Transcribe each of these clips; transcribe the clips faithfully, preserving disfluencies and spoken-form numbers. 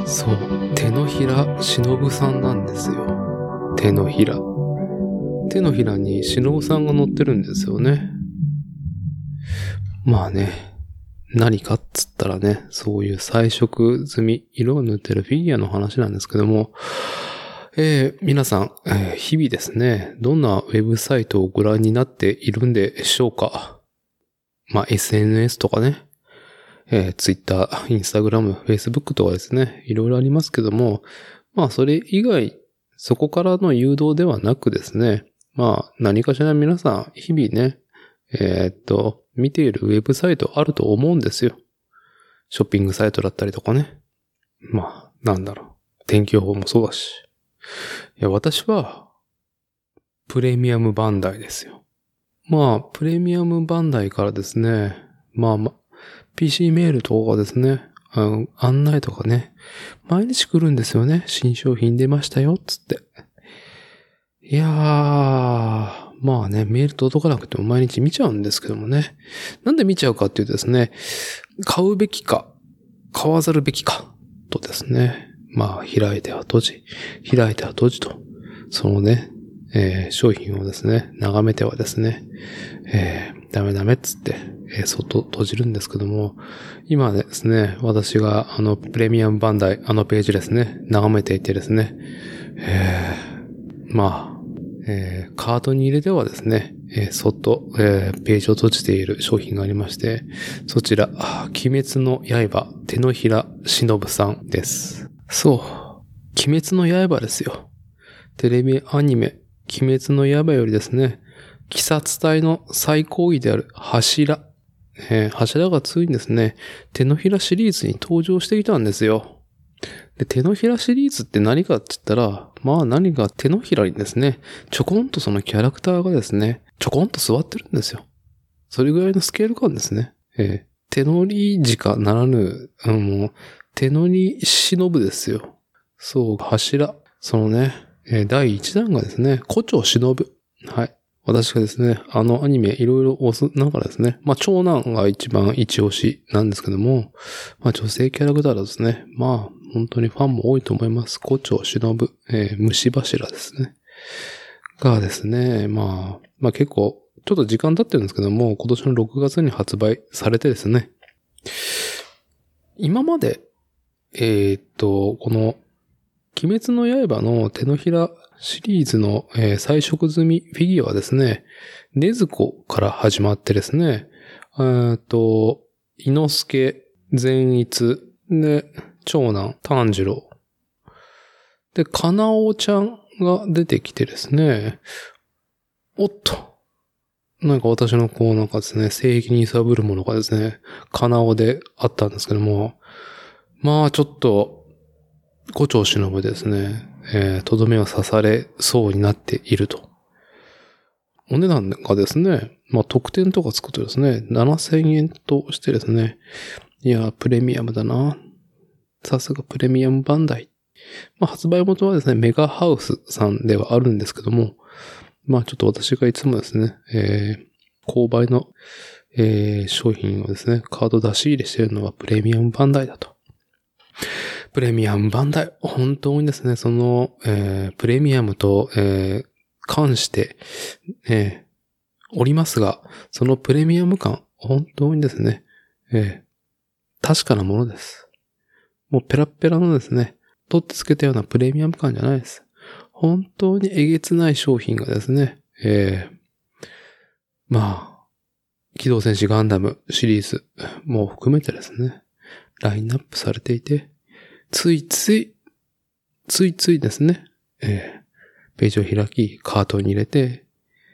そう、手のひらしのぶさんなんですよ。手のひら。手のひらにしのぶさんが乗ってるんですよね。まあね、何かっつったらね、そういう彩色済み、色を塗ってるフィギュアの話なんですけども、えー、皆さん、えー、日々ですね、どんなウェブサイトをご覧になっているんでしょうか。まあ エスエヌエス とかね、えー、Twitter、Instagram、Facebook とかですね、いろいろありますけども、まあそれ以外、そこからの誘導ではなくですね、まあ何かしら皆さん日々ね、えー、っと、見ているウェブサイトあると思うんですよ。ショッピングサイトだったりとかね。まあ、なんだろう。天気予報もそうだし。いや、私は、プレミアムバンダイですよ。まあ、プレミアムバンダイからですね、まあ、ま、ピーシー メールとかですね、あの案内とかね、毎日来るんですよね。新商品出ましたよ、つって。いやー、まあね、メール届かなくても毎日見ちゃうんですけどもね。なんで見ちゃうかっていうとですね、買うべきか、買わざるべきか、とですね。まあ、開いては閉じ、開いては閉じと、そのね、えー、商品をですね、眺めてはですね、えー、ダメダメっつって、えー、そっと閉じるんですけども、今ですね、私があの、プレミアムバンダイ、あのページですね、眺めていてですね、えー、まあ、えー、カートに入れてはですね、えー、そっと、えー、ページを閉じている商品がありまして、そちら、鬼滅の刃、手のひらしのぶさんです。そう、鬼滅の刃ですよ。テレビアニメ、鬼滅の刃よりですね、鬼殺隊の最高位である柱、えー、柱がついにですね、手のひらシリーズに登場してきたんですよ。で、手のひらシリーズって何かって言ったら、まあ何か手のひらにですね、ちょこんとそのキャラクターがですね、ちょこんと座ってるんですよ。それぐらいのスケール感ですね。えー、手乗り鹿ならぬ、あの、もう手乗り忍ですよ。そう、柱。そのね、えー、だいいちだんがですね、胡蝶忍。はい。私がですね、あのアニメいろいろ押す中ですね、まあ長男が一番一押しなんですけども、まあ女性キャラクターですね、まあ本当にファンも多いと思います。胡蝶忍、えー、虫柱ですね。がですね、まあ、まあ結構、ちょっと時間経ってるんですけども、今年のろくがつに発売されてですね、今まで、えー、っと、この、鬼滅の刃の手のひらシリーズの、えー、彩色済みフィギュアはですね、禰豆子から始まってですね、えー、っと、伊之助、善逸、で、長男、炭治郎。で、かなおちゃんが出てきてですね、おっと。なんか私のこうなんかですね、正義に揺さぶるものがですね、かなおであったんですけども、まあちょっと、胡蝶忍ですね、えー、とどめを刺されそうになっていると。お値段がですね、まあ特典とかつくとですね、ななせんえんとしてですね、いや、プレミアムだな。さすがプレミアムバンダイ。まあ発売元はですね、メガハウスさんではあるんですけども、まあちょっと私がいつもですね、えー、購買の、えー、商品をですね、カード出し入れしているのはプレミアムバンダイだと。プレミアムバンダイ、本当にですね、その、えー、プレミアムと、えー、関して、えー、おりますが、そのプレミアム感、本当にですね、えー、確かなものです。もうペラペラのですね、取ってつけたようなプレミアム感じゃないです。本当にえげつない商品がですね、えー、まあ、機動戦士ガンダムシリーズも含めてですね、ラインナップされていて、ついつい、ついついですね、えー、ページを開き、カートに入れて、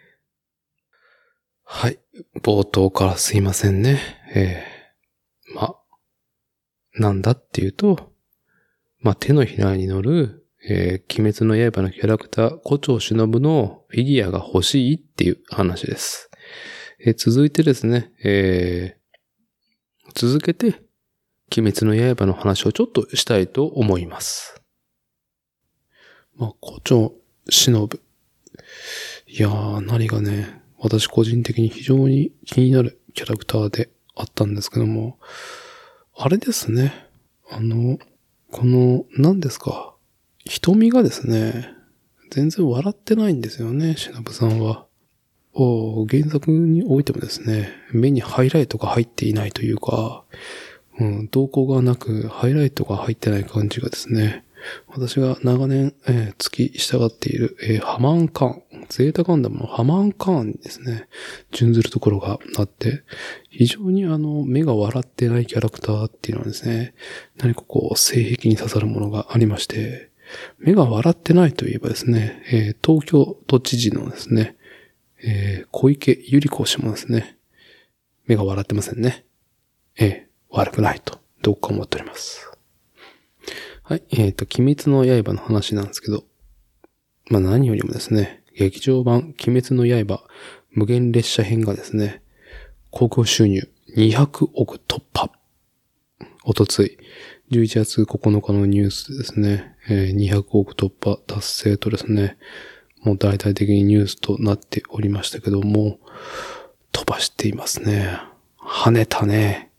はい、冒頭からすいませんね、えー、まあ、なんだっていうと、まあ、手のひらに乗る、えー、鬼滅の刃のキャラクター、胡蝶忍のフィギュアが欲しいっていう話です。えー、続いてですね、えー、続けて、鬼滅の刃の話をちょっとしたいと思います。まあ、胡蝶忍。いやー、何がね、私個人的に非常に気になるキャラクターであったんですけども、あれですね、あの、 この、何ですか。瞳がですね、全然笑ってないんですよね、しのぶさんは。お原作においてもですね、目にハイライトが入っていないというか、うん、動向がなく、ハイライトが入ってない感じがですね、私が長年、えー、付き従っている、えー、ハマンカーン、ゼータガンダムのハマンカーンにですね、準ずるところがあって、非常にあの、目が笑ってないキャラクターっていうのはですね、何かこう、性癖に刺さるものがありまして、目が笑ってないといえばですね、えー、東京都知事のですね、えー、小池百合子氏もですね、目が笑ってませんね。えー、悪くないと、どうか思っております。はい、えっと、鬼滅の刃の話なんですけど、まあ何よりもですね、劇場版鬼滅の刃無限列車編がですね、興行収入にひゃくおく突破。おとつい、じゅういちがつここのかのニュースでですね、えー、にひゃくおく突破達成とですね、もう大々的にニュースとなっておりましたけども、飛ばしていますね。跳ねたね。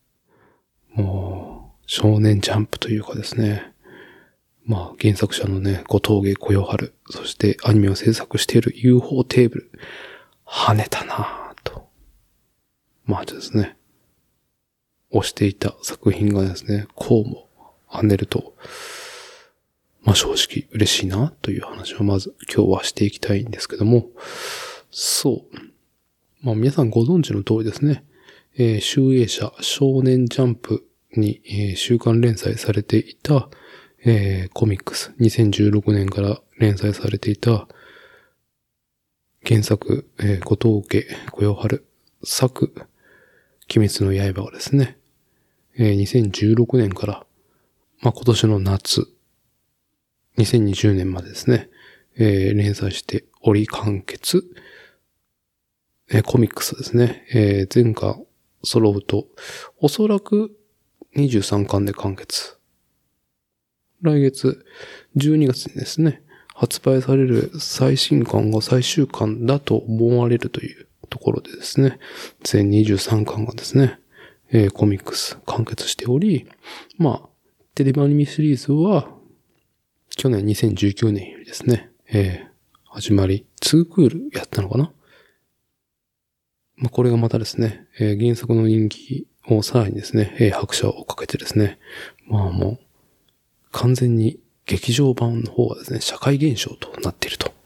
もう、少年ジャンプというかですね。まあ、原作者のね、後藤家小夜春、そしてアニメを制作している ユーフォー テーブル、跳ねたなぁと。まあですね、推していた作品がですね、こうも跳ねると、まあ正直嬉しいなという話をまず今日はしていきたいんですけども、そう。まあ皆さんご存知の通りですね、えー、集英社少年ジャンプに、えー、週刊連載されていた、えー、コミックス、にせんじゅうろくねんから連載されていた原作、えー、後藤家小夜春作鬼滅の刃がですね、えー、にせんじゅうろくねんから、まあ今年の夏、にせんにじゅうねんまでですね、えー、連載しており完結、えー、コミックスですね、えー、全巻揃うと、おそらくにじゅうさんかんで完結。来月じゅうにがつにですね、発売される最新巻が最終巻だと思われるというところでですね、全にじゅうさんかんがですね、えー、コミックス完結しており、まあ、テレビアニメシリーズは、去年にせんじゅうきゅうねんよりですね、えー、始まり、ツークールやったのかな？まあ、これがまたですね、えー、原作の人気をさらにですね、えー、拍車をかけてですね、まあもう、完全に劇場版の方はですね、社会現象となっていると。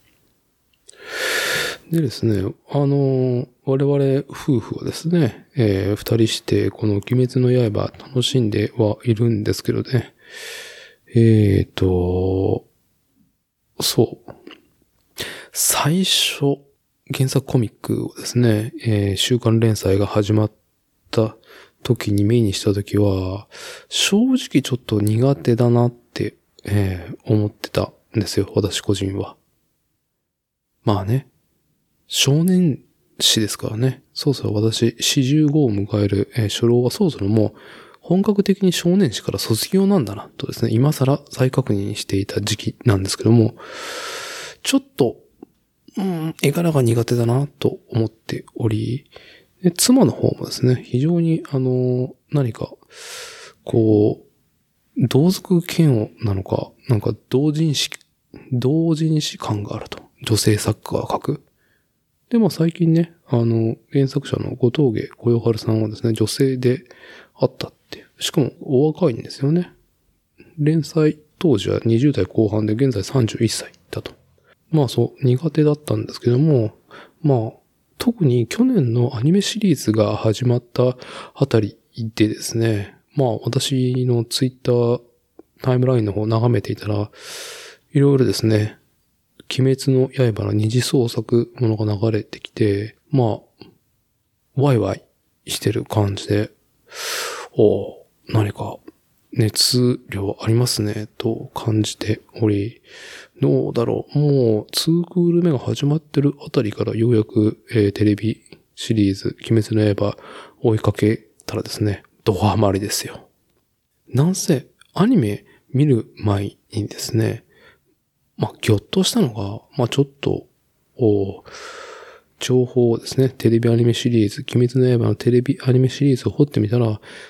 でですね、あのー、我々夫婦はですね、えー、二人してこの鬼滅の刃楽しんではいるんですけどね、えーと、そう。最初、原作コミックをですね、えー、週刊連載が始まった時に目にした時は、正直ちょっと苦手だなって、えー、思ってたんですよ、私個人は。まあね、少年誌ですからね。そうそう、私、よんじゅうごを迎える、えー、初老はそろそろもう、本格的に少年誌から卒業なんだな、とですね、今更再確認していた時期なんですけども、ちょっと、うん、絵柄が苦手だな、と思っており、で妻の方もですね、非常に、あの、何か、こう、同族嫌悪なのか、なんか同人誌、同人誌感があると。女性作家が書く。で、まあ最近ね、あの、原作者の後藤家小夜春さんはですね、女性であったっていう。しかもお若いんですよね。連載当時はにじゅうだいこう半で現在さんじゅういっさいだと。まあそう、苦手だったんですけども、まあ、特に去年のアニメシリーズが始まったあたりでですね、まあ私のツイッタータイムラインの方を眺めていたら、いろいろですね、鬼滅の刃の二次創作ものが流れてきて、まあ、ワイワイしてる感じで、おー、何か熱量ありますね、と感じており、どうだろう、もうツークール目が始まってるあたりからようやく、えー、テレビシリーズ、鬼滅の刃追いかけたらですね、ドハマりですよ。なんせ、アニメ見る前にですね、まあ、ぎょっとしたのが、まあ、ちょっと、お情報をですね、テレビアニメシリーズ、鬼滅の刃のテレビアニメシリーズを掘ってみたら、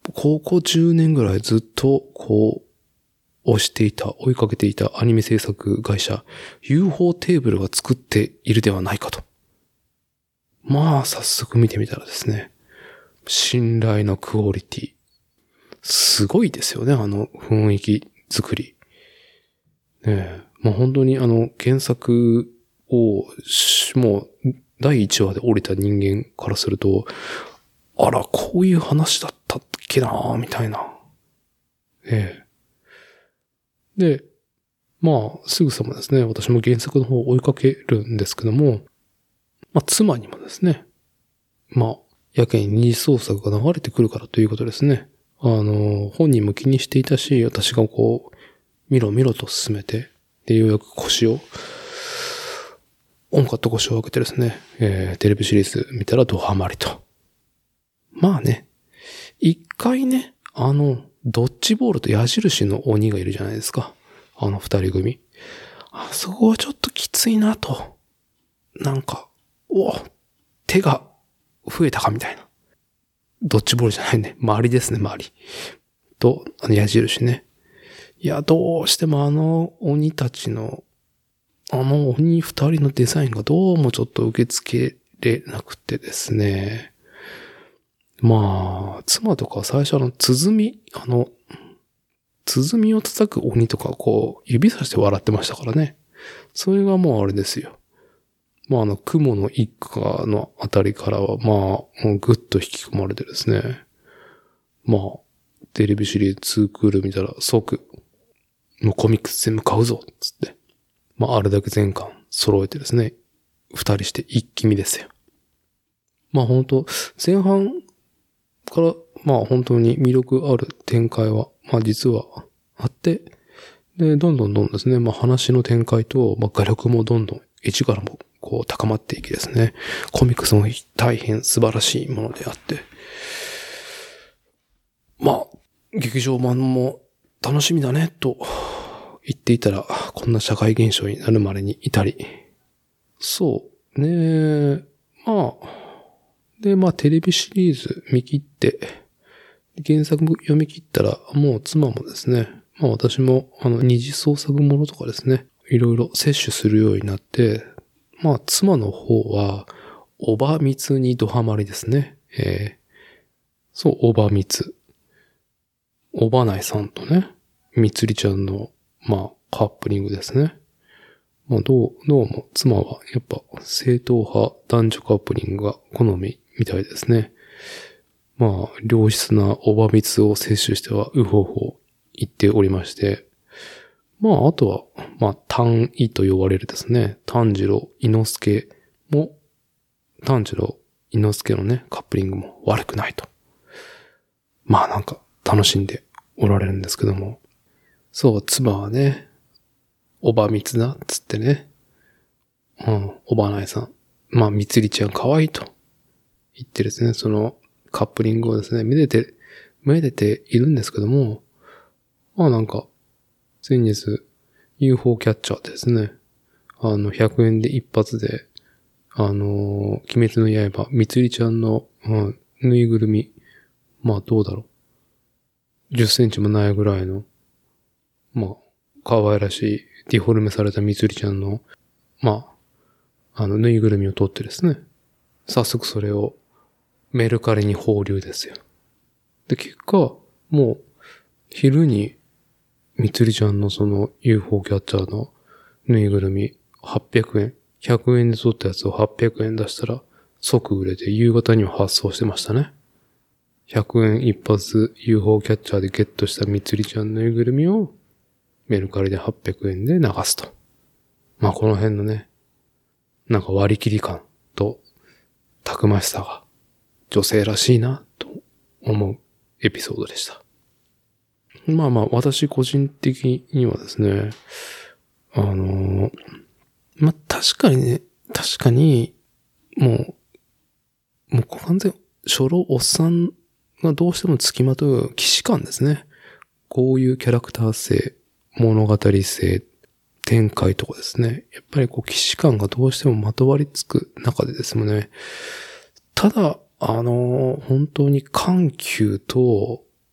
ここじゅうねんぐらいずっとこう、推していた、追いかけていたアニメ制作会社、ユーフォー テーブルが作っているではないかと。まあ、早速見てみたらですね、信頼のクオリティ。すごいですよね、あの雰囲気作り。ねえ、まあ本当にあの原作を、もうだいいちわで降りた人間からすると、あら、こういう話だったっけなーみたいな。ええ。で、まあ、すぐさまですね、私も原作の方を追いかけるんですけども、まあ、妻にもですね、まあ、やけに二次創作が流れてくるからということですね。あの、本人も気にしていたし、私がこう、見ろ見ろと進めて、で、ようやく腰を、音楽と腰を上げてですね、えー、テレビシリーズ見たらドハマりと。まあね、一回ね、あの、ドッジボールと矢印の鬼がいるじゃないですか。あの二人組。あそこはちょっときついなと。なんか、お手が増えたかみたいな。ドッジボールじゃないね。周りですね、周り。と、あの矢印ね。いや、どうしてもあの鬼たちの、あの鬼二人のデザインがどうもちょっと受け付けれなくてですね。まあ、妻とか最初あの、鼓、あの、鼓を叩く鬼とかこう、指さして笑ってましたからね。それがもうあれですよ。まああの、雲の一家のあたりからは、まあ、もうぐっと引き込まれてですね。まあ、テレビシリーズツークール見たら即、もうコミックス全部買うぞつって。まあ、あれだけ全巻揃えてですね。二人して一気見ですよ。まあ本当前半から、まあ本当に魅力ある展開は、まあ実はあって、で、どんどんどんですね、まあ話の展開と、まあ画力もどんどん、一からもこう高まっていきですね、コミックスも大変素晴らしいものであって、まあ、劇場版も楽しみだね、と言っていたら、こんな社会現象になるまでに至り、そうね、まあ、で、まあテレビシリーズ見切って、原作読み切ったら、もう妻もですね、まあ私もあの二次創作ものとかですね、いろいろ摂取するようになって、まあ妻の方は、おばみつにドハマりですね。えー、そう、おばみつ。おばないさんとね、みつりちゃんの、まあカップリングですね。まあどう、どうも妻はやっぱ正統派男女カップリングが好みみたいですね。まあ、良質なおばみつを摂取しては、うほほ言っておりまして。まあ、あとは、まあ、単位と呼ばれるですね、炭治郎、伊之助も、炭治郎、伊之助のね、カップリングも悪くないと。まあ、なんか、楽しんでおられるんですけども。そう、妻はね、おばみつだ、つってね。うん、おばないさん。まあ、みつりちゃん可愛いと言ってですね、その、カップリングをですね、めでて、めでているんですけども、まあなんか、先日、ユーフォー キャッチャーですね、あの、ひゃくえんで一発で、あの、鬼滅の刃、みつりちゃんの、うん、ぬいぐるみ、まあどうだろう。じゅっセンチもないぐらいの、まあ、可愛らしい、ディフォルメされたみつりちゃんの、まあ、あの、ぬいぐるみを取ってですね、早速それを、メルカリに放流ですよ。で、結果、もう、昼に、みつりちゃんのその ユーフォー キャッチャーのぬいぐるみはっぴゃくえん、ひゃくえんで取ったやつをはっぴゃくえん出したら即売れて夕方には発送してましたね。ひゃくえん一発 ユーフォー キャッチャーでゲットしたみつりちゃんのぬいぐるみをメルカリではっぴゃくえんで流すと。まあこの辺のね、なんか割り切り感とたくましさが女性らしいなと思うエピソードでした。まあまあ私個人的にはですね、あのー、まあ確かにね、確かにもう、もう完全初老おっさんがどうしても付きまとう既視感ですね。こういうキャラクター性、物語性、展開とかですね。やっぱりこう既視感がどうしてもまとわりつく中でですね。ただ、あのー、本当に緩急と、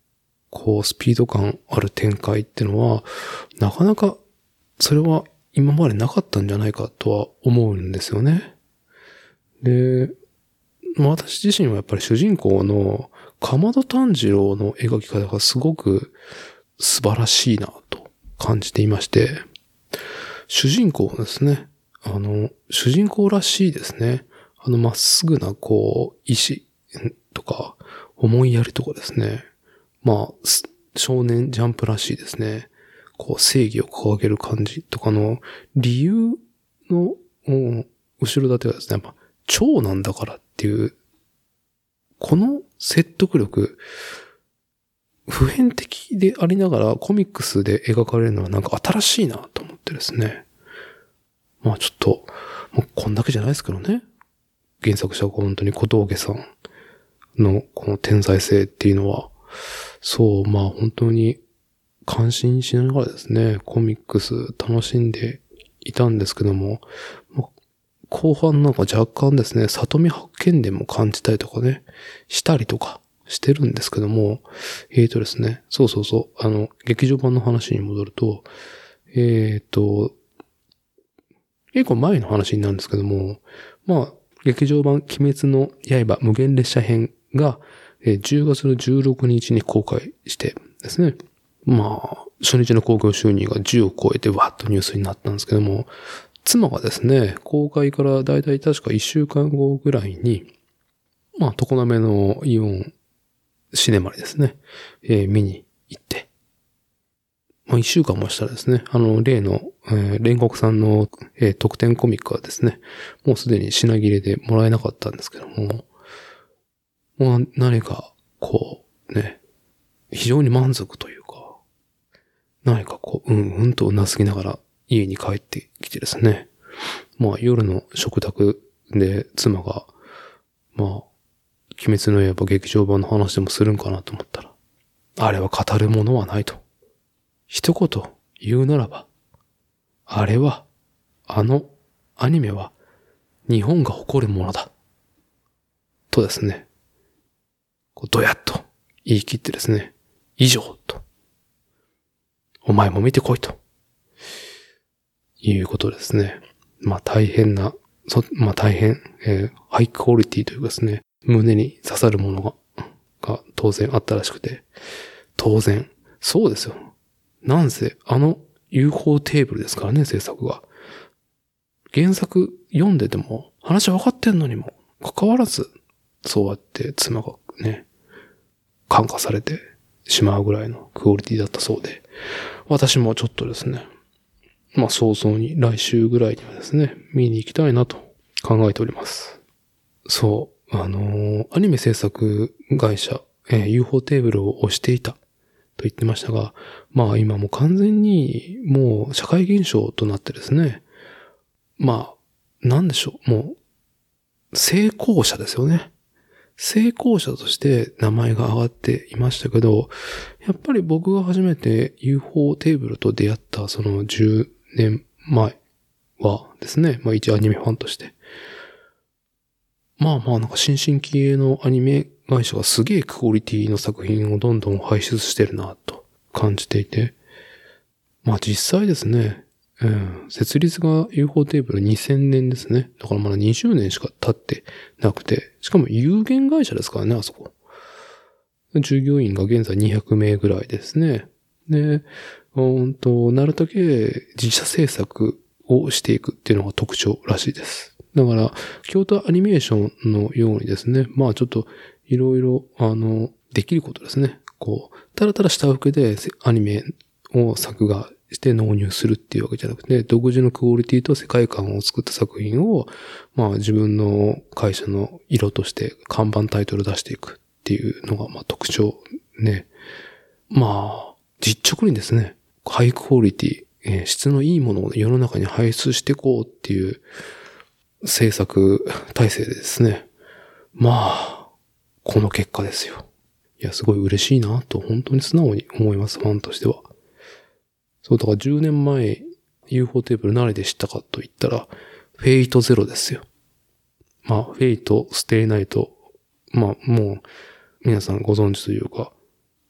こう、スピード感ある展開っていうのは、なかなか、それは今までなかったんじゃないかとは思うんですよね。で、私自身はやっぱり主人公の竈門炭治郎の描き方がすごく素晴らしいなと感じていまして、主人公ですね。あの、主人公らしいですね。あのまっすぐなこう、意志とか、思いやりとかですね。まあ、少年ジャンプらしいですね。こう、正義を掲げる感じとかの理由の、後ろ盾はですね、やっぱ、長なんだからっていう、この説得力、普遍的でありながらコミックスで描かれるのはなんか新しいなと思ってですね。まあちょっと、もうこんだけじゃないですけどね。原作者は本当に小峠さんのこの天才性っていうのは、そう、まあ本当に感心しながらですね、コミックス楽しんでいたんですけども、後半なんか若干ですね、里見八犬伝も感じたりとかね、したりとかしてるんですけども、えーとですね、そうそうそう、あの、劇場版の話に戻ると、えーと、結構前の話になるんですけども、まあ、劇場版鬼滅の刃無限列車編が、じゅうがつのじゅうろくにちに公開してですね、まあ、初日の興行収入がじゅうを超えてわーっとニュースになったんですけども、妻がですね、公開からだいたい確かいっしゅうかんごぐらいに、まあ、常滑のイオンシネマにですね、えー、見に行って、まあ、いっしゅうかんもしたらですね、あの、例の、えー、煉獄さんの、えー、特典コミックはですね、もうすでに品切れでもらえなかったんですけども、まあ、何か、こう、ね、非常に満足というか、何かこう、うんうんとうなずきながら家に帰ってきてですね、まあ、夜の食卓で妻が、まあ、鬼滅の刃劇場版の話でもするんかなと思ったら、あれは語るものはないと。一言言うならば、あれは、あのアニメは日本が誇るものだ。とですね、こうドヤッと言い切ってですね、以上と。お前も見てこいと。いうことですね。まあ大変な、そまあ大変、えー、ハイクオリティというかですね、胸に刺さるものが、が当然あったらしくて、当然、そうですよ。なんせ、あの ユーフォー テーブルですからね、制作が。原作読んでても、話分かってんのにも、かかわらず、そうやって妻がね、感化されてしまうぐらいのクオリティだったそうで、私もちょっとですね、まあ早々に来週ぐらいにはですね、見に行きたいなと考えております。そう、あのー、アニメ制作会社、えー、ユーフォー テーブルを推していたと言ってましたが、まあ今もう完全にもう社会現象となってですね、まあ、なんでしょう、もう、成功者ですよね。成功者として名前が上がっていましたけど、やっぱり僕が初めて ユーフォー テーブルと出会ったそのじゅうねんまえはですね、まあ一アニメファンとして、まあまあなんか新進気鋭のアニメ会社がすげえクオリティの作品をどんどん輩出してるなと感じていて、まあ実際ですね、うん、設立が ユーフォー テーブルにせんねんですね。だからまだにじゅうねんしか経ってなくて、しかも有限会社ですからね、あそこ。従業員が現在にひゃくめいぐらいですね。で、うんと、なるだけ自社制作をしていくっていうのが特徴らしいです。だから、京都アニメーションのようにですね、まあちょっといろいろ、あの、できることですね。こう、ただただ下請けでアニメを作画して納入するっていうわけじゃなくて、独自のクオリティと世界観を作った作品を、まあ自分の会社の色として看板タイトル出していくっていうのがまあ特徴ね。まあ、実直にですね、ハイクオリティ、えー、質のいいものを世の中に排出していこうっていう制作体制でですね。まあ、この結果ですよ。いや、すごい嬉しいなと本当に素直に思います、ファンとしては。そう、だからじゅうねんまえ ユーフォー テーブル何で知ったかと言ったら、フェイトゼロですよ。まあ、フェイト、ステイナイト、まあ、もう、皆さんご存知というか、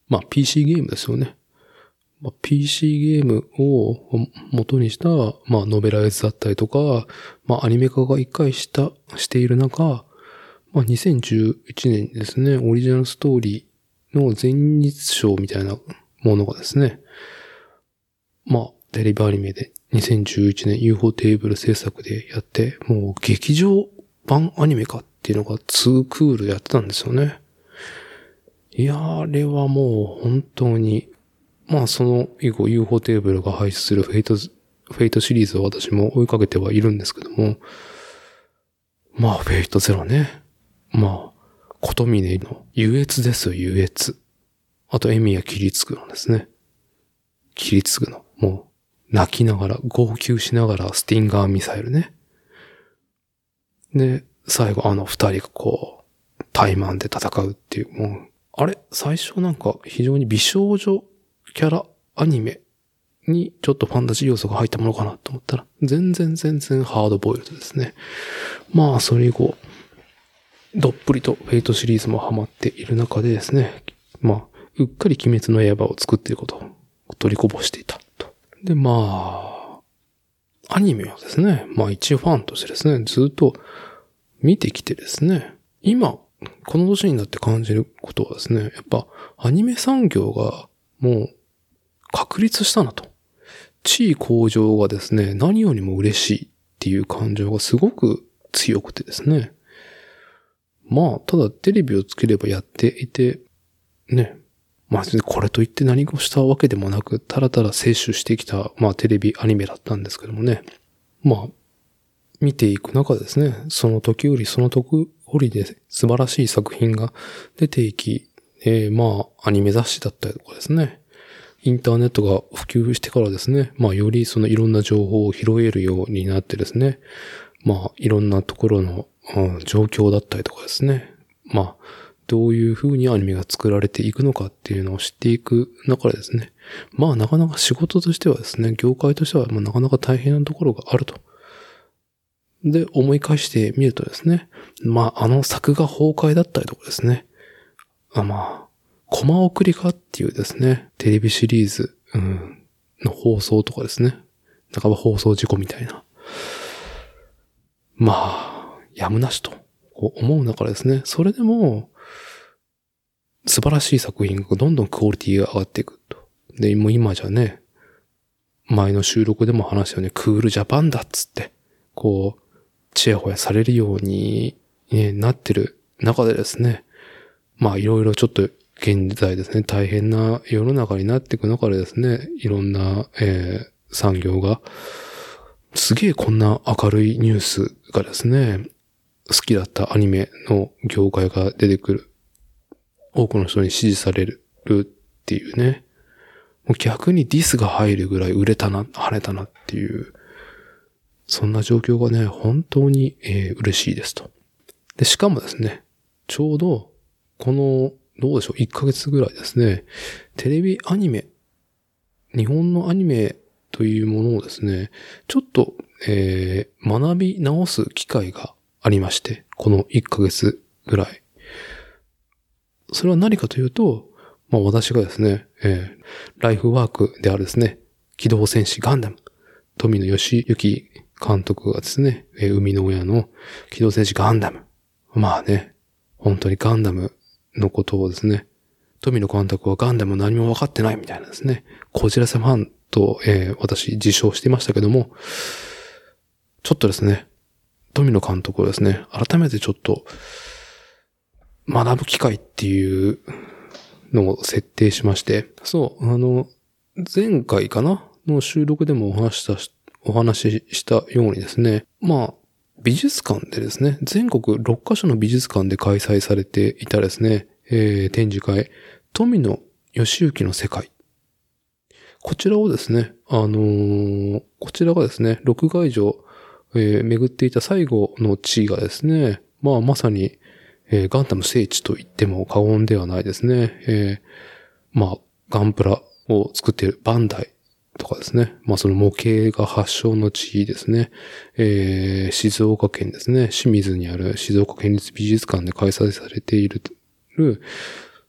まあ ピーシー ゲームですよね。まあ、ピーシー ゲームを元にした、まあノベライズだったりとか、まあアニメ化が一回した、している中、まあにせんじゅういちねんにですね、オリジナルストーリーの前日賞みたいなものがですね、まあテレビアニメでにせんじゅういちねん ユーフォー テーブル制作でやって、もう劇場版アニメ化っていうのがツークールでやってたんですよね。いやー、あれはもう本当に、まあその以後 ユーフォー テーブルが配出するフェイト、フェイトシリーズを私も追いかけてはいるんですけども、まあフェイトゼロね。まあ、ことみねの優越ですよ、優越。あとエミヤ切りつくのですね。切りつくの。もう、泣きながら、号泣しながらスティンガーミサイルね。で、最後あの二人がこう、対マンで戦うっていう、もう、あれ最初なんか非常に美少女キャラアニメにちょっとファンタジー要素が入ったものかなと思ったら、全然全然ハードボイルドですね。まあ、それ以後、どっぷりとフェイトシリーズもハマっている中でですね、まあ、うっかり鬼滅の刃を作っていることを取りこぼしていたと。で、まあ、アニメをですね、まあ一ファンとしてですね、ずっと見てきてですね、今、この年になって感じることはですね、やっぱアニメ産業がもう確立したなと。地位向上がですね、何よりも嬉しいっていう感情がすごく強くてですね。まあ、ただテレビをつければやっていて、ね。まあ、これといって何をしたわけでもなく、ただただ摂取してきた、まあ、テレビアニメだったんですけどもね。まあ、見ていく中でですね、その時よりその時折で素晴らしい作品が出ていき、えー、まあ、アニメ雑誌だったりとかですね。インターネットが普及してからですね、まあ、よりそのいろんな情報を拾えるようになってですね、まあ、いろんなところの、うん、状況だったりとかですね、まあ、どういう風にアニメが作られていくのかっていうのを知っていく中でですね、まあ、なかなか仕事としてはですね、業界としてはまあなかなか大変なところがあると。で、思い返してみるとですね、まあ、あの作画崩壊だったりとかですね、あまあ、コマ送りかっていうですね、テレビシリーズ、うん、の放送とかですね、半ば放送事故みたいな。まあ、やむなしと思う中ですね、それでも、素晴らしい作品がどんどんクオリティが上がっていくと。で、もう今じゃね、前の収録でも話したよね、クールジャパンだっつって、こう、ちやほやされるように、ね、なってる中でですね、まあいろいろちょっと現在ですね、大変な世の中になっていく中でですね、いろんな、えー、産業が、すげえこんな明るいニュースがですね、好きだったアニメの業界が出てくる。多くの人に支持されるっていうね。もう逆にディスが入るぐらい売れたな、跳ねたなっていう。そんな状況がね、本当に、えー、嬉しいですと。で、しかもですね、ちょうど、この、どうでしょう、いっかげつぐらいですね、テレビアニメ、日本のアニメというものをですね、ちょっと、えー、学び直す機会がありまして、このいっかげつぐらい。それは何かというと、まあ私がですね、えー、ライフワークであるですね、機動戦士ガンダム、富野義行監督がですね、えー、生みの親の機動戦士ガンダム。まあね、本当にガンダムのことをですね、富野監督はガンダム何も分かってないみたいなですね、こじらせファンと、えー、私自称していましたけども、ちょっとですね、富野監督をですね、改めてちょっと、学ぶ機会っていうのを設定しまして、そう、あの、前回かなの収録でもお話した、お話ししたようにですね、まあ、美術館でですね、全国ろっかしょの美術館で開催されていたですね、えー、展示会、富野義行の世界。こちらをですね、あのー、こちらがですね、録画以上、えー、巡っていた最後の地がですね、まあまさに、えー、ガンダム聖地と言っても過言ではないですね。えー、まあ、ガンプラを作っているバンダイとかですね。まあ、その模型が発祥の地ですね。えー、静岡県ですね。清水にある静岡県立美術館で開催されている、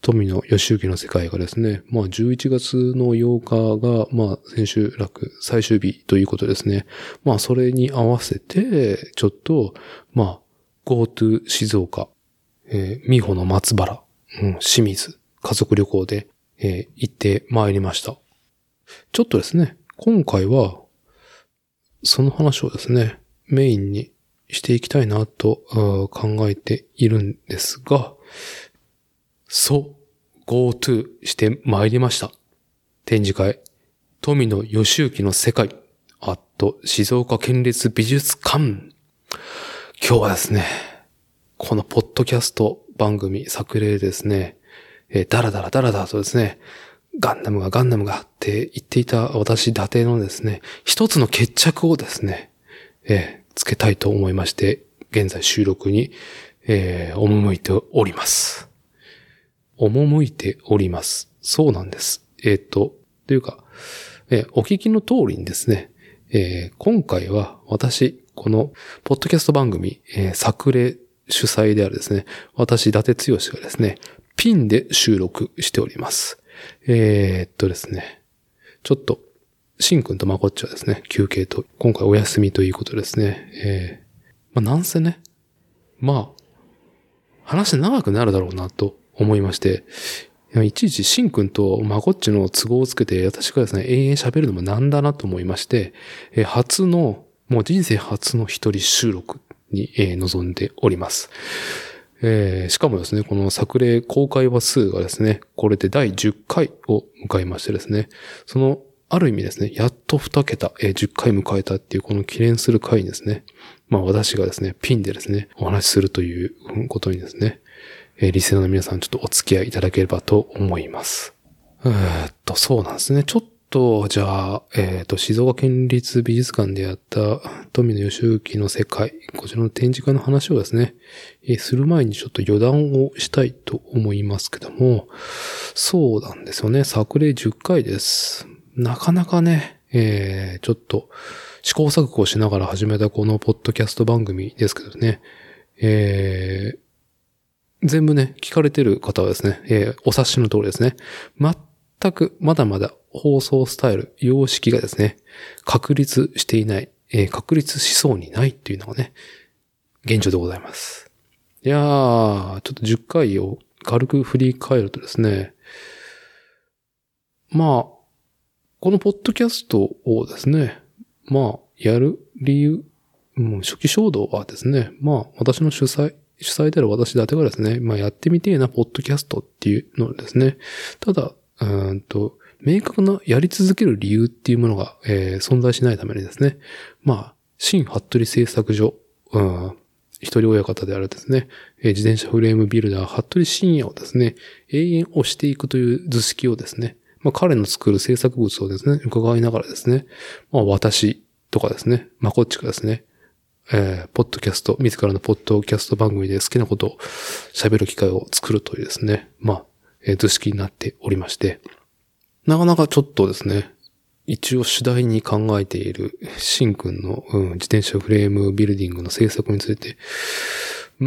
富野義行の世界がですね、まあじゅういちがつのようかが、まあ千秋楽最終日ということですね。まあそれに合わせて、ちょっと、まあ GoTo 静岡、えー、美穂の松原、うん、清水、家族旅行で、えー、行ってまいりました。ちょっとですね、今回は、その話をですね、メインにしていきたいなと考えているんですが、そう、GoTo してまいりました。展示会、富野義行の世界、アット静岡県立美術館。今日はですね、このポッドキャスト番組作例ですね、えー、ダラダラダラダラとですね、ガンダムがガンダムがって言っていた私伊達のですね、一つの決着をですね、えー、つけたいと思いまして、現在収録に、えー、赴いております。赴いております。そうなんです。えっと、というか、えー、お聞きの通りにですね、えー、今回は私、この、ポッドキャスト番組、えー、作例主催であるですね、私、伊達剛がですね、ピンで収録しております。えー、っとですね、ちょっと、シンくんとマコッチはですね、休憩と、今回お休みということですね。えー、まあ、なんせね、まあ、話長くなるだろうなと思いまして、いちいちシンくんとマコッチの都合をつけて、私がですね、永遠喋るのもなんだなと思いまして、えー、初の、もう人生初の一人収録に、えー、臨んでおります。えー、しかもですね、この作例公開話数がですね、これでだいじゅっかいを迎えましてですね、その、ある意味ですね、やっとにけた、えー、じゅっかい迎えたっていうこの記念する回にですね、まあ私がですね、ピンでですね、お話しするということにですね、えー、リスナーの皆さんちょっとお付き合いいただければと思います。えーっと、そうなんですね。ちょっと、じゃあ、えーっと、静岡県立美術館でやった富野義行の世界、こちらの展示会の話をですね、えー、する前にちょっと余談をしたいと思いますけども、そうなんですよね。作例じゅっかいです。なかなかね、えー、ちょっと試行錯誤しながら始めたこのポッドキャスト番組ですけどね、えー、全部ね、聞かれてる方はですね、えー、お察しの通りですね、全くまだまだ放送スタイル、様式がですね、確立していない、えー、確立しそうにないっていうのがね、現状でございます。いやー、ちょっとじゅっかいを軽く振り返るとですね、まあ、このポッドキャストをですね、まあ、やる理由、もう初期衝動はですね、まあ、私の主催、主催である私だけがですね、まあ、やってみてえなポッドキャストっていうのですね、ただ、うーんと、明確なやり続ける理由っていうものが、えー、存在しないためにですね、まあ、新服部製作所、うん、一人親方であるですね、えー、自転車フレームビルダー、服部深也をですね、永遠押していくという図式をですね、まあ、彼の作る制作物をですね、伺いながらですね、まあ、私とかですね、まあ、こっちがですね、えー、ポッドキャスト、自らのポッドキャスト番組で好きなことを喋る機会を作るというですね、まあ、えー、図式になっておりまして、なかなかちょっとですね、一応主題に考えているシンくんの、うん、自転車フレームビルディングの制作について、うん、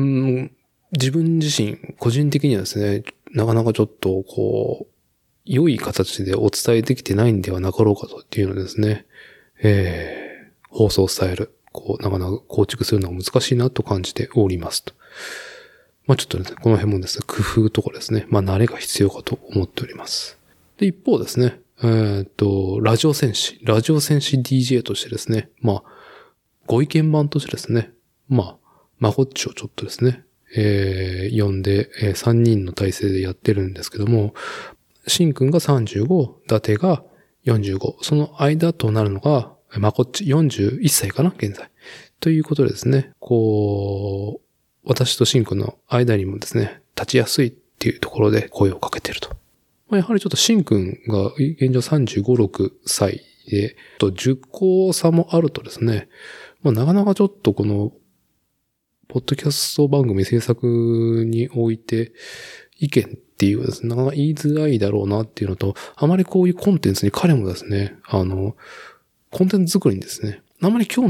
自分自身、個人的にはですね、なかなかちょっとこう、良い形でお伝えできてないんではなかろうかとっていうのですね、えー、放送スタイル、こう、なかなか構築するのが難しいなと感じておりますと。まあちょっとね、この辺もですね、工夫とかですね、まあ慣れが必要かと思っております。で、一方ですね、えー、っと、ラジオ戦士、ラジオ戦士 ディージェー としてですね、まあ、ご意見番としてですね、まあ、まこっちをちょっとですね、えー、呼んで、えー、さんにんの体制でやってるんですけども、シンくんがさんじゅうご、伊達がよんじゅうご。その間となるのが、まこっちよんじゅういっさいかな現在。ということでですね、こう、私とシンくんの間にもですね、立ちやすいっていうところで声をかけてると。まあ、やはりちょっとシンくんが現状さんじゅうご、ろくさいで、とじゅっこ差もあるとですね、まあ、なかなかちょっとこの、ポッドキャスト番組制作において、意見っていうですね、なかなか言いづらいだろうなっていうのと、あまりこういうコンテンツに彼もですね、あの、コンテンツ作りにですね、あまり興味が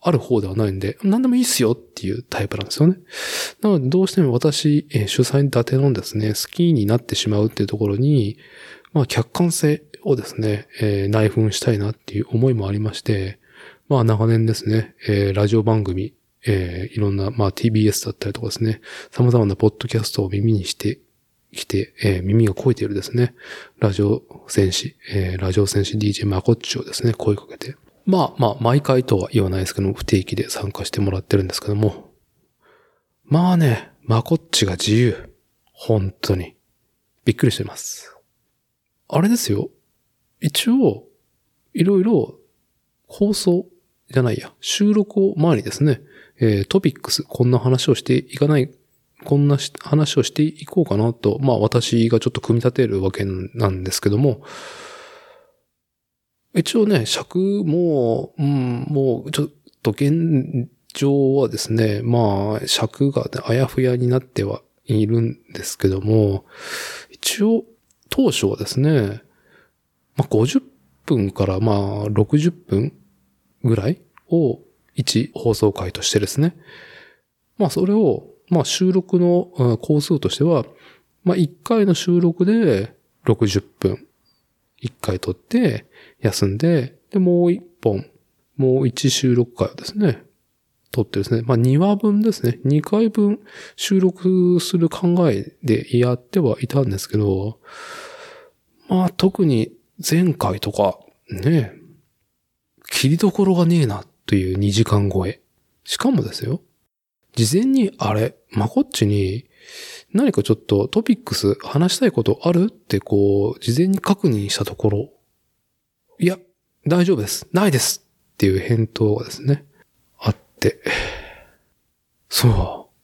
ある方ではないんで、何でもいいっすよっていうタイプなんですよね。なのでどうしても私、えー、主催立てのですね、好きになってしまうっていうところに、まあ客観性をですね、えー、内紛したいなっていう思いもありまして、まあ長年ですね、えー、ラジオ番組、えー、いろんな、まあ ティービーエス だったりとかですね、様々なポッドキャストを耳にしてきて、えー、耳が肥えているですね、ラジオ戦士、えー、ラジオ戦士 ディージェー マコッチをですね、声かけて、まあまあ、毎回とは言わないですけども、不定期で参加してもらってるんですけども、まあね、マコッチが自由。本当に。びっくりしてます。あれですよ。一応、いろいろ放送じゃないや、収録を前にですね、えー、トピックス、こんな話をしていかない、こんな話をしていこうかなと、まあ私がちょっと組み立てるわけなんですけども、一応ね、尺も、うん、もうちょっと現状はですね、まあ尺が、ね、あやふやになってはいるんですけども、一応当初はですね、まあごじゅっぷんからまあろくじゅっぷんぐらいを一放送回としてですね。まあそれを、まあ収録の工数としては、まあいっかいの収録でろくじゅっぷん。いっかい撮って休んで、でもういっぽん、もういち収録回をですね、撮ってですね、まあにわぶんですね。にかいぶん収録する考えでやってはいたんですけど、まあ特に前回とかね、切りどころがねえなというにじかん超え。しかもですよ、事前にあれ、まこっちに何かちょっとトピックス話したいことあるってこう、事前に確認したところ、いや、大丈夫です。ないですっていう返答がですね、あって、そう。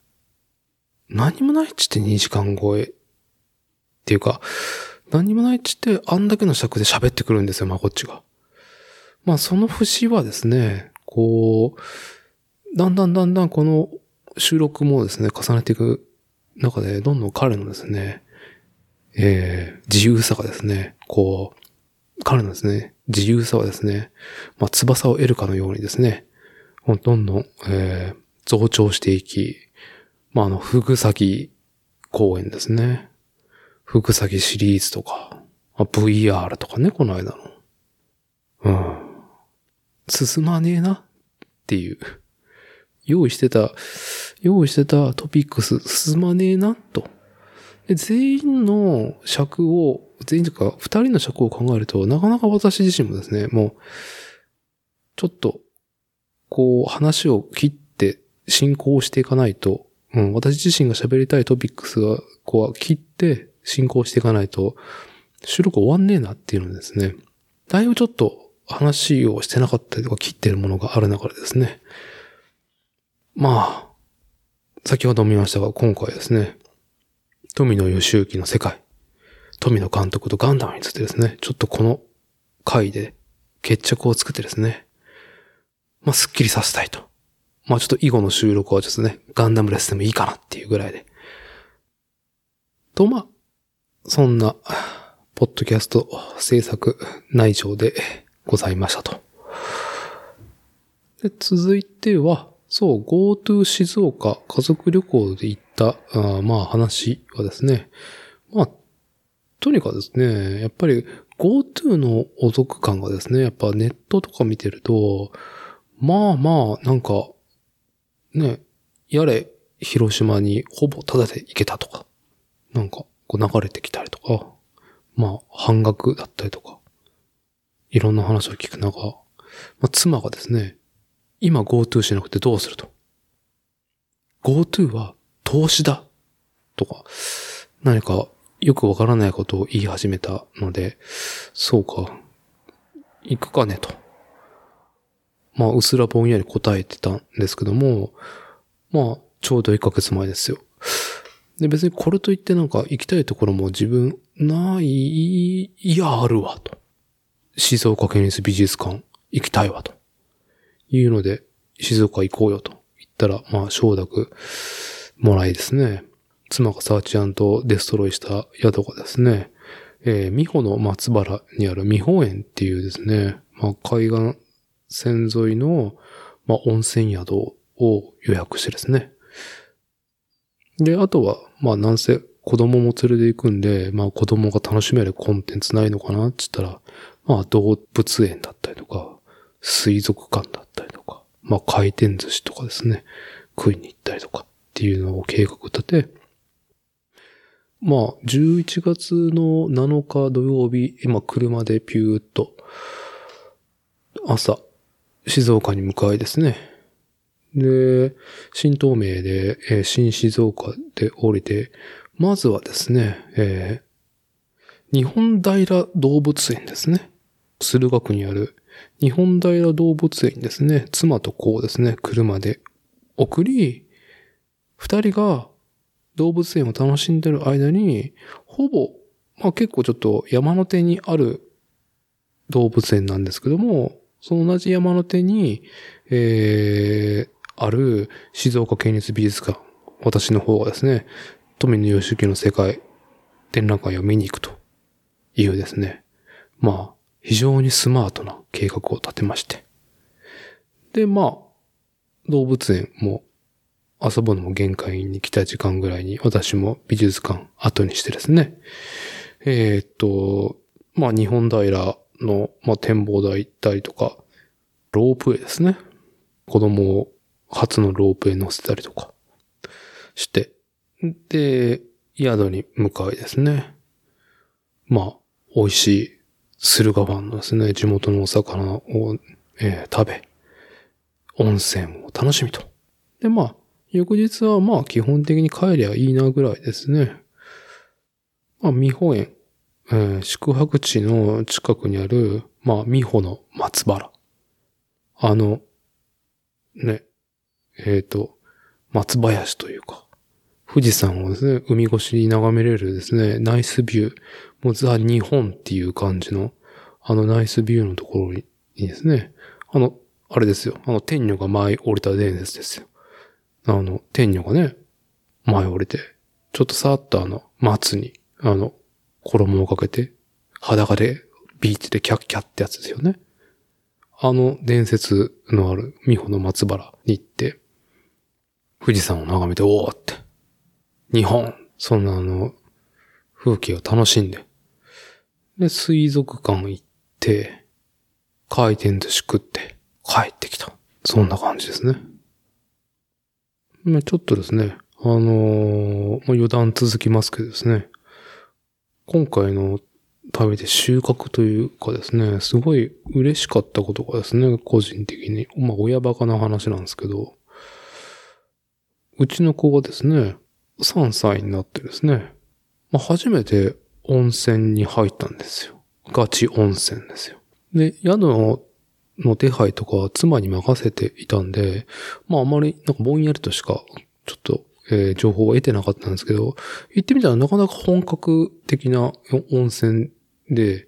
何もないっちってにじかん超え。っていうか、何もないっちってあんだけの尺で喋ってくるんですよ、まこっちが。まあその節はですね、こう、だんだんだんだんこの収録もですね、重ねていく中で、どんどん彼のですね、えー、自由さがですね、こう、彼のですね、自由さはですね、まあ翼を得るかのようにですね、どんどん、えー、増長していき、まああの、ふぐさぎ公演ですね。ふぐさぎシリーズとか、ブイアール とかね、この間の。うん。進まねえなっていう。用意してた、用意してたトピックス進まねえなと。で全員の尺を、全員というか二人の尺を考えると、なかなか私自身もですね、もう、ちょっと、こう話を切って進行していかないと、うん、私自身が喋りたいトピックスが、こう切って進行していかないと、収録終わんねえなっていうのですね、だいぶちょっと話をしてなかったりとか切ってるものがある中でですね、まあ、先ほども見ましたが、今回ですね、富野義行の世界、富野監督とガンダムについてですね、ちょっとこの回で決着をつけてですね、まあ、スッキリさせたいと。まあ、ちょっと以後の収録はちょっとね、ガンダムレスでもいいかなっていうぐらいで。と、まあ、そんな、ポッドキャスト制作内情でございましたと。で、続いては、そう、GoTo 静岡家族旅行で行った、あまあ話はですね、まあ、とにかくですね、やっぱり GoTo のお得感がですね、やっぱネットとか見てると、まあまあ、なんか、ね、やれ、広島にほぼタダで行けたとか、なんか、こう流れてきたりとか、まあ、半額だったりとか、いろんな話を聞く中、まあ、妻がですね、今 GoTo しなくてどうすると。GoTo は投資だとか、何かよくわからないことを言い始めたので、そうか、行くかねと。まあ、うすらぼんやり答えてたんですけども、まあ、ちょうどいっかげつまえですよ。で、別にこれといってなんか行きたいところも自分ない、いや、あるわと。静岡県立美術館行きたいわと。いうので、静岡行こうよと言ったら、まあ、承諾もらいですね。妻がサーチ&デストロイした宿がですね、えー、美保の松原にある美保園っていうですね、まあ、海岸線沿いの、 まあ温泉宿を予約してですね。で、あとは、まあなんせ子供も連れて行くんで、まあ子供が楽しめるコンテンツないのかなって言ったら、まあ動物園だったりとか、水族館だったりとか、まあ回転寿司とかですね、食いに行ったりとかっていうのを計画立て、まあじゅういちがつのなのか土曜日、今車でピューっと朝、静岡に向かいですね。で、新東名で、えー、新静岡で降りて、まずはですね、えー、日本平動物園ですね。駿河区にある日本平動物園ですね。妻と子をですね、車で送り、二人が動物園を楽しんでる間に、ほぼ、まあ結構ちょっと山の手にある動物園なんですけども、その同じ山の手に、えー、ある静岡県立美術館、私の方がですね、富野義行の世界展覧会を見に行くというですね、まあ、非常にスマートな計画を立てまして。で、まあ、動物園も遊ぶのも限界に来た時間ぐらいに私も美術館後にしてですね、えー、っと、まあ、日本平の、まあ、展望台行ったりとか、ロープウェイですね。子供を初のロープウェイ乗せたりとかして、で、宿に向かいですね。まあ、美味しい駿河湾のですね、地元のお魚を、えー、食べ、温泉を楽しみと。で、まあ、翌日はまあ基本的に帰りゃいいなぐらいですね。まあ、美保園、えー、宿泊地の近くにある、まあ、美保の松原。あの、ね、えっと、松林というか、富士山をですね、海越しに眺めれるですね、ナイスビュー。もうザ・日本っていう感じの、あのナイスビューのところにですね、あの、あれですよ、あの天女が舞い降りた伝説ですよ。あの、天女がね、舞い降りて、ちょっとさーっとあの、松に、あの、衣をかけて、裸でビーチでキャッキャってやつですよね。あの伝説のある美保の松原に行って、富士山を眺めて、おーって、日本、そんなあの、風景を楽しんで、で、水族館行って、回転寿司食って、帰ってきた。そんな感じですね。ちょっとですね、あのー、まあ、余談続きますけどですね、今回の旅で収穫というかですね、すごい嬉しかったことがですね、個人的に、まあ親バカな話なんですけど、うちの子がですね、さんさいになってですね、まあ初めて温泉に入ったんですよ。ガチ温泉ですよ。で、宿のの手配とかは妻に任せていたんで、まああまりなんかぼんやりとしかちょっと、えー、情報を得てなかったんですけど、行ってみたらなかなか本格的な温泉で、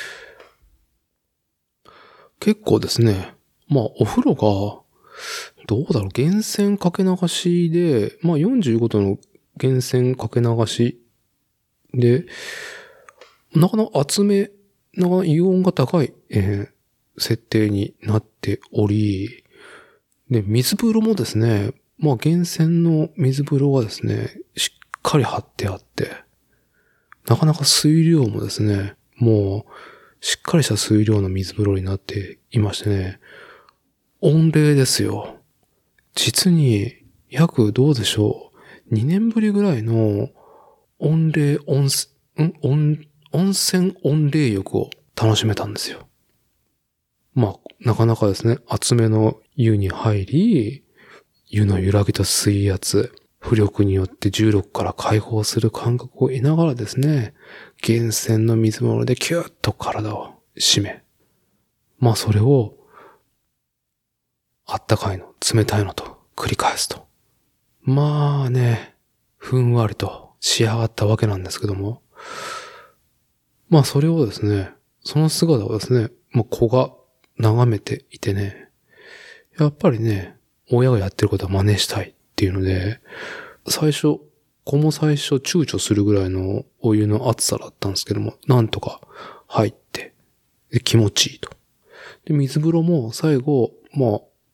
結構ですね、まあお風呂が、どうだろう、源泉かけ流しで、まあよんじゅうごどの源泉かけ流しで、なかなか厚め、なかなか油温が高い、えー設定になっており、で、水風呂もですね、まあ源泉の水風呂がですね、しっかり張ってあって、なかなか水量もですね、もうしっかりした水量の水風呂になっていましてね、温冷ですよ。実に約どうでしょう、にねんぶりぐらいの温冷温、ん温、温泉温冷浴を楽しめたんですよ。まあ、なかなかですね、厚めの湯に入り、湯の揺らぎと水圧、浮力によって重力から解放する感覚を得ながらですね、源泉の水風呂でキューッと体を締め、まあそれを、あったかいの、冷たいのと繰り返すと。まあね、ふんわりと仕上がったわけなんですけども、まあそれをですね、その姿をですね、まあ子が眺めていてね、やっぱりね、親がやってることは真似したいっていうので、最初、子も最初躊躇するぐらいのお湯の熱さだったんですけども、なんとか入って、で気持ちいいと。で、水風呂も最後、ま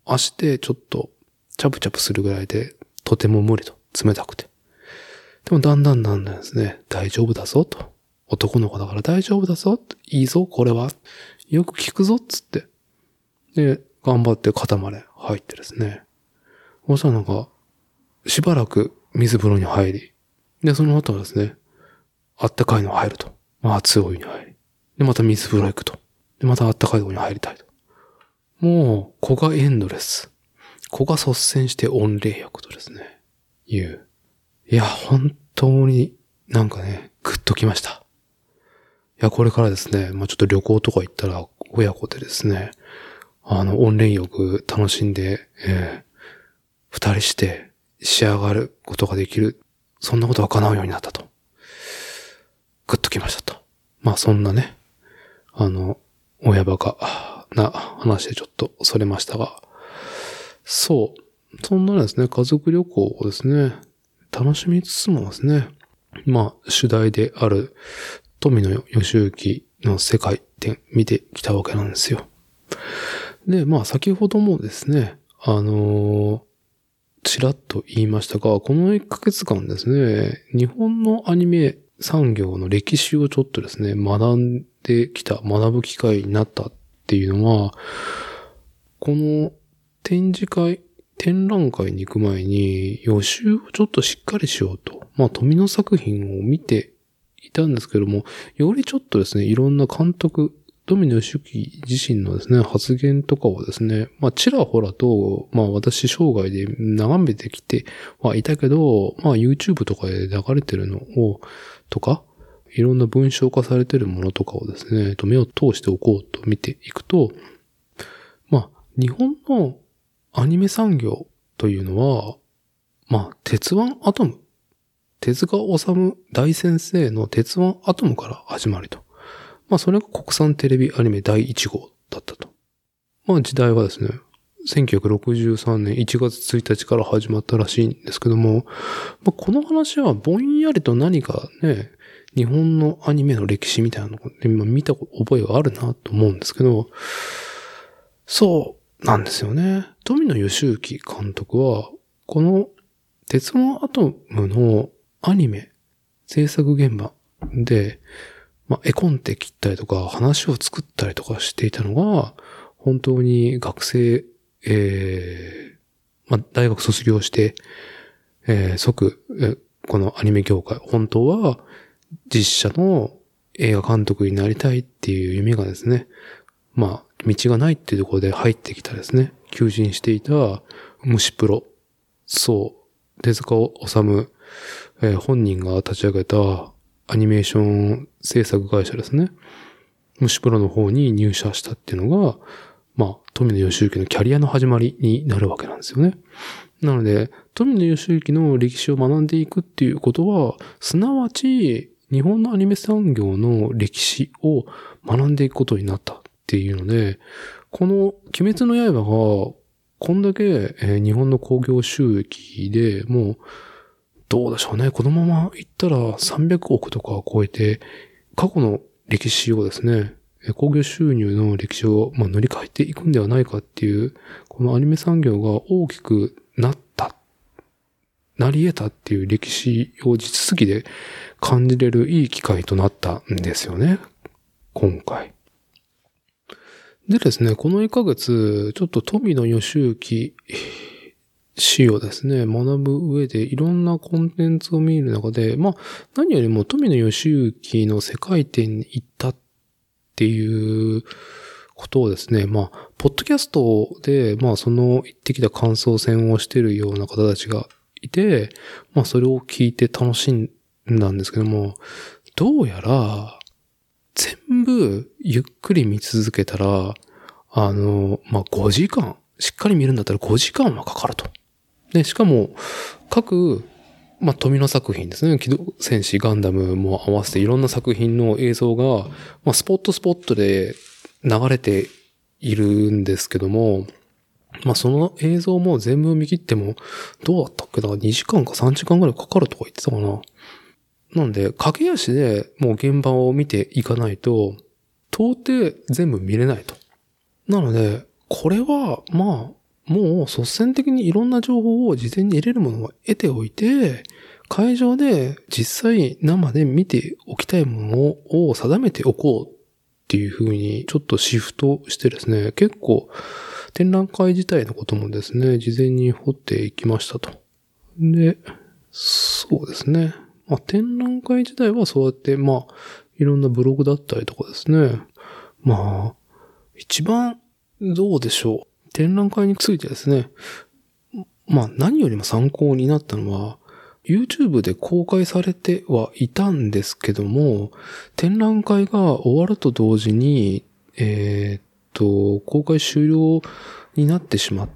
足でちょっとチャプチャプするぐらいでとても無理と。冷たくて。でもだんだんだんだんですね、大丈夫だぞと。男の子だから大丈夫だぞ。いいぞ、これは。よく効くぞ、つって。で、頑張って肩まで入ってですね。そしたらなんか、しばらく水風呂に入り。で、その後はですね、あったかいの入ると。まあ、熱いお湯に入り。で、また水風呂行くと。で、またあったかいところに入りたいと。もう、子がエンドレス。子が率先して温冷浴とですね、いう。いや、本当になんかね、グッときました。いや、これからですね、まあちょっと旅行とか行ったら、親子でですね、あの、温冷浴楽しんで、えー、二人して仕上がることができる。そんなことが叶うようになったと。グッときましたと。まあそんなね、あの、親バカな話でちょっとそれましたが、そう。そんなですね、家族旅行をですね、楽しみつつもですね、まあ主題である富野義行の世界って見てきたわけなんですよ。で、まあ先ほどもですね、あのー、ちらっと言いましたが、このいっかげつかんですね、日本のアニメ産業の歴史をちょっとですね、学んできた、学ぶ機会になったっていうのは、この展示会、展覧会に行く前に予習をちょっとしっかりしようと。まあ富野作品を見ていたんですけども、よりちょっとですね、いろんな監督、富野義行自身のですね、発言とかをですね、まあちらほらと、まあ私生涯で眺めてきてはいたけど、まあ YouTube とかで流れてるのを、とか、いろんな文章化されてるものとかをですね、目を通しておこうと見ていくと、まあ日本のアニメ産業というのは、まあ、鉄腕アトム。手塚治虫大先生の鉄腕アトムから始まりと。まあ、それが国産テレビアニメだいいち号だったと。まあ、時代はですね、せんきゅうひゃくろくじゅうさんねんいちがつついたちから始まったらしいんですけども、まあ、この話はぼんやりと何かね、日本のアニメの歴史みたいなのを今見た覚えがあるなと思うんですけど、そうなんですよね。富野義行監督は、この鉄腕アトムのアニメ制作現場で、まあ、絵コンテ切ったりとか話を作ったりとかしていたのが、本当に学生、えー、まあ、大学卒業して、えー、即、えこのアニメ業界、本当は実写の映画監督になりたいっていう夢がですね、まあ、道がないっていうところで入ってきたですね、求人していた虫プロ、そう、手塚治虫、えー、本人が立ち上げたアニメーション制作会社ですね、虫プロの方に入社したっていうのが、まあ、富野義行のキャリアの始まりになるわけなんですよね。なので、富野義行の歴史を学んでいくっていうことは、すなわち、日本のアニメ産業の歴史を学んでいくことになったっていうので、この鬼滅の刃が、こんだけ、えー、日本の興行収益でもう、どうでしょうね。このままいったらさんびゃくおくとかを超えて、過去の歴史をですね、興行収入の歴史を、まあ、塗り替えていくんではないかっていう、このアニメ産業が大きくなった、なり得たっていう歴史を地続きで感じれるいい機会となったんですよね。今回。でですね、このいっかげつ、ちょっと富野義行氏をですね、学ぶ上でいろんなコンテンツを見る中で、まあ、何よりも富野義行の世界展に行ったっていうことをですね、まあ、ポッドキャストで、まあ、その行ってきた感想戦をしているような方たちがいて、まあ、それを聞いて楽しんだんですけども、どうやら、全部ゆっくり見続けたら、あの、まあ、ごじかん、しっかり見るんだったらごじかんはかかると。で、しかも、各、まあ、富野作品ですね。機動戦士ガンダムも合わせていろんな作品の映像が、まあ、スポットスポットで流れているんですけども、まあ、その映像も全部見切っても、どうだったっけな ?にじかんかさんじかんぐらいかかるとか言ってたかな。なんで、駆け足でもう現場を見ていかないと、到底全部見れないと。なので、これは、まあ、 もう率先的にいろんな情報を事前に得れるものを得ておいて、会場で実際生で見ておきたいものを定めておこうっていう風にちょっとシフトしてですね、結構展覧会自体のこともですね、事前に掘っていきましたと。で、そうですね。まあ、展覧会自体はそうやって、まあ、いろんなブログだったりとかですね。まあ、一番どうでしょう。展覧会についてですね。まあ、何よりも参考になったのは、YouTube で公開されてはいたんですけども、展覧会が終わると同時に、えー、っと、公開終了になってしまった、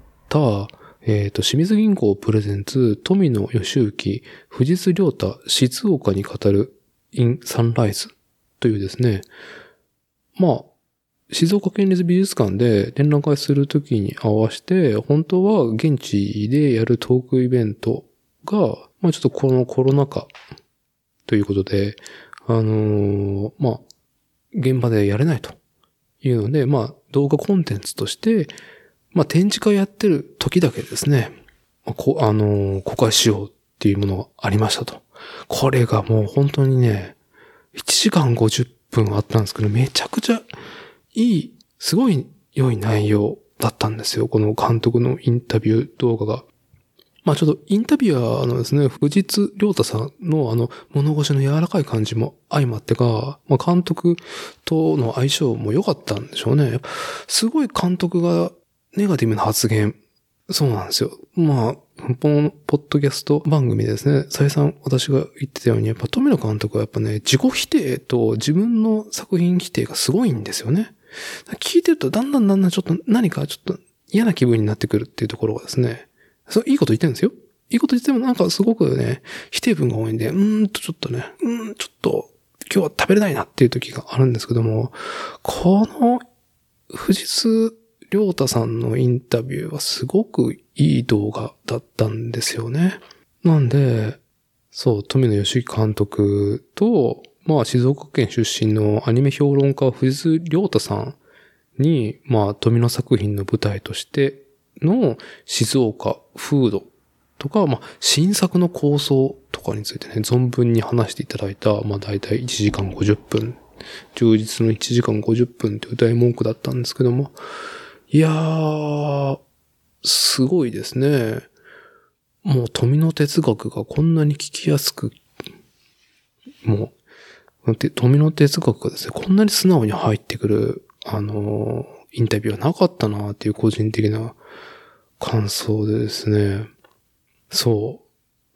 えー、っと、清水銀行プレゼンツ、富野義行、藤津亮太、静岡に語る in サンライズというですね、まあ、静岡県立美術館で展覧会するときに合わせて、本当は現地でやるトークイベントが、まあちょっとこのコロナ禍ということで、あのー、まあ、現場でやれないというので、まあ動画コンテンツとして、まあ展示会やってる時だけですね、まあ、こあのー、公開しようっていうものがありましたと。これがもう本当にね、いちじかんごじゅっぷんあったんですけど、めちゃくちゃいい、すごい良い内容だったんですよ。この監督のインタビュー動画が。まあちょっとインタビュアーのですね、藤津亮太さんのあの物腰の柔らかい感じも相まってか、まあ監督との相性も良かったんでしょうね。すごい監督がネガティブな発言。そうなんですよ。まあ、このポッドキャスト番組でですね、再三私が言ってたように、やっぱ富野監督はやっぱね、自己否定と自分の作品否定がすごいんですよね。聞いてるとだんだんだんだんちょっと何かちょっと嫌な気分になってくるっていうところがですね、そういいこと言ってるんですよ。いいこと言ってもなんかすごくね、否定文が多いんで、うーんとちょっとね、うーんちょっと今日は食べれないなっていう時があるんですけども、この藤津亮太さんのインタビューはすごくいい動画だったんですよね。なんで、そう、富野義行監督と、まあ静岡県出身のアニメ評論家藤津亮太さんに、まあ富野作品の舞台としての静岡風土とか、まあ新作の構想とかについてね、存分に話していただいた、まあ大体いちじかんごじゅっぷん、充実のいちじかんごじゅっぷんという大文句だったんですけども、いやー、すごいですね。もう富野哲学がこんなに聞きやすく、もう、富野哲学がですね、こんなに素直に入ってくる、あのー、インタビューはなかったなっていう個人的な感想でですね。そう。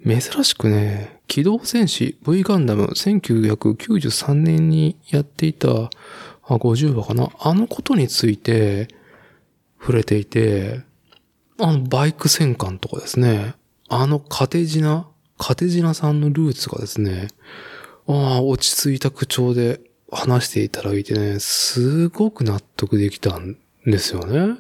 珍しくね、機動戦士 V ガンダムせんきゅうひゃくきゅうじゅうさんねんにやっていた、あ、ごじゅうわかな。あのことについて触れていて、あのバイク戦艦とかですね、あのカテジナ、カテジナさんのルーツがですね、ああ、落ち着いた口調で話していただいてね、すごく納得できたんですよね。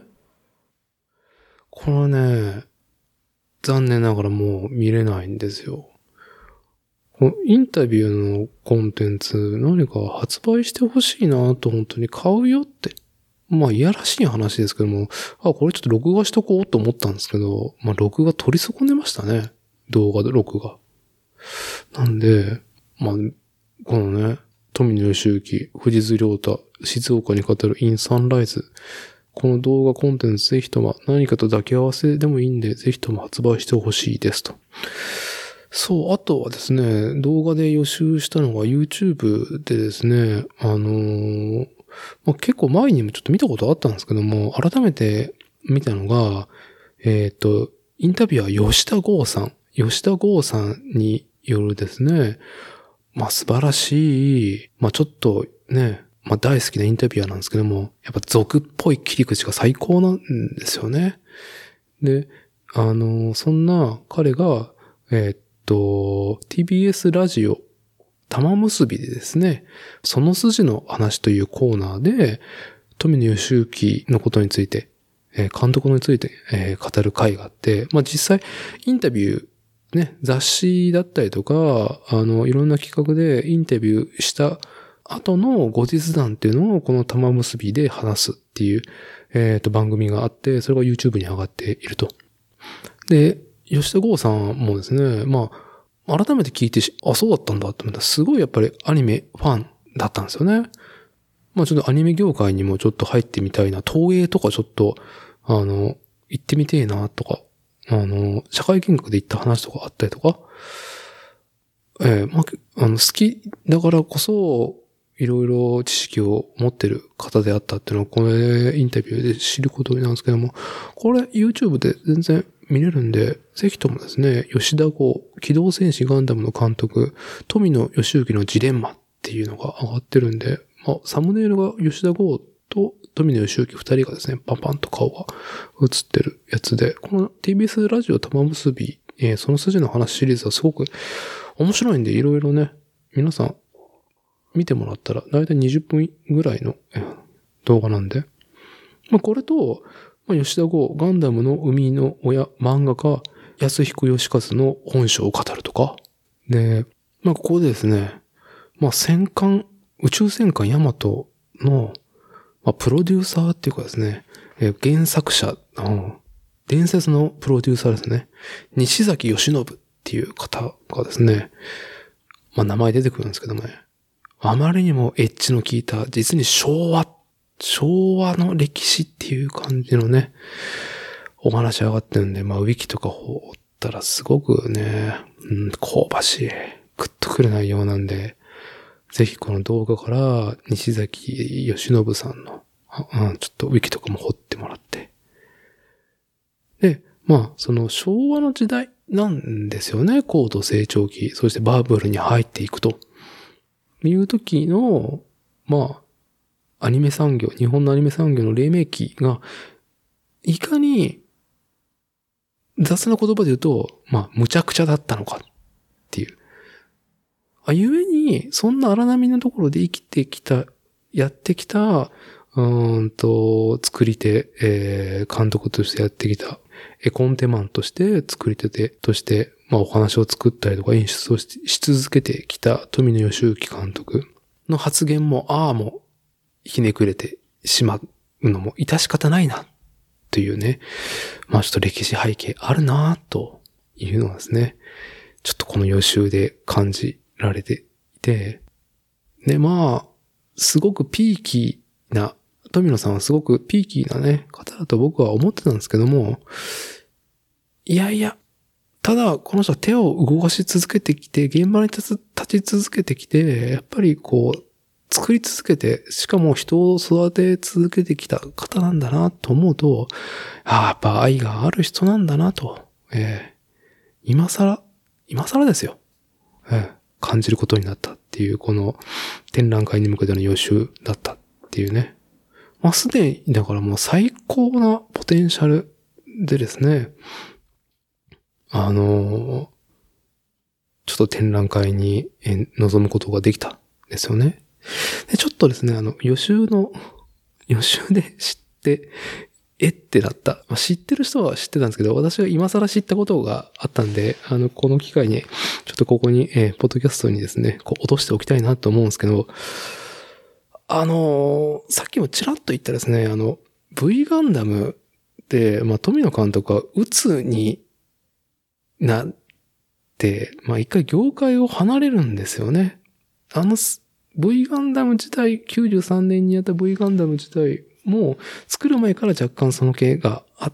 これね、残念ながらもう見れないんですよ。このインタビューのコンテンツ何か発売してほしいなと本当に買うよって。まあ、いやらしい話ですけども、あ、これちょっと録画しとこうと思ったんですけど、まあ、録画取り損ねましたね。動画で録画。なんで、まあ、このね、富野義行、藤津亮太、静岡に語る in サンライズ。この動画コンテンツぜひとも何かと抱き合わせでもいいんで、ぜひとも発売してほしいですと。そう、あとはですね、動画で予習したのが YouTube でですね、あのー、まあ、結構前にもちょっと見たことあったんですけども、改めて見たのが、えっと、インタビュアー吉田剛さん、吉田剛さんによるですね、まあ素晴らしい、まあちょっとね、まあ大好きなインタビュアーなんですけども、やっぱ俗っぽい切り口が最高なんですよね。で、あの、そんな彼が、えー、っと、ティービーエス ラジオ、玉結びでですね、その筋の話というコーナーで、富野義行のことについて、えー、監督について、えー、語る回があって、まあ実際、インタビュー、ね、雑誌だったりとか、あの、いろんな企画でインタビューした後の後日談っていうのをこの玉結びで話すっていう、えっと、番組があって、それが YouTube に上がっていると。で、吉田剛さんもですね、まあ、改めて聞いて、あ、そうだったんだって思ったら、すごいやっぱりアニメファンだったんですよね。まあちょっとアニメ業界にもちょっと入ってみたいな、東映とかちょっと、あの、行ってみてえなとか、あの、社会見学で行った話とかあったりとか、えー、まあ、あの、好きだからこそ、いろいろ知識を持ってる方であったっていうのを、このインタビューで知ることなんですけども、これ YouTube で全然見れるんで、ぜひともですね、吉田剛、機動戦士ガンダムの監督、富野義行のジレンマっていうのが上がってるんで、まあ、サムネイルが吉田剛と富野義行二人がですね、パンパンと顔が映ってるやつで、この ティービーエス ラジオ玉結び、えー、その筋の話シリーズはすごく面白いんで、いろいろね、皆さん見てもらったら、だいたいにじゅっぷんぐらいの動画なんで、まあ、これと、まあ、吉田剛、ガンダムの生みの親、漫画家、安彦義和の本性を語るとか、で、まあ、ここでですね、まあ、戦艦、宇宙戦艦ヤマトの、まあ、プロデューサーっていうかですね、えー、原作者、うん、伝説のプロデューサーですね、西崎義信っていう方がですね、まあ、名前出てくるんですけどもね、あまりにもエッジの効いた、実に昭和、昭和の歴史っていう感じのね、お話上がってるんで、まあ、ウィキとか掘ったらすごくね、うん、香ばしい、グッとくる内容なんで、ぜひこの動画から西崎義信さんの、うん、ちょっとウィキとかも掘ってもらって。で、まあ、その昭和の時代なんですよね、高度成長期、そしてバブルに入っていくと。いう時の、まあ、アニメ産業、日本のアニメ産業の黎明期が、いかに、雑な言葉で言うと、まあ、無茶苦茶だったのかっていう。あ、ゆえに、そんな荒波のところで生きてきた、やってきた、うーんと、作り手、えー、監督としてやってきた、絵コンテマンとして作り手として、まあお話を作ったりとか演出を し, し続けてきた富野義行監督の発言も、ああもひねくれてしまうのも致し方ないな、というね、まあちょっと歴史背景あるな、というのがですね、ちょっとこの予習で感じられていて、で、まあ、すごくピーキーな、富野さんはすごくピーキーなね、方だと僕は思ってたんですけども、いやいや、ただ、この人は手を動かし続けてきて、現場に立つ、立ち続けてきて、やっぱりこう、作り続けて、しかも人を育て続けてきた方なんだなと思うと、ああ、やっぱ愛がある人なんだなと、えー、今更、今更ですよ、えー。感じることになったっていう、この展覧会に向けての予習だったっていうね。まあ、すでに、だからもう最高なポテンシャルでですね、あの、ちょっと展覧会に臨むことができたんですよね。で、ちょっとですね、あの、予習の、予習で知って、えってなった。まあ、知ってる人は知ってたんですけど、私は今更知ったことがあったんで、あの、この機会に、ちょっとここに、えー、ポッドキャストにですね、こう落としておきたいなと思うんですけど、あのー、さっきもちらっと言ったですね、あの、V ガンダムで、まあ、富野監督は鬱になって、まあ、一回業界を離れるんですよね。あの、V ガンダム自体、きゅうじゅうさんねんにやった V ガンダム自体、もう作る前から若干その系があって、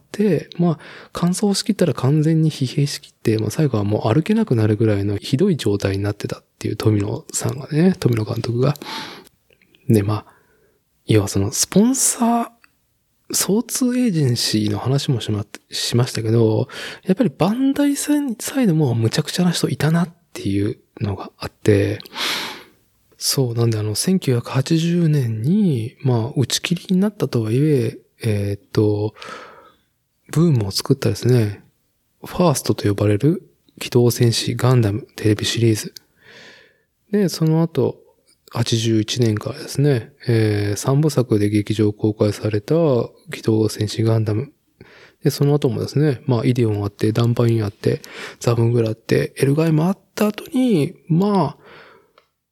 まあ、完走しきったら完全に疲弊しきって、まあ最後はもう歩けなくなるぐらいのひどい状態になってたっていう富野さんがね、富野監督が。で、まあ、要はそのスポンサー、総通エージェンシーの話もしま、しましたけど、やっぱりバンダイサイドもむちゃくちゃな人いたなっていうのがあって、そう、なんであの、せんきゅうひゃくはちじゅうねんに、まあ、打ち切りになったとはいえ、えー、っと、ブームを作ったですね、ファーストと呼ばれる機動戦士ガンダムテレビシリーズ。で、その後、はちじゅういちねんからですね、えー、さんぶさくで劇場公開された機動戦士ガンダム。で、その後もですね、まあ、イデオンあって、ダンパインあって、ザブングラあって、エルガイもあった後に、まあ、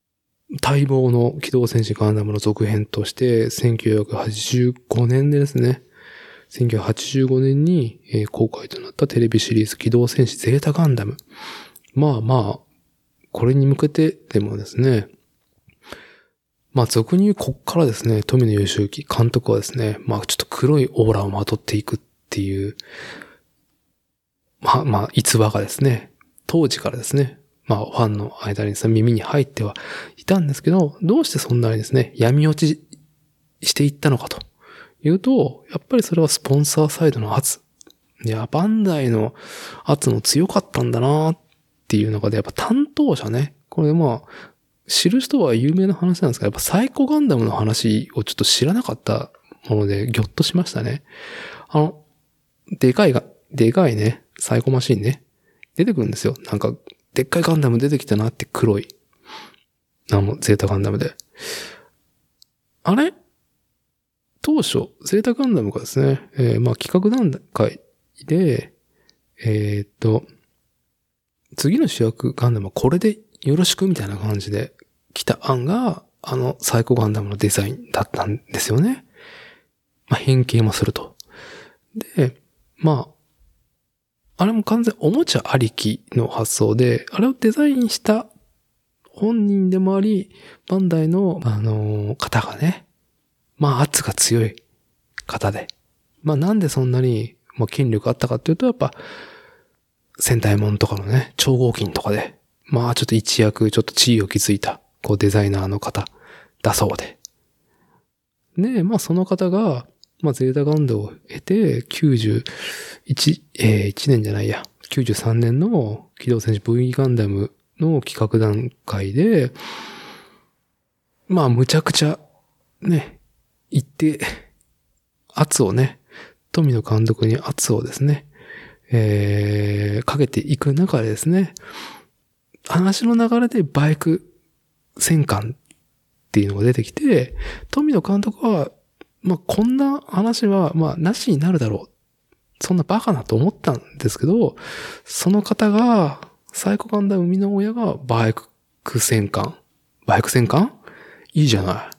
待望の機動戦士ガンダムの続編として、せんきゅうひゃくはちじゅうごねんでですね、せんきゅうひゃくはちじゅうごねんに公開となったテレビシリーズ機動戦士ゼータガンダム。まあまあ、これに向けてでもですね、まあ俗に言うこっからですね、富野義行監督はですね、まあちょっと黒いオーラをまとっていくっていう、まあまあ逸話がですね、当時からですね、まあファンの間にですね、耳に入ってはいたんですけど、どうしてそんなにですね、闇落ちしていったのかというと、やっぱりそれはスポンサーサイドの圧。いや、バンダイの圧も強かったんだなっていう中で、やっぱ担当者ね、これまあ、知る人は有名な話なんですが、やっぱサイコガンダムの話をちょっと知らなかったもので、ギョッとしましたね。あの、でかいが、でかいね、サイコマシンね、出てくるんですよ。なんか、でっかいガンダム出てきたなって黒い。あの、ゼータガンダムで。あれ当初、ゼータガンダムがですね、えー、まあ企画段階で、えー、っと、次の主役ガンダムはこれでよろしくみたいな感じで来た案が、あのサイコガンダムのデザインだったんですよね。まあ変形もすると。で、まあ、あれも完全おもちゃありきの発想で、あれをデザインした本人でもあり、バンダイの、あのー、方がね、まあ圧が強い方で。まあなんでそんなに、まあ、権力あったかっていうと、やっぱ、戦隊もんとかのね、超合金とかで、まあちょっと一躍ちょっと地位を築いた、こうデザイナーの方だそうで。で、まあその方が、まあゼータガンダムを経て、きゅうじゅういち、えー、いちねんじゃないや、きゅうじゅうさんねんの機動戦士 V ガンダムの企画段階で、まあむちゃくちゃ、ね、言って、圧をね、富野監督に圧をですね、えー、かけていく中でですね、話の流れでバイク戦艦っていうのが出てきて、富野監督は、まあ、こんな話は、まあ、なしになるだろう。そんなバカなと思ったんですけど、その方が、サイコガンダム生みの親がバイク戦艦。バイク戦艦？いいじゃない。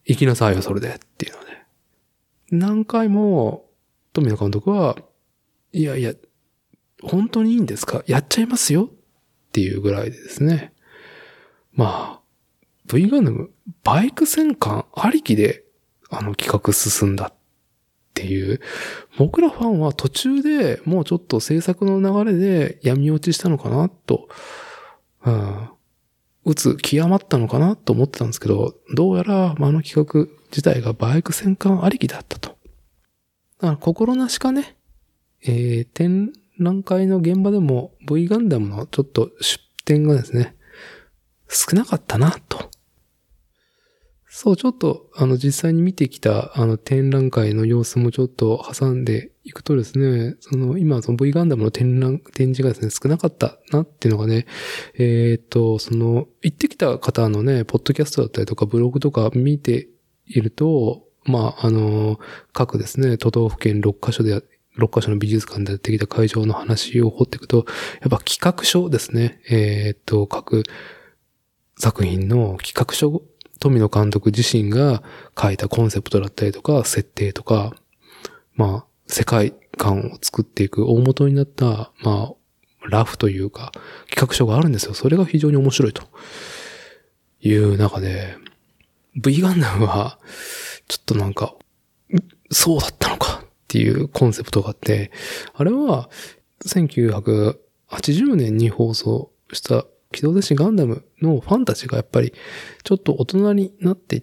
行きなさいよ、それで。っていうので。何回も、富野監督は、いやいや、本当にいいんですか？やっちゃいますよっていうぐらいでですね。まあ、V ガンダム、バイク戦艦ありきで、あの企画進んだっていう。僕らファンは途中でもうちょっと制作の流れで闇落ちしたのかなと、うん、打つ極まったのかなと思ってたんですけど、どうやら、まあ、あの企画自体がバイク戦艦ありきだったと。だから心なしかね、えー、展覧会の現場でも V ガンダムのちょっと出展がですね、少なかったなと。そう、ちょっと、あの、実際に見てきた、あの、展覧会の様子もちょっと挟んでいくとですね、その、今、その V ガンダムの展覧、展示がですね、少なかったなっていうのがね、えっと、その、行ってきた方のね、ポッドキャストだったりとか、ブログとか見ていると、まあ、あの、各ですね、都道府県ろっカ所で、ろっカ所の美術館でやってきた会場の話を掘っていくと、やっぱ企画書ですね、えっと、各作品の企画書、富野監督自身が書いたコンセプトだったりとか、設定とか、まあ、世界観を作っていく大元になった、まあ、ラフというか、企画書があるんですよ。それが非常に面白いという中で、V ガンダムは、ちょっとなんか、そうだったのかっていうコンセプトがあって、あれは、せんきゅうひゃくはちじゅうねんに放送した機動戦士ガンダムのファンたちがやっぱりちょっと大人になっていって、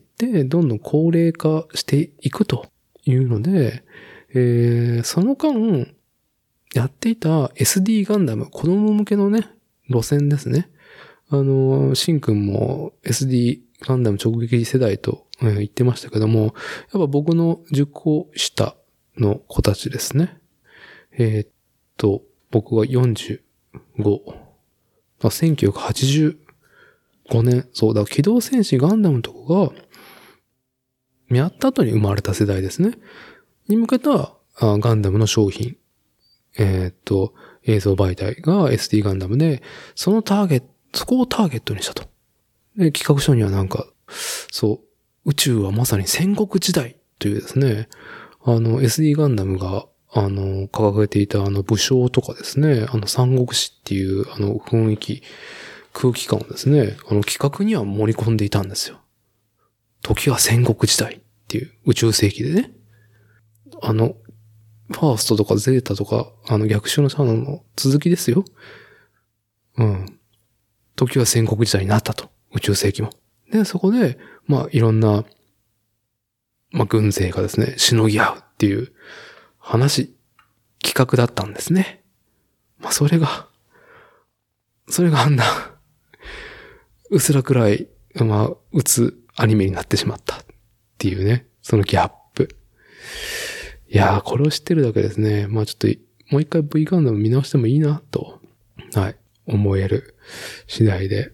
どんどん高齢化していくというので、えー、その間、やっていた エスディー ガンダム、子供向けのね、路線ですね。あの、シンくんも エスディー ガンダム直撃世代と、えー、言ってましたけども、やっぱ僕のじゅっこ下の子たちですね。えー、っと、僕がよんじゅうご。せんきゅうひゃくはちじゅうごねん、そうだ、機動戦士ガンダムとかが、やった後に生まれた世代ですね。に向けたあガンダムの商品。えー、っと、映像媒体が エスディー ガンダムで、そのターゲット、そこをターゲットにしたとで、企画書にはなんか、そう、宇宙はまさに戦国時代というですね、あの、エスディー ガンダムが、あの、掲げていたあの武将とかですね、あの三国志っていうあの雰囲気、空気感をですね、あの企画には盛り込んでいたんですよ。時は戦国時代っていう宇宙世紀でね。あの、ファーストとかゼータとか、あの逆襲のシャアの続きですよ。うん。時は戦国時代になったと。宇宙世紀も。で、そこで、まあいろんな、まあ軍勢がですね、しのぎ合うっていう話、企画だったんですね。まあそれが、それがあんな、薄ら暗い、まあ、うつアニメになってしまったっていうね、そのギャップ。いやー、これを知ってるだけですね。まあちょっと、もう一回 V ガンダム見直してもいいなと、はい、思える次第で。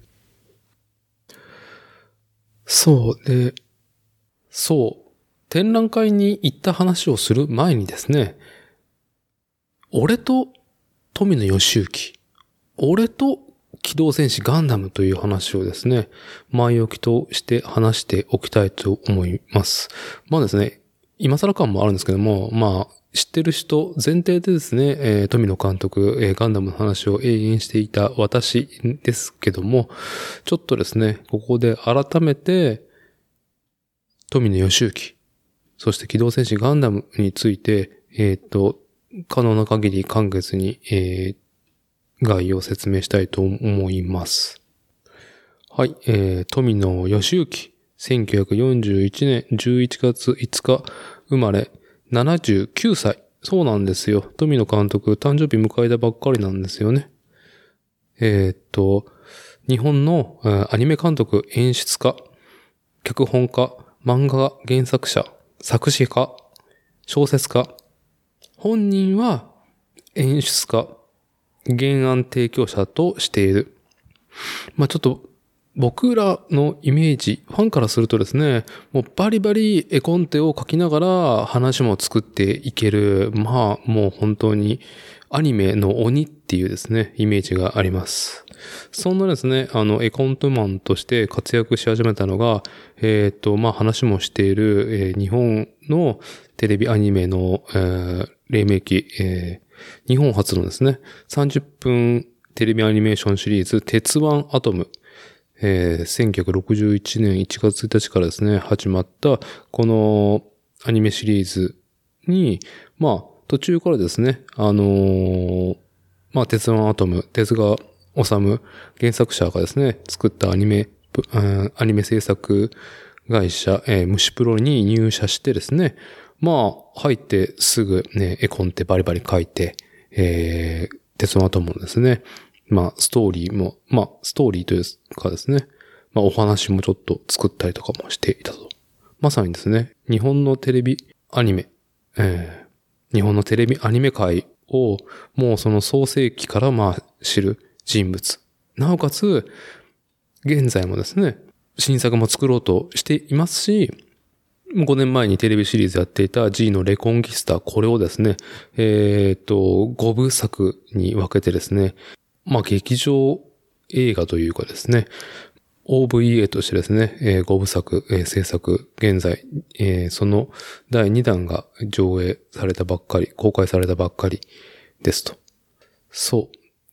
そうで、そう、展覧会に行った話をする前にですね、俺と富野義行、俺と機動戦士ガンダムという話をですね、前置きとして話しておきたいと思います。まあですね、今更感もあるんですけども、まあ、知ってる人前提でですね、えー、富野監督、えー、ガンダムの話を永遠していた私ですけども、ちょっとですね、ここで改めて、富野義行、そして機動戦士ガンダムについて、えっと、可能な限り簡潔に、えー、概要を説明したいと思います。はい、えー、富野義行、せんきゅうひゃくよんじゅういちねんじゅういちがついつか生まれ、ななじゅうきゅうさい。そうなんですよ。富野監督、誕生日迎えたばっかりなんですよね。えー、っと、日本のアニメ監督、演出家、脚本家、漫画原作者、作詞家、小説家。本人は演出家、原案提供者としている。まあちょっと僕らのイメージ、ファンからするとですね、もうバリバリ絵コンテを描きながら話も作っていける、まあもう本当にアニメの鬼っていうですね、イメージがあります。そんなですね、あの絵コンテマンとして活躍し始めたのが、えっと、まあ話もしている、えー、日本のテレビアニメの、えー、黎明期、えー、日本初のですね、さんじゅっぷんテレビアニメーションシリーズ、鉄腕アトム。えー、せんきゅうひゃくろくじゅういちねんいちがつついたちからですね、始まった、このアニメシリーズに、まあ、途中からですね、あのー、まあ、鉄腕アトム、手塚治虫原作者がですね、作ったアニメ、アニメ制作会社、えー、虫プロに入社してですね、まあ、入ってすぐね、絵コンテバリバリ書いて、えー、鉄腕アトムのですね、まあ、ストーリーも、まあ、ストーリーというかですね、まあ、お話もちょっと作ったりとかもしていたと。まさにですね、日本のテレビアニメ、えー、日本のテレビアニメ界を、もうその創世期からまあ、知る人物。なおかつ、現在もですね、新作も作ろうとしていますし、ごねんまえにテレビシリーズやっていた G のレコンキスタ、これをですね、えっと、ごぶさくに分けてですね、まあ、劇場映画というかですね、オーブイエー としてですね、えー、ごぶさく、えー、制作、現在、えー、そのだいにだんが上映されたばっかり、公開されたばっかりですと。そう。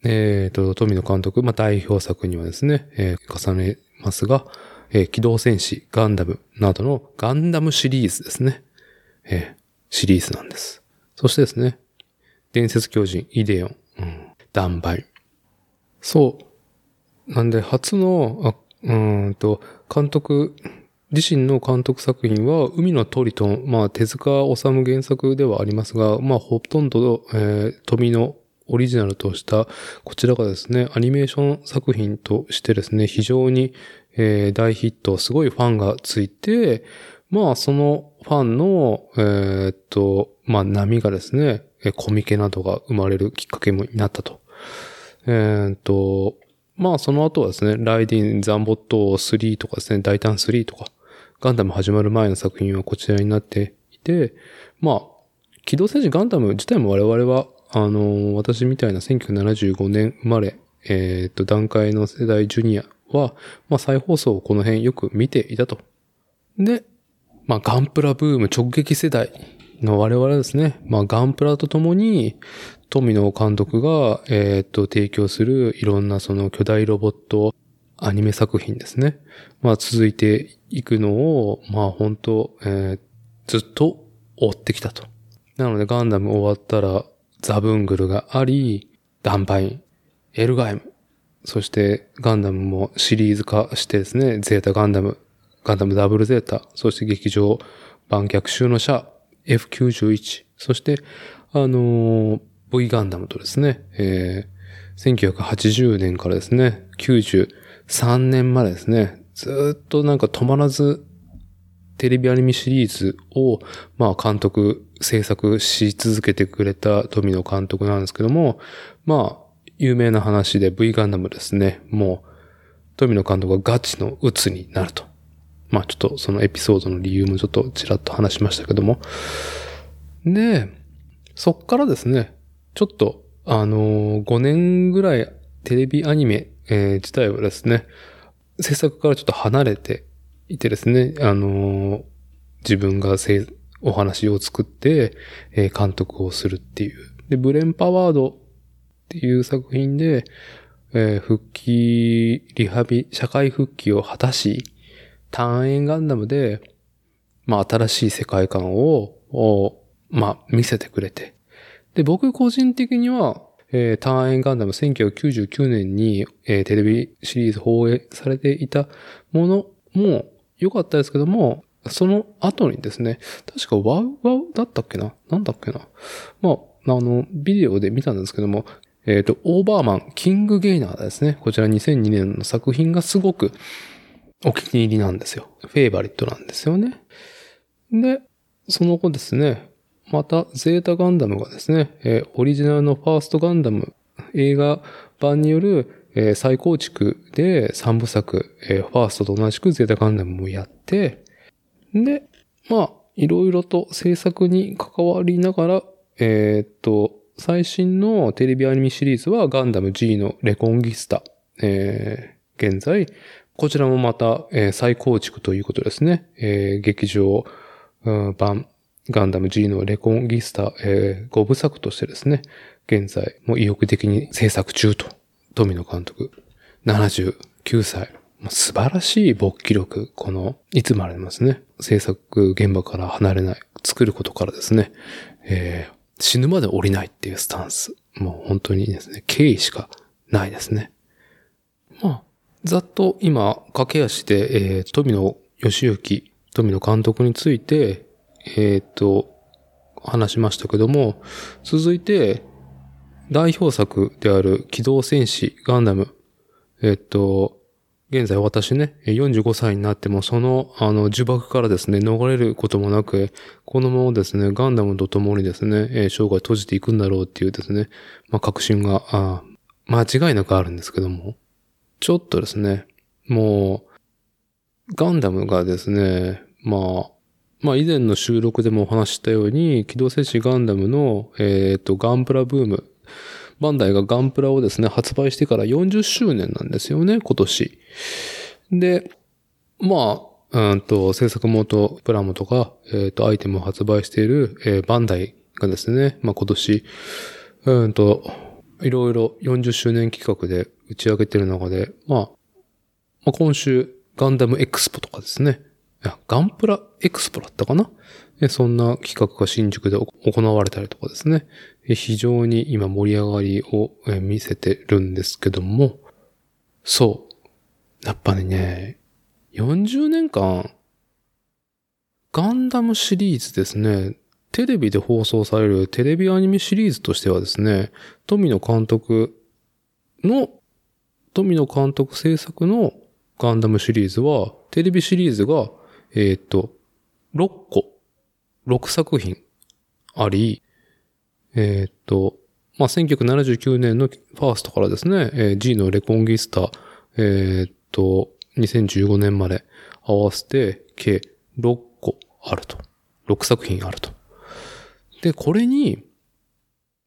えっと、富野監督、まあ、代表作にはですね、えー、重ねますが、えー、機動戦士、ガンダムなどのガンダムシリーズですね。えー、シリーズなんです。そしてですね、伝説巨人、イデオン、うん、ダンバイ。そう。なんで、初の、あ、うーんと、監督、自身の監督作品は、海のトリトン、まあ、手塚治虫原作ではありますが、まあ、ほとんど、えー、富野オリジナルとした、こちらがですね、アニメーション作品としてですね、非常に、えー、大ヒット、すごいファンがついて、まあ、そのファンの、えー、っと、まあ、波がですね、コミケなどが生まれるきっかけになったと。えー、っと、まあその後はですね、ライディン・ザンボットスリーとかですね、ダイタンスリーとか、ガンダム始まる前の作品はこちらになっていて、まあ、機動戦士ガンダム自体も我々は、あのー、私みたいなせんきゅうひゃくななじゅうごねん生まれ、えー、っと、段階の世代ジュニアは、まあ再放送をこの辺よく見ていたと。で、まあガンプラブーム直撃世代の我々はですね、まあガンプラとともに富野監督が、えっと、提供するいろんなその巨大ロボットアニメ作品ですね。まあ続いていくのを、まあ本当、えー、ずっと追ってきたと。なのでガンダム終わったらザブングルがあり、ダンバイン、エルガイム、そしてガンダムもシリーズ化してですね、ゼータガンダム、ガンダムダブルゼータ、そして劇場版逆襲のシャア、エフきゅうじゅういち、そしてあのー、V ガンダムとですね、えー、せんきゅうひゃくはちじゅうねんからですね、きゅうじゅうさんねんまでですね、ずっとなんか止まらずテレビアニメシリーズを、まあ監督、制作し続けてくれた富野監督なんですけども、まあ、有名な話で V ガンダムですね、もう、富野監督がガチの鬱になると。まあちょっとそのエピソードの理由もちょっとちらっと話しましたけども。で、そっからですね、ちょっと、あのー、ごねんぐらいテレビアニメ、えー、自体はですね、制作からちょっと離れていてですね、あのー、自分がせお話を作って、えー、監督をするっていう。で、ブレンパワードっていう作品で、えー、復帰、リハビ、社会復帰を果たし、ターンエンガンダムで、まあ新しい世界観を、をまあ見せてくれて。で、僕個人的には、えー、ターンエンガンダムせんきゅうひゃくきゅうじゅうきゅうねんに、えー、テレビシリーズ放映されていたものも良かったですけども、その後にですね、確かワウワウだったっけななんだっけなまあ、あの、ビデオで見たんですけども、えっと、オーバーマン、キングゲイナーですね。こちらにせんにねんの作品がすごくお気に入りなんですよ。フェイバリットなんですよね。で、その後ですね、またゼータガンダムがですね、えー、オリジナルのファーストガンダム映画版による、えー、再構築でさんぶさく、えー、ファーストと同じくゼータガンダムもやって、で、まあ、いろいろと制作に関わりながら、えー、っと、最新のテレビアニメシリーズはガンダム G のレコンギスタ。えー、現在、こちらもまた、えー、再構築ということですね。えー、劇場、うん、版ガンダム G のレコンギスタ、えー、ごぶさくとしてですね、現在も意欲的に制作中と。富野監督、ななじゅうきゅうさい。素晴らしい勃起力。この、いつもありますね。制作現場から離れない。作ることからですね。えー、死ぬまで降りないっていうスタンス。もう本当にですね、敬意しかないですね。まあ、ざっと今、駆け足で、えー、富野義行、富野監督について、えっと、話しましたけども、続いて、代表作である機動戦士ガンダム。えっと、現在私ね、よんじゅうごさいになってもその、あの、呪縛からですね、逃れることもなく、このままですね、ガンダムと共にですね、生涯閉じていくんだろうっていうですね、まあ、確信が、あ間違いなくあるんですけども、ちょっとですね、もう、ガンダムがですね、まあ、まあ以前の収録でもお話ししたように、機動戦士ガンダムの、えっと、ガンプラブーム、バンダイがガンプラをですね、発売してからよんじゅっしゅうねんなんですよね、今年。で、まあ、うんと、制作元プラモとか、えっと、アイテムを発売している、えー、バンダイがですね、まあ今年、うんと、いろいろよんじゅっしゅうねん企画で打ち上げてる中で、まあ、まあ今週、ガンダムエクスポとかですね、いや、ガンプラエクスポだったかな？そんな企画が新宿で行われたりとかですね。非常に今盛り上がりを見せてるんですけども、そう。やっぱりね、よんじゅうねんかん、ガンダムシリーズですね、テレビで放送されるテレビアニメシリーズとしてはですね、富野監督の、富野監督制作のガンダムシリーズは、テレビシリーズが、えっと、ろっこ、ろくさくひんあり、えっと、まあ、せんきゅうひゃくななじゅうきゅうねんのファーストからですね、えー、G のレコンギスタ、えっと、にせんじゅうごねんまで合わせて計ろっこあると。ろくさくひんあると。で、これに、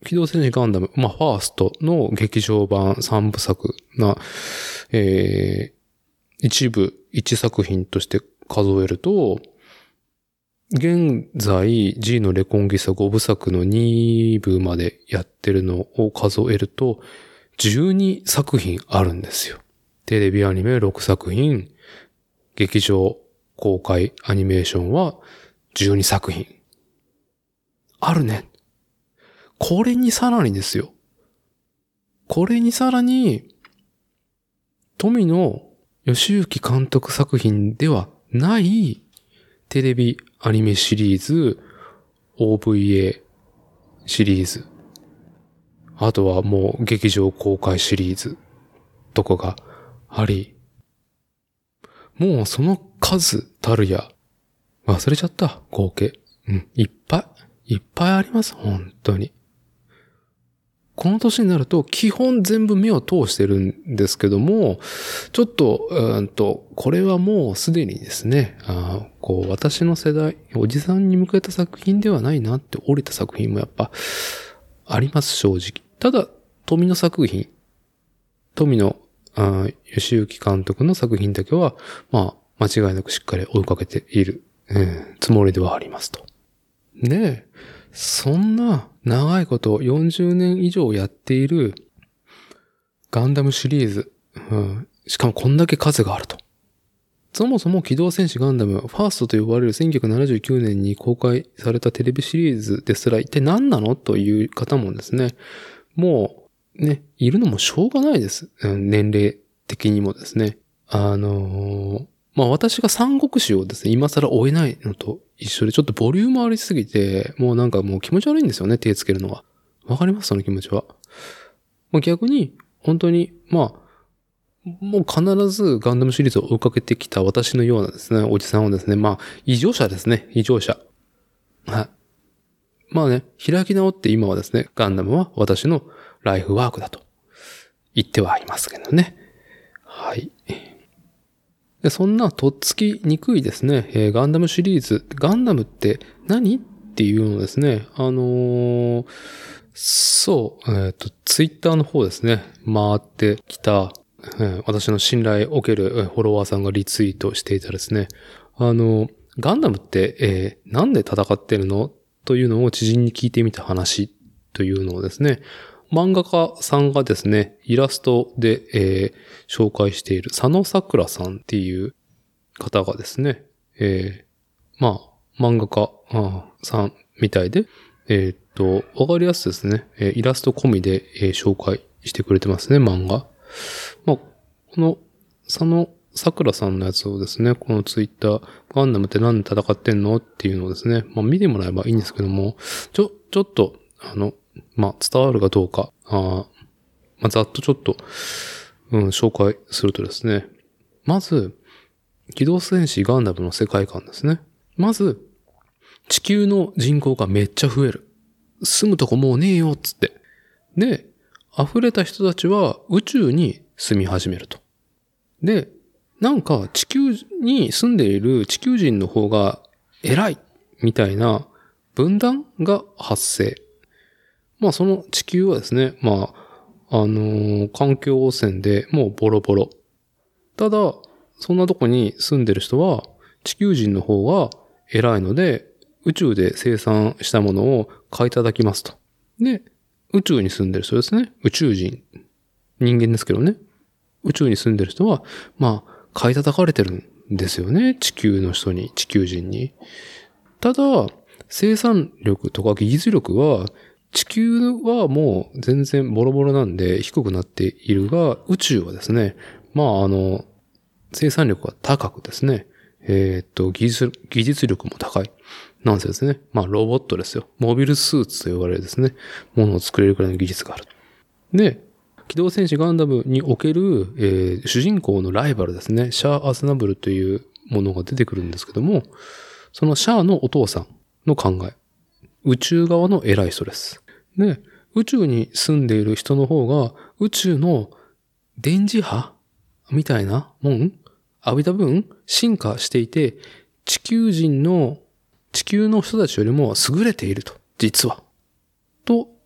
機動戦士ガンダム、まあ、ファーストの劇場版さんぶさくな、えー、一部、一作品として数えると、現在 G のレコンギスタごぶさくのにぶまでやってるのを数えると、じゅうにさく品あるんですよ。テレビアニメろくさく品、劇場公開アニメーションはじゅうにさく品。あるね。これにさらにですよ。これにさらに、富野義行監督作品ではないテレビアニメシリーズ、オーブイエー シリーズ、あとはもう劇場公開シリーズとかがあり、もうその数たるや、忘れちゃった、合計。うん、いっぱい、いっぱいあります、本当に。この年になると基本全部目を通してるんですけども、ちょっと、うんと、これはもうすでにですね、あこう私の世代、おじさんに向けた作品ではないなって降りた作品もやっぱあります、正直。ただ、富野作品、富野義行監督の作品だけは、まあ、間違いなくしっかり追いかけている、えー、つもりではありますと。で、そんな長いことよんじゅうねん以上やっているガンダムシリーズ、うん、しかもこんだけ数があると。そもそも機動戦士ガンダムファーストと呼ばれるせんきゅうひゃくななじゅうきゅうねんに公開されたテレビシリーズですら一体何なのという方もですね、もうね、いるのもしょうがないです。年齢的にもですね。あのー、まあ私が三国志をですね、今更追えないのと一緒でちょっとボリュームありすぎて、もうなんかもう気持ち悪いんですよね、手つけるのが。わかります？その気持ちは。まあ、逆に、本当に、まあ、もう必ずガンダムシリーズを追いかけてきた私のようなですね、おじさんはですね、まあ、異常者ですね、異常者。はい。まあね、開き直って今はですね、ガンダムは私のライフワークだと言ってはいますけどね。はい。でそんなとっつきにくいですね、えー、ガンダムシリーズ、ガンダムって何っていうのをですね、あのー、そう、えっと、ツイッターの方ですね、回ってきた、えー、私の信頼を受けるフォロワーさんがリツイートしていたですね、あのー、ガンダムって、えー、なんで戦ってるのというのを知人に聞いてみた話というのをですね、漫画家さんがですね、イラストで、えー、紹介している佐野桜さんっていう方がですね、えー、まあ、漫画家さんみたいで、えー、っと、わかりやすいですね、イラスト込みで、えー、紹介してくれてますね、漫画。まあ、この佐野桜さんのやつをですね、このツイッター、ガンダムってなんで戦ってんのっていうのをですね、まあ見てもらえばいいんですけども、ちょ、ちょっと、あの、まあ、伝わるかどうか、あまあ、ざっとちょっと、うん、紹介するとですね。まず、機動戦士ガンダムの世界観ですね。まず、地球の人口がめっちゃ増える。住むとこもうねえよ、っつって。で、溢れた人たちは宇宙に住み始めると。で、なんか地球に住んでいる地球人の方が偉い、みたいな分断が発生。まあその地球はですね、まあ、あのー、環境汚染でもうボロボロ。ただ、そんなとこに住んでる人は地球人の方が偉いので、宇宙で生産したものを買い叩きますと。で、宇宙に住んでる人ですね。宇宙人。人間ですけどね。宇宙に住んでる人は、まあ、買い叩かれてるんですよね。地球の人に、地球人に。ただ、生産力とか技術力は、地球はもう全然ボロボロなんで低くなっているが、宇宙はですね、まああの、生産力が高くですね、えっと、技術、技術力も高い。なんせですね、まあロボットですよ。モビルスーツと呼ばれるですね、ものを作れるくらいの技術がある。で、機動戦士ガンダムにおける、えー、主人公のライバルですね、シャア・アスナブルというものが出てくるんですけども、そのシャアのお父さんの考え。宇宙側の偉い人です。で、宇宙に住んでいる人の方が宇宙の電磁波みたいなもん浴びた分進化していて、地球人の、地球の人たちよりも優れていると、実は。と、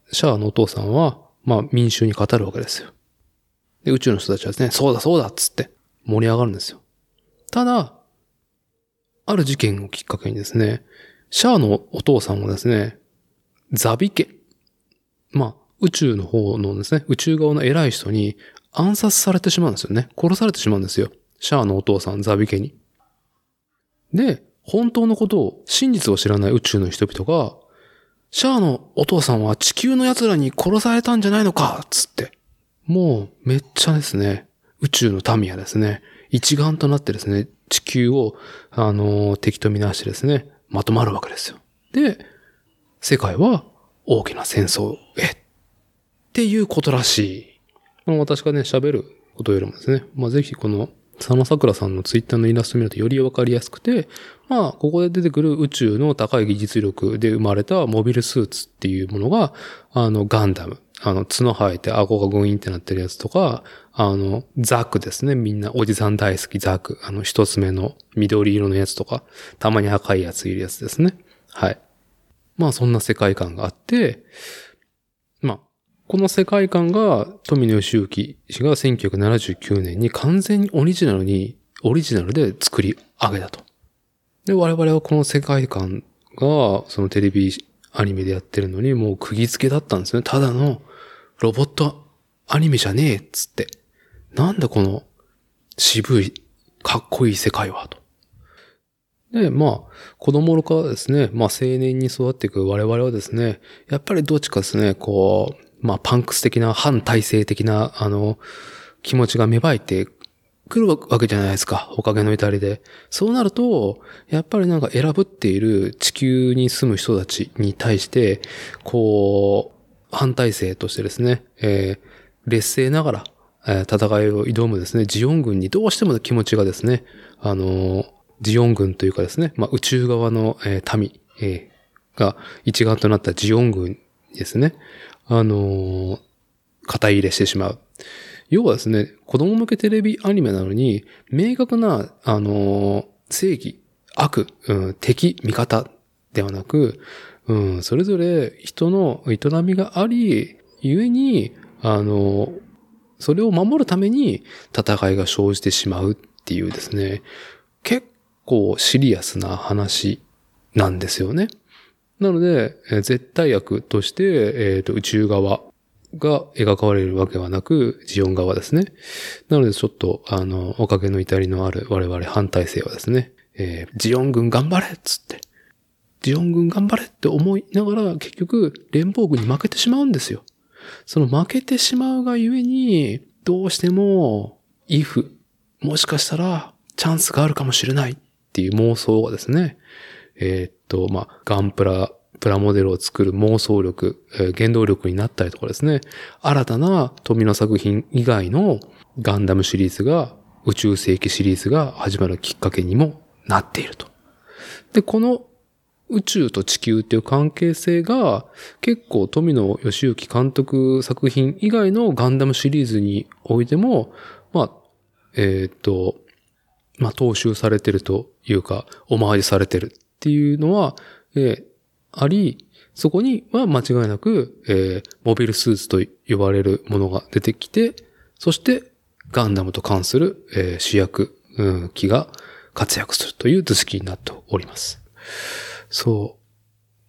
シャアのお父さんは、まあ民衆に語るわけですよ。で、宇宙の人たちはですね、そうだそうだっつって盛り上がるんですよ。ただ、ある事件をきっかけにですね、シャアのお父さんはですね、ザビ家、まあ宇宙の方のですね、宇宙側の偉い人に暗殺されてしまうんですよね。殺されてしまうんですよ。シャアのお父さん、ザビ家に。で、本当のことを、真実を知らない宇宙の人々が、シャアのお父さんは地球の奴らに殺されたんじゃないのかつって。もうめっちゃですね、宇宙の民はですね、一丸となってですね、地球を、あのー、敵とみなしてですね、まとまるわけですよ。で、世界は大きな戦争へっていうことらしい。この私がね、喋ることよりもですね、まあ、ぜひこの佐野桜さんのツイッターのイラストを見るとよりわかりやすくて、まあ、ここで出てくる宇宙の高い技術力で生まれたモビルスーツっていうものが、あの、ガンダム。あの、角生えて顎がグイーンってなってるやつとか、あの、ザクですね。みんなおじさん大好きザク。あの、一つ目の緑色のやつとか、たまに赤いやついるやつですね。はい。まあ、そんな世界観があって、まあ、この世界観が富野義行氏がせんきゅうひゃくななじゅうきゅうねんに完全にオリジナルに、オリジナルで作り上げたと。で、我々はこの世界観が、そのテレビアニメでやってるのにもう釘付けだったんですね。ただのロボットアニメじゃねえっつって。なんだこの渋い、かっこいい世界はと。で、まあ、子供からですね、まあ青年に育っていく我々はですね、やっぱりどっちかですね、こう、まあパンクス的な反体制的な、あの、気持ちが芽生えてくるわけじゃないですか。おかげの至りで。そうなると、やっぱりなんか選ぶっている地球に住む人たちに対して、こう、反体制としてですね、えー、劣勢ながら、えー、戦いを挑むですね、ジオン軍にどうしても気持ちがですね、あのー、ジオン軍というかですね、まあ、宇宙側の、えー、民、えー、が一丸となったジオン軍ですね、あのー、肩入れしてしまう。要はですね、子供向けテレビアニメなのに、明確な、あのー、正義、悪、うん、敵、味方ではなく、うん、それぞれ人の営みがあり、故に、あのー、それを守るために戦いが生じてしまうっていうですね、結構シリアスな話なんですよね。なので、えー、絶対悪として、えっと、宇宙側が描かれるわけはなく、ジオン側ですね。なのでちょっと、あの、おかげの至りのある我々反体制はですね、えー、ジオン軍頑張れっつって、ジオン軍頑張れって思いながら結局連邦軍に負けてしまうんですよ。その負けてしまうがゆえに、どうしても、イフ、もしかしたらチャンスがあるかもしれないっていう妄想がですね、えー、っと、まあ、ガンプラ、プラモデルを作る妄想力、えー、原動力になったりとかですね、新たな富の作品以外のガンダムシリーズが、宇宙世紀シリーズが始まるきっかけにもなっていると。で、この宇宙と地球っていう関係性が結構富野義行監督作品以外のガンダムシリーズにおいても、まあ、えー、っと、まあ、踏襲されてるというか、オマージュされてるっていうのは、えー、あり、そこには間違いなく、えー、モビルスーツと呼ばれるものが出てきて、そしてガンダムと関する、えー、主役、うん、機が活躍するという図式になっております。そう。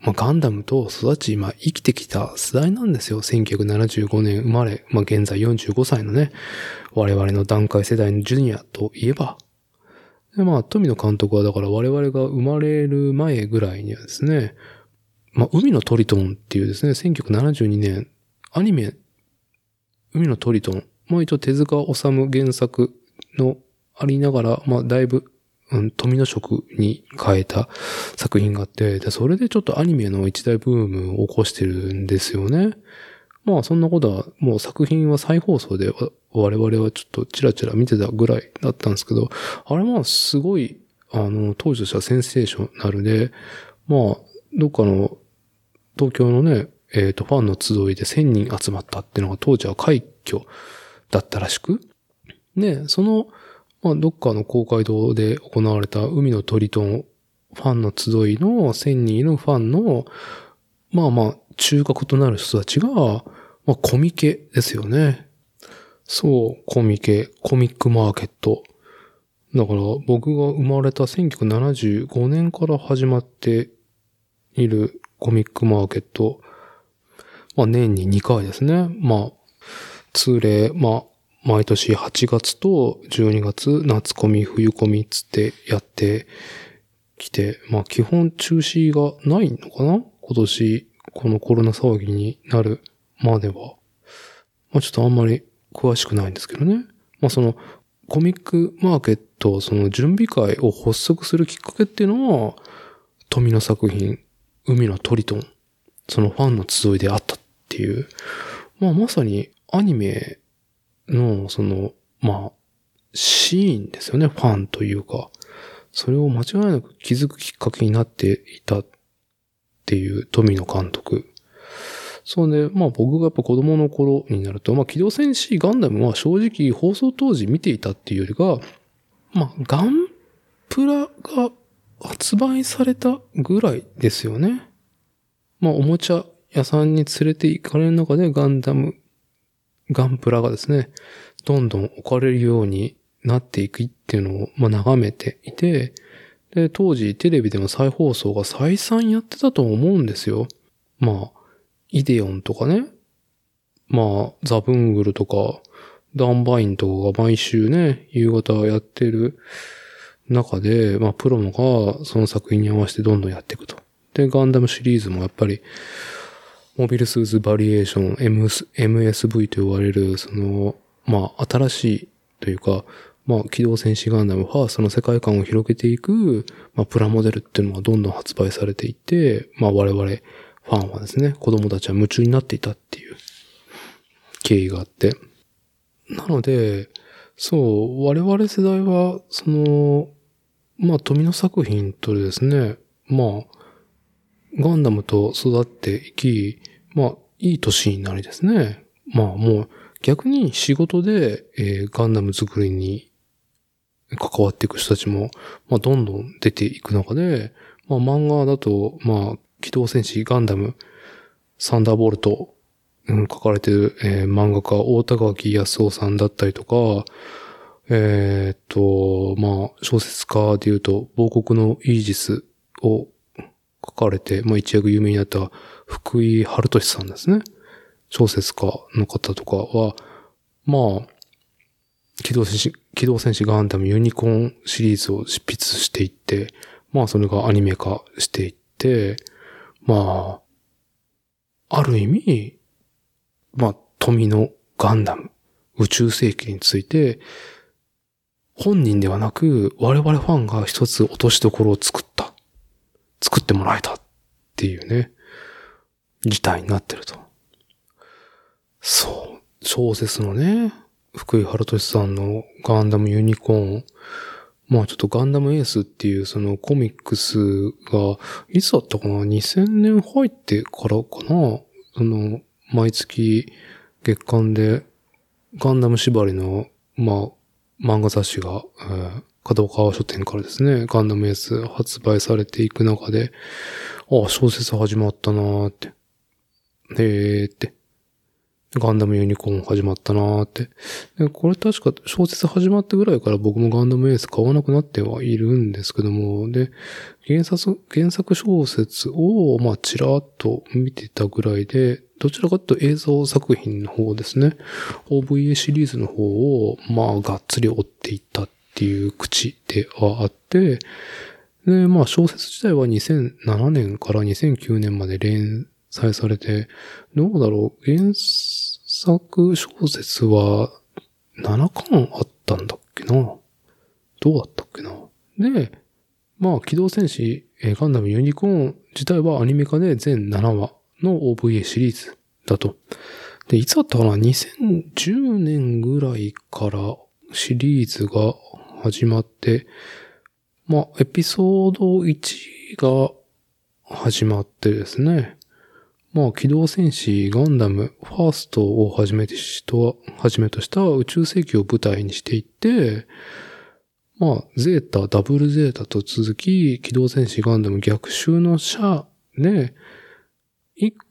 まあ、ガンダムと育ち、まあ、生きてきた世代なんですよ。せんきゅうひゃくななじゅうごねん生まれ、まあ、現在よんじゅうごさいのね、我々の団塊世代のジュニアといえば、でまあ、富野監督はだから我々が生まれる前ぐらいにはですね、まあ、海のトリトンっていうですね、せんきゅうひゃくななじゅうにねん、アニメ、海のトリトン、まあ一応手塚治虫原作のありながら、まあだいぶ、うん、富野色に変えた作品があって、で、それでちょっとアニメの一大ブームを起こしてるんですよね。まあそんなことは、もう作品は再放送で我々はちょっとチラチラ見てたぐらいだったんですけど、あれまあすごい、あの、当時としてはセンセーショナルで、まあ、どっかの東京のね、えっと、ファンの集いでせんにん集まったっていうのが当時は快挙だったらしく、ね、その、まあ、どっかの公会堂で行われた海のトリトンファンの集いのせんにんいるファンの、まあまあ、 中核となる人たちが、まあ、コミケですよね。そう、コミケ、コミックマーケット。だから僕が生まれたせんきゅうひゃくななじゅうごねんから始まっているコミックマーケット。まあ年ににかいですね。まあ、通例、まあ、毎年はちがつとじゅうにがつ、夏コミ、冬コミつってやってきて、まあ基本中止がないのかな？今年、このコロナ騒ぎになるまでは。まあちょっとあんまり詳しくないんですけどね。まあその、コミックマーケット、その準備会を発足するきっかけっていうのは、富の作品、海のトリトン、そのファンの集いであったっていう、まあまさにアニメの、その、まあ、シーンですよね、ファンというか。それを間違いなく気づくきっかけになっていたっていう富野監督。そうで、まあ僕がやっぱ子供の頃になると、まあ機動戦士ガンダムは正直放送当時見ていたっていうよりが、まあガンプラが発売されたぐらいですよね。まあおもちゃ屋さんに連れて行かれる中でガンダム、ガンプラがですね、どんどん置かれるようになっていくっていうのを、まあ、眺めていて、で、当時テレビでも再放送が再三やってたと思うんですよ。まあ、イデオンとかね、まあ、ザブングルとか、ダンバインとかが毎週ね、夕方やってる中で、まあ、プロモがその作品に合わせてどんどんやっていくと。で、ガンダムシリーズもやっぱり、モビルスーツバリエーション、エムエスブイ と言われる、その、まあ、新しいというか、まあ、機動戦士ガンダムファーストの世界観を広げていく、まあ、プラモデルっていうのがどんどん発売されていて、まあ、我々、ファンはですね、子供たちは夢中になっていたっていう経緯があって。なので、そう、我々世代は、その、まあ、富野作品とですね、まあ、ガンダムと育っていき、まあ、いい年になりですね。まあ、もう、逆に仕事で、えー、ガンダム作りに関わっていく人たちも、まあ、どんどん出ていく中で、まあ、漫画だと、まあ、機動戦士ガンダム、サンダーボルト、うん、書かれてる、えー、漫画家、大田垣康夫さんだったりとか、えー、っと、まあ、小説家で言うと、亡国のイージスを書かれて、まあ、一躍有名になった福井春俊さんですね。小説家の方とかは、まあ、機動戦士、機動戦士ガンダムユニコーンシリーズを執筆していって、まあそれがアニメ化していって、まあ、ある意味、まあ、富のガンダム、宇宙世紀について、本人ではなく、我々ファンが一つ落としどころを作った。作ってもらえたっていうね、事態になってると。そう。小説のね、福井春俊さんのガンダムユニコーン。まあちょっとガンダムエースっていうそのコミックスが、いつだったかな ?にせんねん入ってからかな、その、毎月月間でガンダム縛りの、まあ、漫画雑誌が、えー、角川書店からですね、ガンダムエース発売されていく中で、ああ、小説始まったなーって。へーって。ガンダムユニコーン始まったなーって。で、これ確か小説始まってぐらいから僕もガンダムエース買わなくなってはいるんですけども、で、原作、原作小説を、まあ、ちらっと見てたぐらいで、どちらかというと映像作品の方ですね。オーブイエー シリーズの方を、まあ、がっつり追っていったっていう口ではあって、で、まあ、小説自体はにせんななねんからにせんきゅうねんまで連載されて、どうだろう、原作小説はななかんあったんだっけな、どうだったっけな。で、まあ、機動戦士、えー、ガンダムユニコーン自体はアニメ化で全ななわの オーブイエー シリーズだと。で、いつだったかな ?にせんじゅうねんぐらいからシリーズが始まって、まあ、エピソードいちが始まってですね。まあ、機動戦士ガンダムファーストをはじめとした、はじめとした宇宙世紀を舞台にしていって、まあ、ゼータ、ダブルゼータと続き、機動戦士ガンダム逆襲の者で、一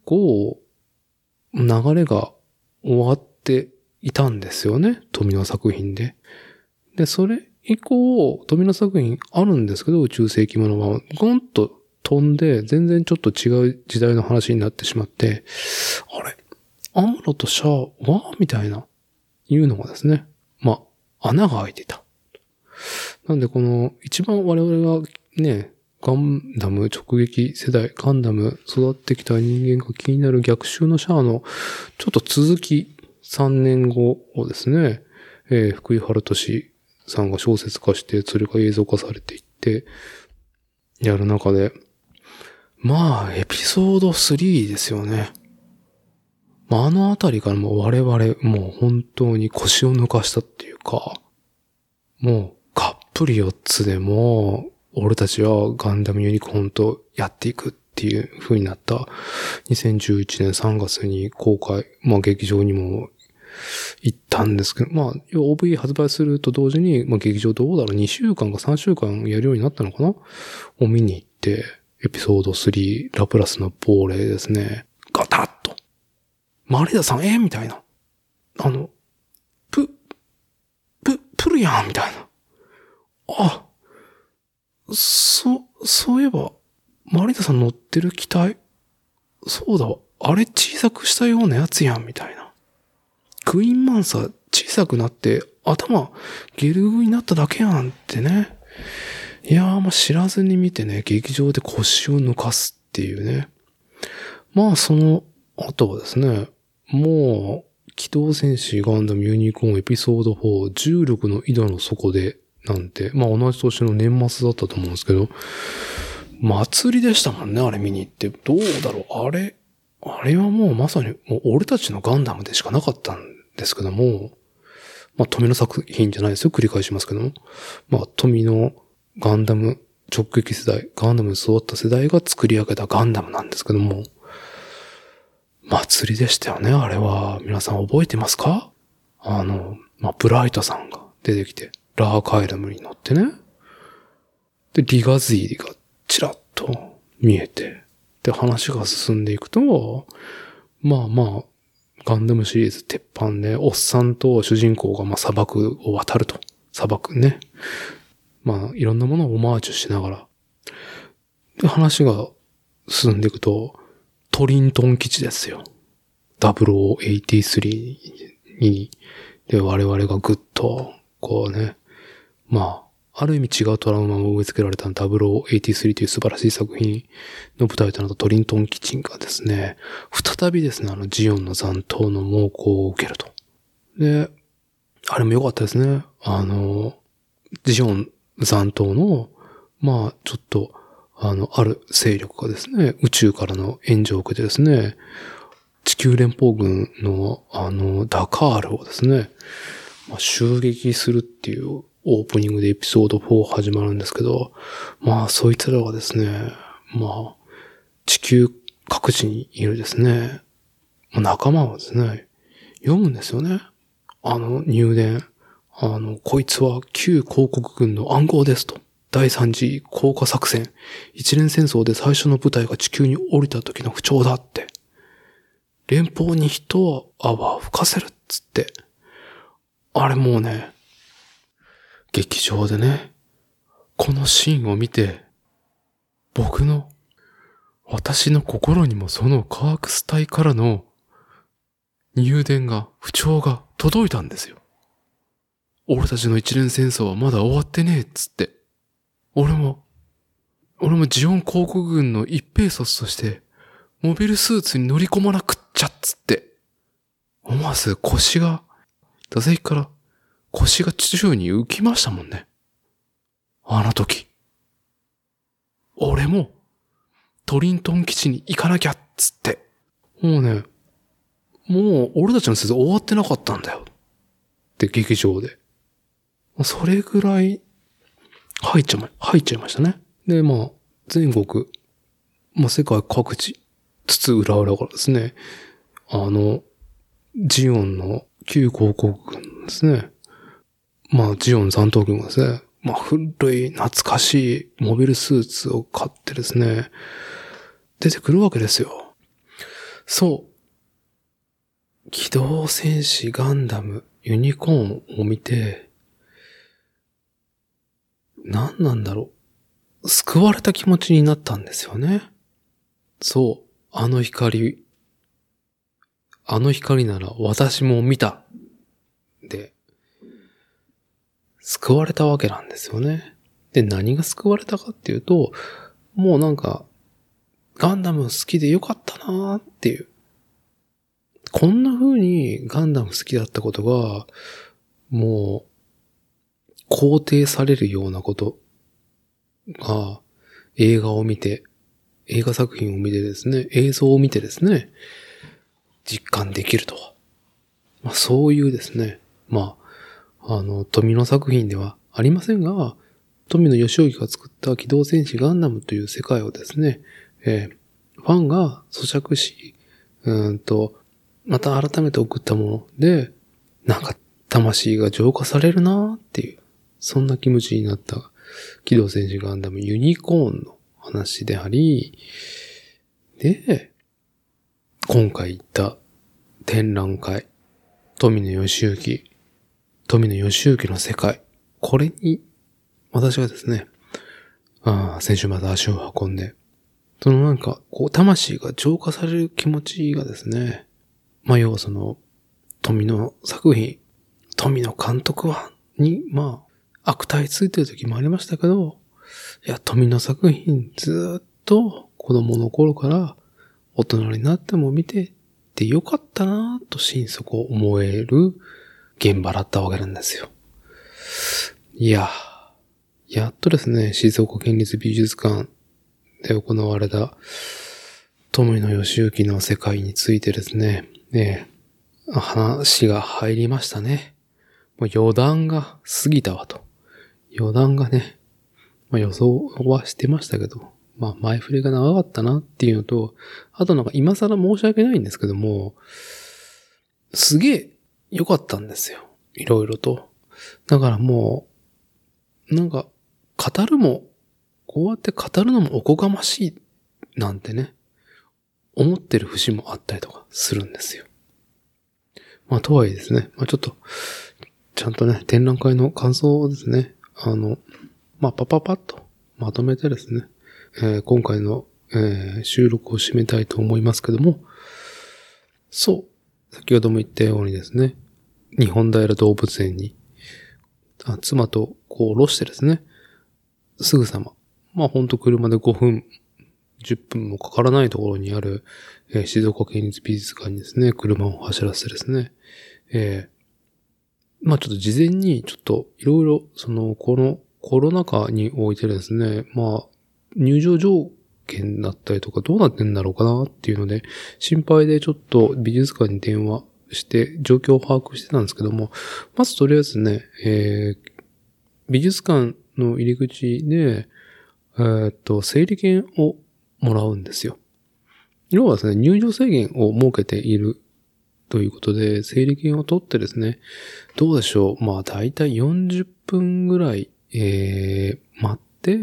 構流れが終わっていたんですよね。富野作品で。で、それ以降、富野作品あるんですけど、宇宙世紀物はゴンと飛んで全然ちょっと違う時代の話になってしまって、あれアムロとシャアはみたいな、いうのがですね。まあ、穴が開いてた。なんでこの、一番我々がね、ガンダム直撃世代、ガンダム育ってきた人間が気になる逆襲のシャアの、ちょっと続き、さんねんごをですね、えー、福井春俊さんが小説化して、それが映像化されていって、やる中で、まあ、エピソードスリーですよね。まあ、あのあたりからもう我々、もう本当に腰を抜かしたっていうか、もう、がっぷりよっつでも、俺たちはガンダムユニコーンとやっていくっていう風になったにせんじゅういちねんさんがつに公開、まあ劇場にも行ったんですけど、まあ オーブイ 発売すると同時に、まあ劇場どうだろうにしゅうかんかさんしゅうかんやるようになったのかなを見に行って、エピソードスリー、ラプラスの亡霊ですね。ガタッと。マリダさん、えみたいな。あの、プ、プ、プルやんみたいな。あ、そ、そういえば、マリダさん乗ってる機体、そうだわ、あれ小さくしたようなやつやん、みたいな。クイーンマンサー小さくなって、頭、ゲルグになっただけやんってね。いやー、まあ、知らずに見てね、劇場で腰を抜かすっていうね。まあ、その後はですね、もう、機動戦士ガンダムユニコーンエピソードフォー、重力の井戸の底で、なんて、まあ同じ年の年末だったと思うんですけど、祭りでしたもんね、あれ見に行って。どうだろう、あれ、あれはもうまさに、もう俺たちのガンダムでしかなかったんですけども、まあ富の作品じゃないですよ、繰り返しますけども。まあ富のガンダム直撃世代、ガンダムに育った世代が作り上げたガンダムなんですけども、祭りでしたよね、あれは。皆さん覚えてますか？あの、まあブライトさんが出てきて、ラーカイラムに乗ってね。で、リガズィがチラッと見えて。で、話が進んでいくと、まあまあ、ガンダムシリーズ鉄板で、おっさんと主人公がまあ砂漠を渡ると。砂漠ね。まあ、いろんなものをオマージュしながら。で、話が進んでいくと、トリントン基地ですよ。ダブルオーエイティスリー に、で、我々がぐっと、こうね、まあ、ある意味違うトラウマを植え付けられたダブルオーエイティスリーという素晴らしい作品の舞台となったトリントン基地がですね、再びですね、あのジオンの残党の猛攻を受けると。で、あれも良かったですね。あの、ジオン残党の、まあ、ちょっと、あの、ある勢力がですね、宇宙からの援助を受けてですね、地球連邦軍の、あの、ダカールをですね、まあ、襲撃するっていうオープニングでエピソードフォー始まるんですけど、まあ、そいつらがですね、まあ、地球各地にいるですね、仲間をですね、読むんですよね。あの、入電。あの、こいつは旧広告軍の暗号ですと。第三次降下作戦。一連戦争で最初の部隊が地球に降りた時の不調だって。連邦に人を泡吹かせるっつって。あれもうね、劇場でね、このシーンを見て、僕の、私の心にもそのカークス隊からの入電が、不調が届いたんですよ。俺たちの一連戦争はまだ終わってねえっつって。俺も、俺もジオン広告軍の一兵卒として、モビルスーツに乗り込まなくっちゃっつって。思わず腰が、座席から腰が宙に浮きましたもんね。あの時。俺も、トリントン基地に行かなきゃっつって。もうね、もう俺たちの戦争終わってなかったんだよ。って劇場で。それぐらい、入っちゃま、入っちゃいましたね。で、まあ、全国、まあ世界各地、つつ裏裏からですね、あの、ジオンの旧広告軍ですね。まあ、ジオン残党軍がですね、まあ、古い懐かしいモビルスーツを買ってですね、出てくるわけですよ。 そう。機動戦士ガンダムユニコーンを見て、何なんだろう。救われた気持ちになったんですよね。そう。あの光。あの光なら私も見た。で、救われたわけなんですよね。で、何が救われたかっていうと、もうなんか、ガンダム好きでよかったなーっていう。こんな風にガンダム好きだったことが、もう、肯定されるようなことが、映画を見て、映画作品を見てですね、映像を見てですね、実感できるとは。まあ、そういうですね、まあ、あの、富野作品ではありませんが、富野義行が作った機動戦士ガンダムという世界をですね、えー、ファンが咀嚼し、うーんと、また改めて送ったもので、なんか魂が浄化されるなーっていう、そんな気持ちになった機動戦士ガンダムユニコーンの話であり、で、今回言った展覧会、富野義行、富野義行の世界、これに私がですね、ああ、先週また足を運んで、そのなんか、こう、魂が浄化される気持ちがですね、まあ、要はその、富野作品、富野監督は、に、まあ、悪態ついてる時もありましたけど、いや、富野作品、ずーっと子供の頃から大人になっても見ててよかったなぁと心底思える現場だったわけなんですよ。いや、やっとですね、静岡県立美術館で行われた富野義行の世界についてですね、ね、話が入りましたね。もう余談が過ぎたわと。余談がね、まあ、予想はしてましたけど、まあ前振りが長かったなっていうのと、あとなんか今更申し訳ないんですけども、すげえ良かったんですよ。いろいろと。だからもう、なんか語るも、こうやって語るのもおこがましいなんてね、思ってる節もあったりとかするんですよ。まあとはいえですね、まあちょっと、ちゃんとね、展覧会の感想をですね、あの、まあパパパッとまとめてですね、えー、今回の、えー、収録を締めたいと思いますけども、そう、先ほども言ったようにですね、日本平動物園に、あ妻とこう下ろしてですね、すぐさま、まあほんと車でごふん、じゅっぷんもかからないところにある、えー、静岡県立美術館にですね、車を走らせてですね、えー、まあちょっと事前にちょっといろいろそのこのコロナ禍においてですね、まあ入場条件だったりとかどうなってんだろうかなっていうので心配でちょっと美術館に電話して状況を把握してたんですけども、まずとりあえずね、えー、美術館の入り口で、えー、っと、整理券をもらうんですよ。要はですね、入場制限を設けているということで、整理券を取ってですね、どうでしょう。まあ、だいたいよんじゅっぷんぐらい、えー、待って、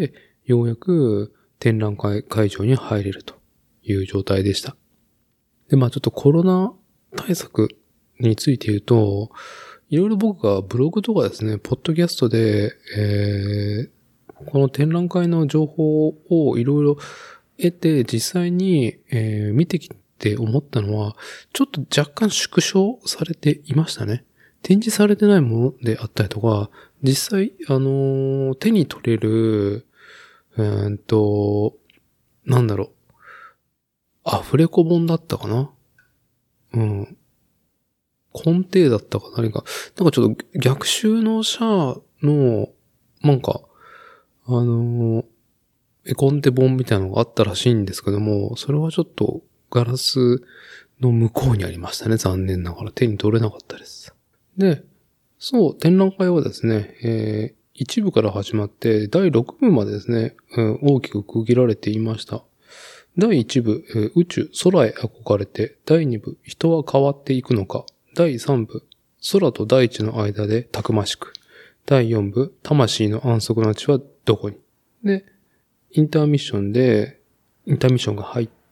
ようやく展覧会会場に入れるという状態でした。で、まあちょっとコロナ対策について言うと、いろいろ僕がブログとかですね、ポッドキャストで、えー、この展覧会の情報をいろいろ得て、実際に、えー、見てきて思ったのは、ちょっと若干縮小されていましたね。展示されてないものであったりとか、実際、あのー、手に取れる、えーっと、なんだろう。アフレコ本だったかな？うん。根底だったか何か。なんかちょっと逆襲のシャアの、なんか、あのー、絵コンテ本みたいなのがあったらしいんですけども、それはちょっとガラスの向こうにありましたね。残念ながら手に取れなかったです。で、そう、展覧会はですね、えー、一部から始まってだいろくぶまでですね、うん、大きく区切られていました。だいいちぶ、えー、宇宙、空へ憧れて、だいにぶ、人は変わっていくのか、だいさんぶ、空と大地の間でたくましく、だいよんぶ、魂の安息の地はどこに。で、インターミッションで、インターミッションが入っ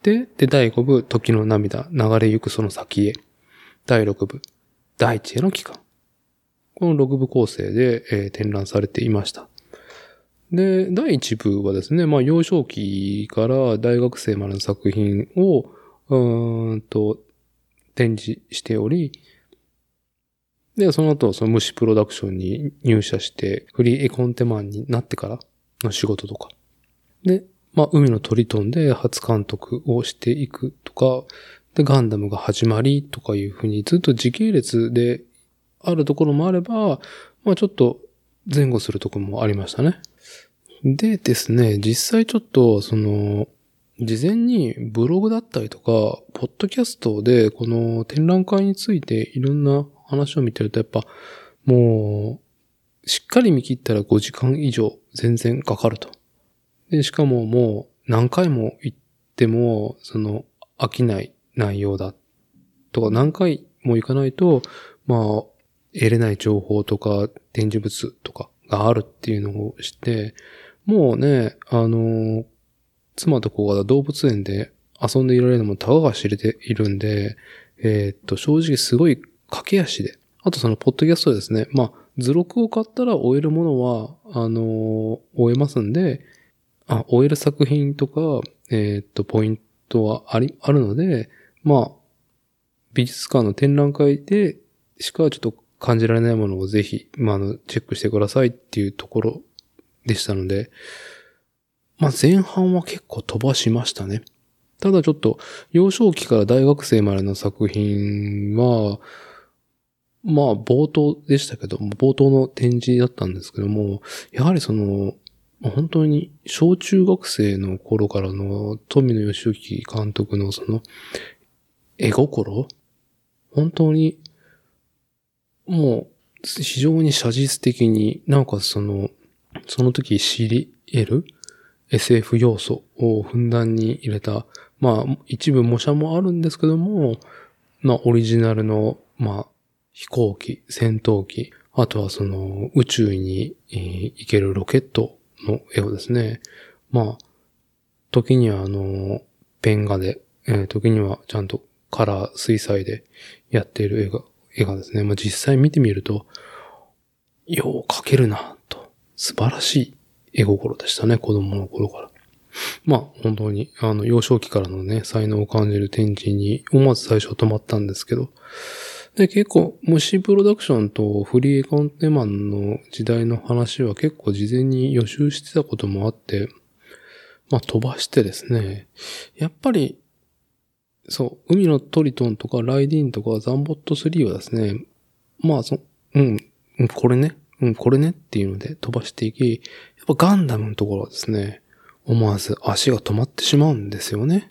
て、で、だいごぶ、時の涙、流れゆくその先へ。だいろくぶ、大地への帰還。このろくぶ構成で、えー、展覧されていました。で、だいいちぶはですね、まあ、幼少期から大学生までの作品を、うーんと、展示しており、で、その後、その虫プロダクションに入社して、フリーエコンテマンになってからの仕事とか。で、まあ、海のトリトンで初監督をしていくとか、で、ガンダムが始まりとかいうふうにずっと時系列であるところもあれば、まあ、ちょっと前後するところもありましたね。でですね、実際ちょっと、その、事前にブログだったりとか、ポッドキャストでこの展覧会についていろんな話を見てると、やっぱもう、しっかり見切ったらごじかん以上全然かかると。で、しかももう何回も行っても、その飽きない内容だとか、何回も行かないと、まあ、得れない情報とか展示物とかがあるっていうのを知って、もうね、あの、妻と子が動物園で遊んでいられるのもたかが知れているんで、えー、っと、正直すごい駆け足で。あとそのポッドキャストですね。まあ、図録を買ったら終えるものは、あのー、終えますんで、あ、終える作品とか、えー、っと、ポイントはあり、あるので、まあ、美術館の展覧会でしかちょっと感じられないものをぜひ、まあ、あの、チェックしてくださいっていうところでしたので、まあ、前半は結構飛ばしましたね。ただちょっと、幼少期から大学生までの作品は、まあ、冒頭でしたけど、冒頭の展示だったんですけども、やはりその、本当に小中学生の頃からの富野義行監督のその、絵心本当に、もう、非常に写実的に、なおかつその、その時知り得るエスエフ 要素をふんだんに入れた、まあ、一部模写もあるんですけども、まあ、オリジナルの、まあ、飛行機、戦闘機、あとはその、宇宙に、えー、行けるロケットの絵をですね、まあ、時にはあの、ペン画で、えー、時にはちゃんとカラー、水彩でやっている絵が、絵がですね、まあ、実際見てみると、よう描けるな、と、素晴らしい絵心でしたね、子供の頃から。まあ、本当に、あの、幼少期からのね、才能を感じる展示に思わず最初は止まったんですけど、で、結構、虫プロダクションとフリーエコンテマンの時代の話は結構事前に予習してたこともあって、まあ、飛ばしてですね、やっぱり、そう、海のトリトンとかライディンとかザンボットスリーはですね、まあ、そ、うん、うん、これね、うん、これねっていうので飛ばしていき、やっぱガンダムのところはですね、思わず足が止まってしまうんですよね。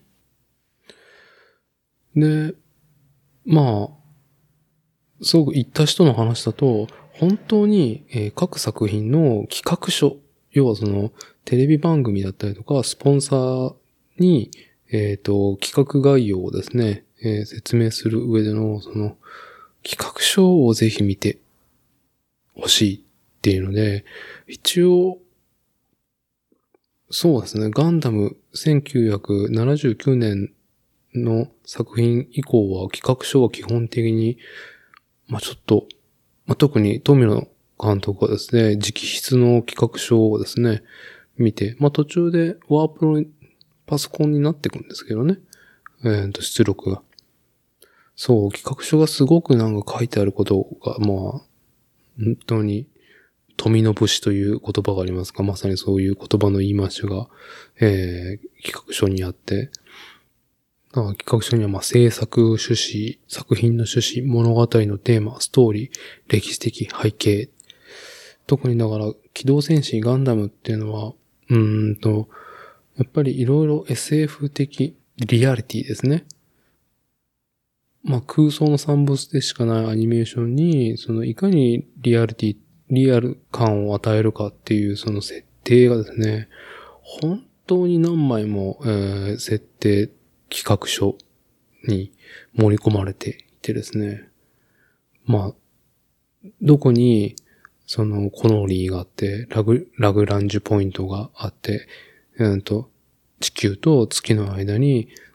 で、まあ、すごく言った人の話だと、本当に、えー、各作品の企画書、要はそのテレビ番組だったりとか、スポンサーに、えっと、企画概要をですね、えー、説明する上での、その、企画書をぜひ見てほしいっていうので、一応、そうですね、ガンダムせんきゅうひゃくななじゅうきゅうねんの作品以降は企画書は基本的に、まあちょっと、まあ、特に富野監督はですね、直筆の企画書をですね、見て、まあ途中でワープロパソコンになっていくんですけどね、えーと、出力が。そう、企画書がすごくなんか書いてあることが、まあ、本当に、富の節という言葉がありますが、まさにそういう言葉の言い回しが、えー、企画書にあって、企画書にはまあ制作趣旨、作品の趣旨、物語のテーマ、ストーリー、歴史的背景。特にだから、機動戦士ガンダムっていうのは、うーんと、やっぱりいろいろ エスエフ 的リアリティですね。まあ空想の産物でしかないアニメーションに、そのいかにリアリティ、リアル感を与えるかっていうその設定がですね、本当に何枚も、えー、設定、企画書に盛り込まれていてですね。まあ、どこに、その、コノリーがあって、ラグ、ラグランジュポイントがあって、うんと、地球と月の間に、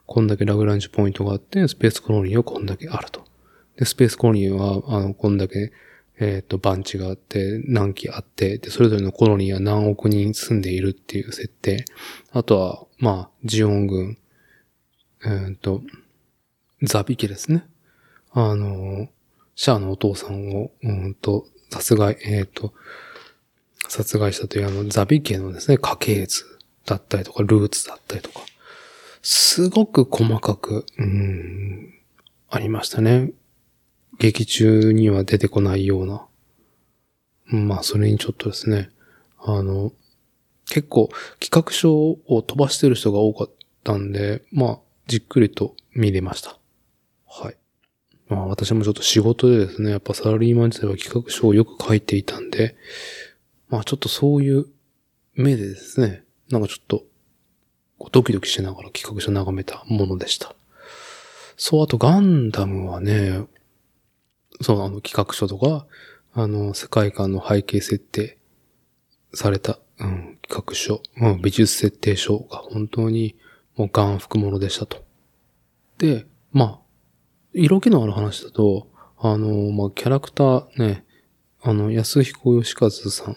こんだけラグランジュポイントがあって、スペースコロニーはこんだけあると。で、スペースコロニーは、あの、こんだけ、えっと、番地があって、何機あって、で、それぞれのコロニーは何億人住んでいるっていう設定。あとは、まあ、ジオン軍、えっと、ザビ家ですね。あの、シャアのお父さんを、うんと、殺害、えっと、殺害したというあの、ザビ家のですね、家系図だったりとか、ルーツだったりとか、すごく細かく、うん、ありましたね。劇中には出てこないような。まあ、それにちょっとですね、あの、結構企画書を飛ばしてる人が多かったんで、まあ、じっくりと見れました。はい。まあ、私もちょっと仕事でですね、やっぱサラリーマン時代は企画書をよく書いていたんで、まあ、ちょっとそういう目でですね、なんかちょっと、ドキドキしながら企画書を眺めたものでした。そう、あとガンダムはね、そう、あの企画書とか、あの、世界観の背景設定された、うん、企画書、うん、美術設定書が本当にもう眼福ものでしたと。で、まあ、色気のある話だと、あの、まあ、キャラクターね、あの、安彦義和さん、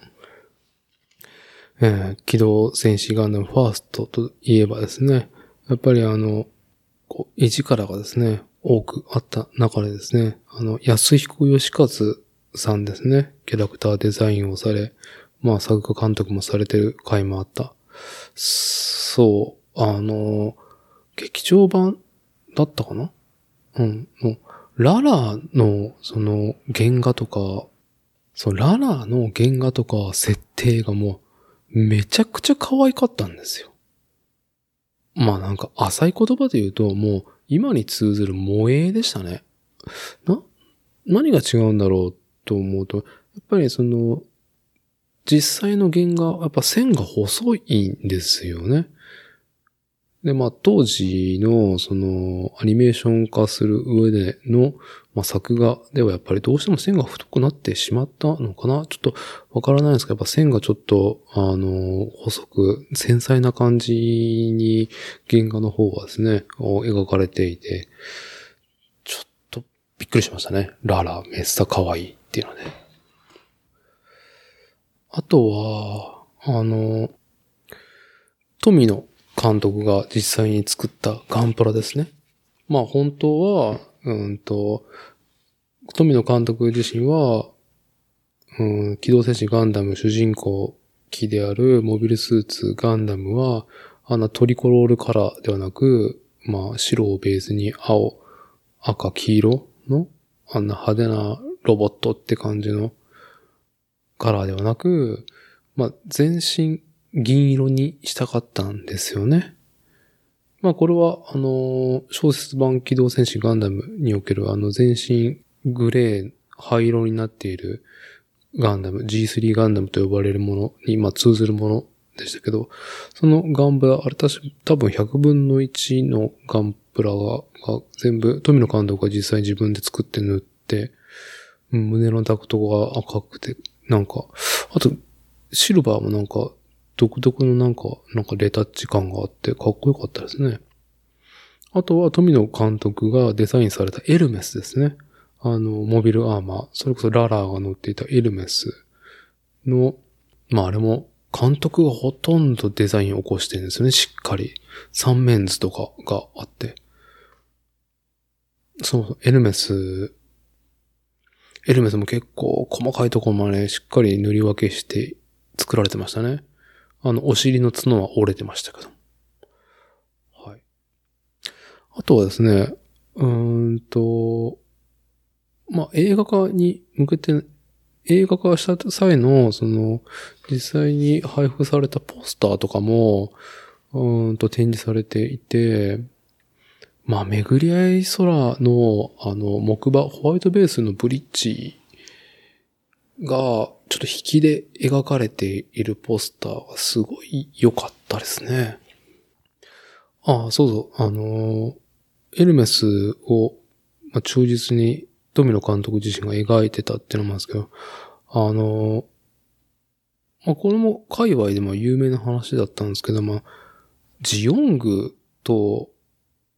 えー、機動戦士ガンダムファーストといえばですね、やっぱりあの、こう、絵力がですね、多くあった中でですね、あの、安彦義和さんですね、キャラクターデザインをされ、まあ、作画監督もされてる回もあった。そう、あの、劇場版だったかなうん、の、ララの、その、原画とか、そう、ララの原画とか設定がもう、めちゃくちゃ可愛かったんですよ。まあなんか浅い言葉で言うと、もう今に通ずる萌えでしたね。な、何が違うんだろうと思うと、やっぱりその、実際の原画、やっぱ線が細いんですよね。で、まあ当時のそのアニメーション化する上での、まあ、作画ではやっぱりどうしても線が太くなってしまったのかなちょっとわからないんですけど、やっぱ線がちょっと、あの、細く繊細な感じに原画の方はですね、描かれていて、ちょっとびっくりしましたね。ララ、めっさ可愛いっていうので。あとは、あの、富野監督が実際に作ったガンプラですね。まあ本当は、うんと、富野監督自身は、うん、機動戦士ガンダム主人公機であるモビルスーツガンダムは、あんなトリコロールカラーではなく、まあ白をベースに青、赤、黄色のあんな派手なロボットって感じのカラーではなく、まあ全身銀色にしたかったんですよね。まあこれは、あの、小説版機動戦士ガンダムにおけるあの全身グレー、灰色になっているガンダム、ジースリー ガンダムと呼ばれるものに、まあ通ずるものでしたけど、そのガンプラ、あれ確か多分ひゃくぶんのいちのガンプラが、が全部、富野監督が実際自分で作って塗って、胸のダクトが赤くて、なんか、あと、シルバーもなんか、独特のなんか、なんかレタッチ感があって、かっこよかったですね。あとは富野監督がデザインされたエルメスですね。あの、モビルアーマー、それこそララーが乗っていたエルメスの、まああれも監督がほとんどデザインを起こしてるんですよね、しっかり。三面図とかがあって。そう、エルメス、エルメスも結構細かいところまでしっかり塗り分けして作られてましたね。あの、お尻の角は折れてましたけど。はい。あとはですね、うーんと、まあ、映画化に向けて、映画化した際の、その、実際に配布されたポスターとかも、うーんと展示されていて、まあ、巡り合い空の、あの、木馬、ホワイトベースのブリッジが、ちょっと引きで描かれているポスターがすごい良かったですね。ああ、そうそう、あの、エルメスを、まあ、忠実に富野監督自身が描いてたっていうのもあるんですけど、あの、まあ、これも界隈でも有名な話だったんですけど、まあ、ジオングと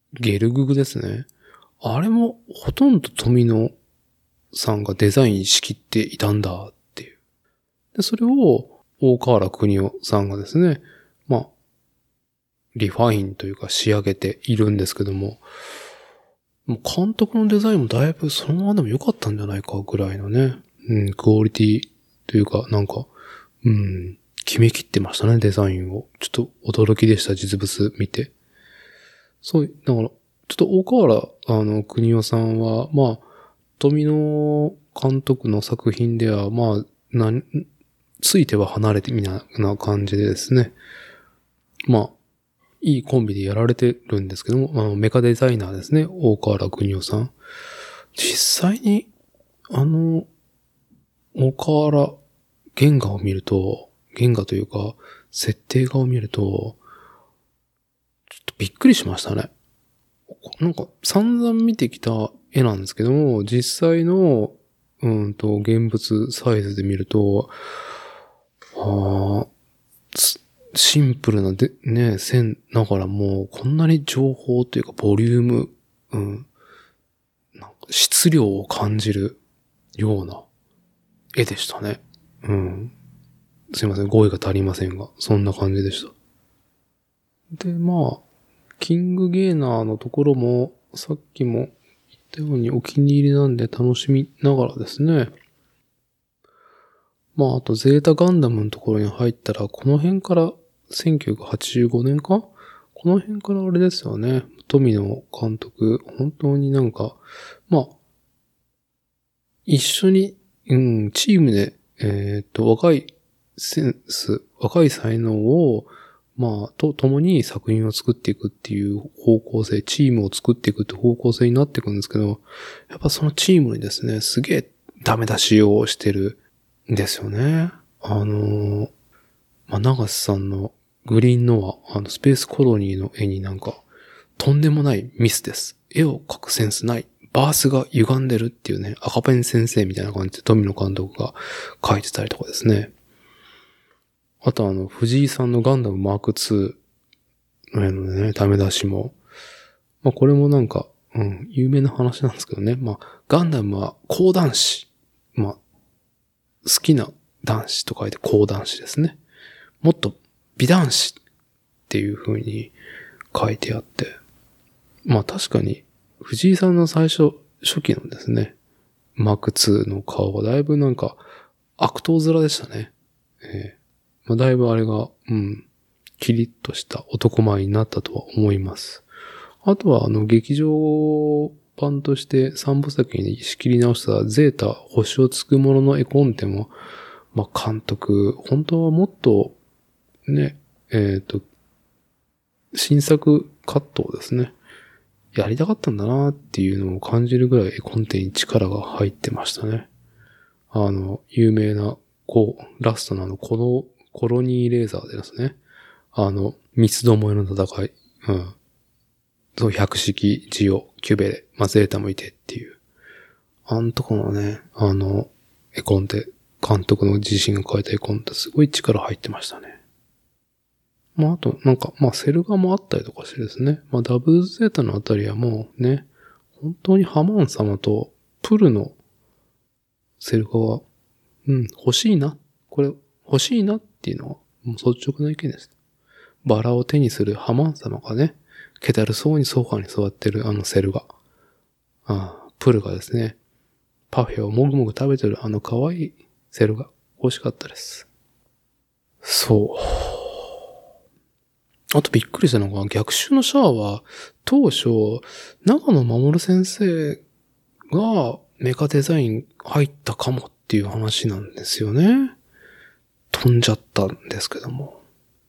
ゲルググですね。あれもほとんど富野さんがデザインしきっていたんだっていう。で、それを大河原邦夫さんがですね、まあ、リファインというか仕上げているんですけども、もう監督のデザインもだいぶそのままでも良かったんじゃないかぐらいのね、うん、クオリティというか、なんか、うん、決めきってましたね、デザインを。ちょっと驚きでした、実物見て。そう、だから、ちょっと大河原、あの、邦夫さんは、まあ、富野監督の作品では、まあ、な、ついては離れてみたいな感じでですね。まあ、いいコンビでやられてるんですけども、あの、メカデザイナーですね、大河原邦夫さん。実際に、あの、大河原原画を見ると、原画というか、設定画を見ると、ちょっとびっくりしましたね。なんか散々見てきた絵なんですけども、実際の、うんと、現物サイズで見ると、あシンプルなで、ね、線ながらも、こんなに情報というか、ボリューム、うん、なんか質量を感じるような絵でしたね。うん。すいません、語彙が足りませんが、そんな感じでした。で、まあ、キングゲーナーのところも、さっきも言ったようにお気に入りなんで楽しみながらですね。まあ、あとゼータガンダムのところに入ったら、この辺からせんきゅうひゃくはちじゅうごねんかこの辺からあれですよね。富野監督、本当になんか、まあ、一緒に、うん、チームで、えー、っと、若いセンス、若い才能を、まあ、と共に作品を作っていくっていう方向性、チームを作っていくって方向性になっていくんですけど、やっぱそのチームにですね、すげえダメ出しをしてるんですよね。あの、まあ、長瀬さんのグリーンノア、あの、スペースコロニーの絵になんか、とんでもないミスです。絵を描くセンスない。バースが歪んでるっていうね、赤ペン先生みたいな感じで富野監督が描いてたりとかですね。あとあの、藤井さんのガンダムマークツーのね、ダメ出しも。まあこれもなんか、うん、有名な話なんですけどね。まあ、ガンダムは高男子。まあ、好きな男子と書いて高男子ですね。もっと美男子っていう風に書いてあって。まあ確かに、藤井さんの最初、初期のですね、マークツーの顔はだいぶなんか悪党面でしたね。えーまあ、だいぶあれが、うん、キリッとした男前になったとは思います。あとはあの劇場版として三部作に仕切り直したゼータ星をつくものの絵コンテも、まあ監督、本当はもっと、ね、えっと、新作カットをですね、やりたかったんだなっていうのを感じるぐらい絵コンテに力が入ってましたね。あの、有名な、こう、ラストのあの、このコロニーレーザーでですね、あの、三つどもえの戦い、うん。そう、百式ジオ、キュベレ、まあ、ゼータもいてっていう。あんとこのね、あの、絵コンテ、監督の自身が描いた絵コンテ、すごい力入ってましたね。まあ、あと、なんか、まあ、セル画もあったりとかしてですね。まあ、ダブルゼータのあたりはもうね、本当にハマン様とプルのセル画は、うん、欲しいな。これ、欲しいなっていうのは、もう率直な意見です。バラを手にするハマン様がね、気だるそうにソファに座ってるあのセル画。ああ、プルがですね、パフェをもぐもぐ食べてるあの可愛いセル画。欲しかったです。そう。あとびっくりしたのが、逆襲のシャアは、当初、長野守先生がメカデザイン入ったかもっていう話なんですよね。飛んじゃったんですけども。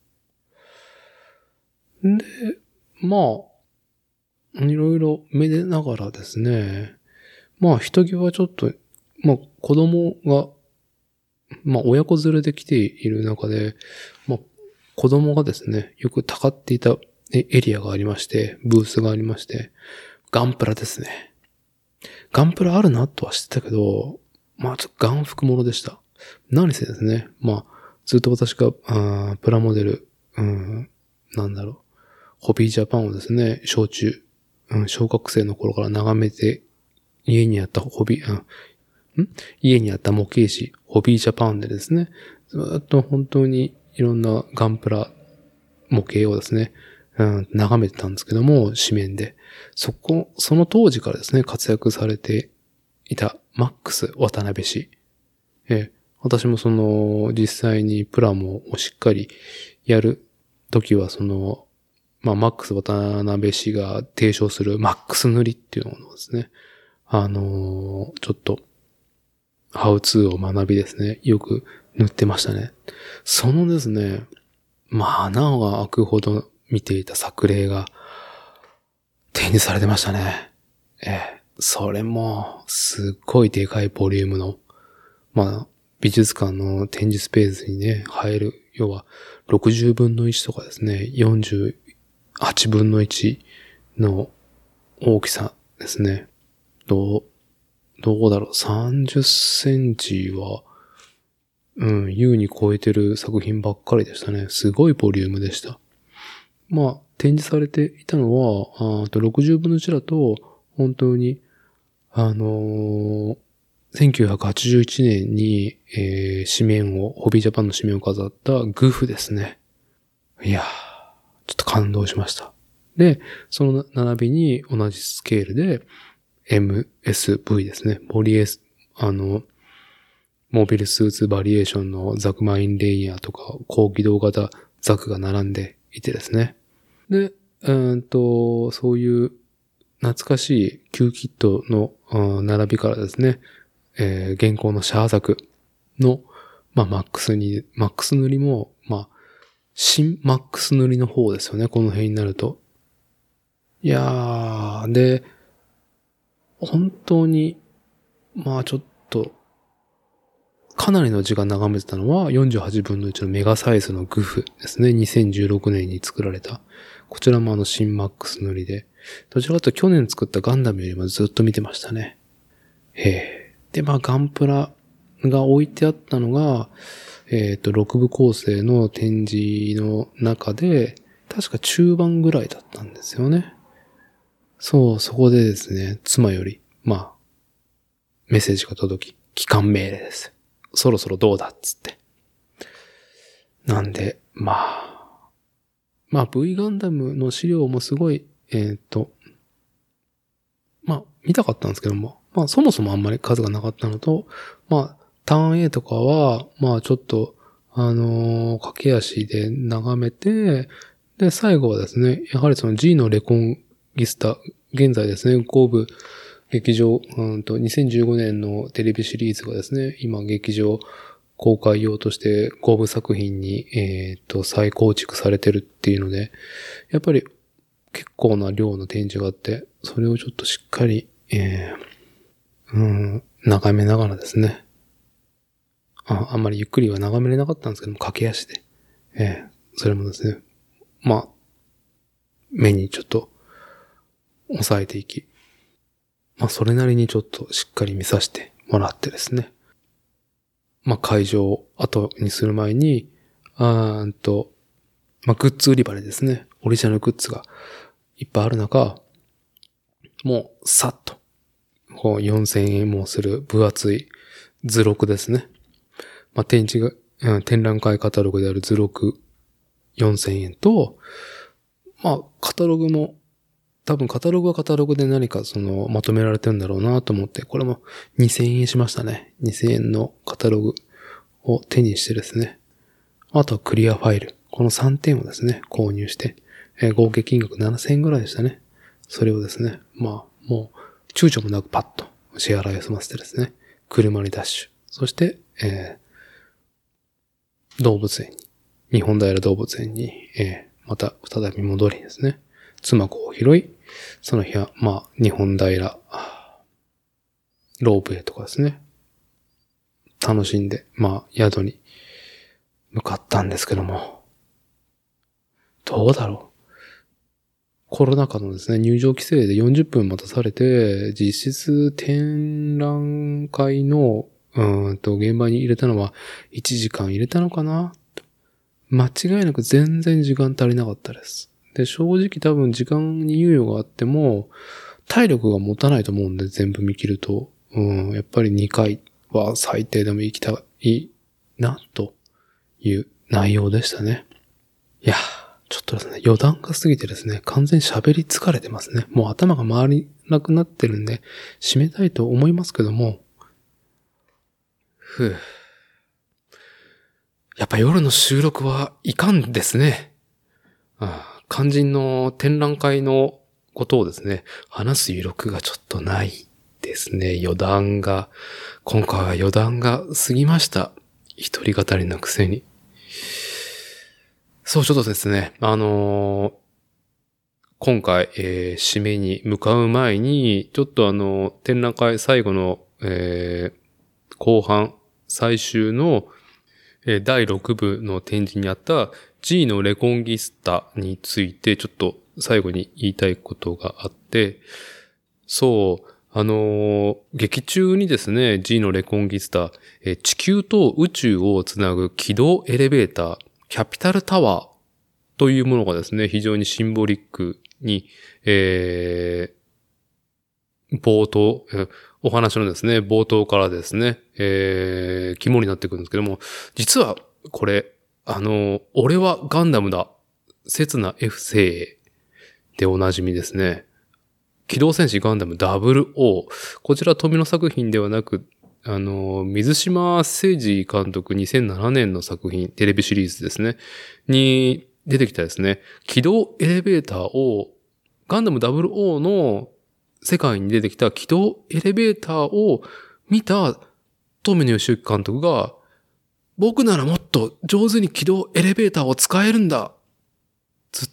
で、まあ、いろいろめでながらですね、まあ、人気はちょっと、まあ、子供が、まあ、親子連れで来ている中で、まあ、子供がですね、よくたかっていたエリアがありまして、ブースがありまして、ガンプラですね。ガンプラあるなとは知ってたけど、まあ、ちょっとガン服ものでした。何せですね、まあ、ずっと私が、あプラモデル、うん、なんだろう、ホビージャパンをですね、小中、 うん、小学生の頃から眺めて、家にあったホビー、うん、ん家にあった模型師、ホビージャパンでですね、ずっと本当にいろんなガンプラ模型をですね、うん、眺めてたんですけども、紙面で。そこ、その当時からですね、活躍されていたマックス渡辺氏。えー、私もその、実際にプラモをしっかりやるときは、その、まあ、マックス渡辺氏が提唱するマックス塗りっていうのをですね、あのー、ちょっと、ハウツーを学びですね、よく塗ってましたね。そのですね、まあ、穴が開くほど見ていた作例が展示されてましたね。ええ、それも、すっごいでかいボリュームの、まあ、美術館の展示スペースにね、入る、要は、ろくじゅうぶんのいちとかですね、よんじゅうはちぶんのいちの大きさですね。どう、どうだろう、さんじゅっセンチは、うん、優に超えてる作品ばっかりでしたね。すごいボリュームでした。まあ、展示されていたのは、あとろくじゅうぶんのいちだと、本当に、あのー、せんきゅうひゃくはちじゅういちねんに、えー、紙面を、ホビージャパンの紙面を飾ったグフですね。いやー、ちょっと感動しました。で、その並びに同じスケールで、エムエスブイ ですね。モリエス、あの、モビルスーツバリエーションのザクマインレイヤーとか高機動型ザクが並んでいてですね。で、うんと、そういう懐かしい旧キットの並びからですね、えー、現行のシャアザクの、まあ、マックスに、マックス塗りも、まあ、新マックス塗りの方ですよね、この辺になると。いやー、で、本当に、まあちょっと、かなりの時間眺めてたのはよんじゅうはちぶんのいちのメガサイズのグフですね。にせんじゅうろくねんに作られた。こちらもあの新マックス塗りで。どちらかというと去年作ったガンダムよりもずっと見てましたね。へえ。で、まあガンプラが置いてあったのが、えっと、ろくぶ構成の展示の中で、確か中盤ぐらいだったんですよね。そう、そこでですね、妻より、まあ、メッセージが届き、帰還命令です。そろそろどうだっつって。なんで、まあ、まあ V ガンダムの資料もすごい、えっと、まあ見たかったんですけども、まあそもそもあんまり数がなかったのと、まあターン A とかは、まあちょっと、あのー、駆け足で眺めて、で、最後はですね、やはりその G のレコンギスタ、現在ですね、後部劇場、うんと、にせんじゅうごねんのテレビシリーズがですね、今劇場公開用として後部作品に、えっと、再構築されてるっていうので、やっぱり結構な量の展示があって、それをちょっとしっかり、えー、うん、眺めながらですね、あ、あんまりゆっくりは眺めれなかったんですけども、駆け足で、えー、それもですね、まあ、目にちょっと抑えていき、まあ、それなりにちょっとしっかり見させてもらってですね。まあ、会場を後にする前に、あーんと、まあ、グッズ売り場でですね、オリジナルグッズがいっぱいある中、もう、さっと、こう、よんせんえんもする分厚い図録ですね。まあ、展示が、うん、展覧会カタログである図録よんせんえんと、まあ、カタログも、多分カタログはカタログで何かそのまとめられてるんだろうなと思って、これもにせんえんしましたね。にせんえんのカタログを手にしてですね。あとはクリアファイル。このさんてんをですね、購入して、えー、合計金額ななせんえんぐらいでしたね。それをですね、まあ、もう躊躇もなくパッと支払いを済ませてですね、車にダッシュ。そして、えー、動物園に、日本平動物園に、えー、また再び戻りですね。妻子を拾い、その日は、まあ、日本平、ロープウェイとかですね。楽しんで、まあ、宿に向かったんですけども。どうだろう。コロナ禍のですね、入場規制でよんじゅっぷん待たされて、実質展覧会の、うーんと、現場に入れたのはいちじかん入れたのかな？間違いなく全然時間足りなかったです。 で、正直多分時間に猶予があっても、体力が持たないと思うんで、全部見切ると。うん、やっぱりにかいは最低でも行きたいな、という内容でしたね。いや、ちょっとですね、余談が過ぎてですね、完全に喋り疲れてますね。もう頭が回りなくなってるんで、締めたいと思いますけども、ふぅ。やっぱ夜の収録はいかんですね。ああ、肝心の展覧会のことをですね、話す余力がちょっとないですね。余談が、今回は余談が過ぎました。一人語りのくせに。そう、ちょっとですね、あのー、今回、えー、締めに向かう前に、ちょっとあの、展覧会最後の、えー、後半、最終の、えー、だいろくぶの展示にあった G のレコンギスタについてちょっと最後に言いたいことがあって、そう、あのー、劇中にですね、G のレコンギスタ、えー、地球と宇宙をつなぐ軌道エレベーター、キャピタルタワーというものがですね、非常にシンボリックに、えー、冒頭、えーお話のですね、冒頭からですね、えー、肝になってくるんですけども、実はこれ、あの、俺はガンダムだ、刹那 F 精鋭でおなじみですね。機動戦士ガンダム ダブルオー。こちら富野作品ではなく、あの、水島誠二監督にせんななねんの作品、テレビシリーズですね、に出てきたですね、機動エレベーターを、ガンダム ダブルオー の世界に出てきた軌道エレベーターを見た富野義行監督が、僕ならもっと上手に軌道エレベーターを使えるんだつって、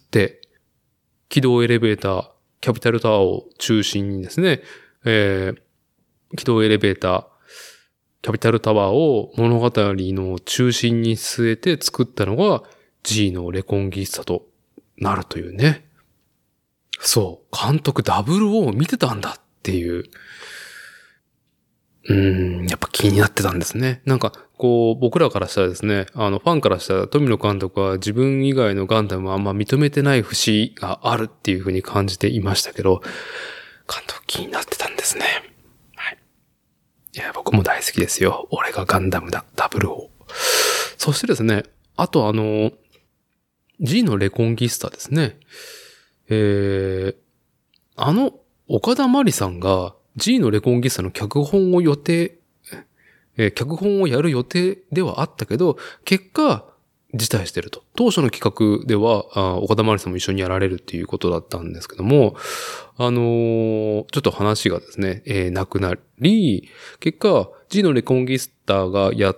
軌道エレベーター、キャピタルタワーを中心にですね、えー、軌道エレベーター、キャピタルタワーを物語の中心に据えて作ったのが G のレコンギスタとなるというね。そう、監督 ダブルオー を見てたんだっていう。うーん、やっぱ気になってたんですね。なんか、こう、僕らからしたらですね、あの、ファンからしたら富野監督は自分以外のガンダムはあんま認めてない節があるっていう風に感じていましたけど、監督気になってたんですね。はい。いや、僕も大好きですよ。俺がガンダムだ、ダブルオー。そしてですね、あとあの、G のレコンギスタですね。えー、あの、岡田真理さんが G のレコンギスタの脚本を予定、えー、脚本をやる予定ではあったけど、結果、辞退してると。当初の企画では、あ岡田真理さんも一緒にやられるっていうことだったんですけども、あのー、ちょっと話がですね、えー、なくなり、結果、G のレコンギスタがやった、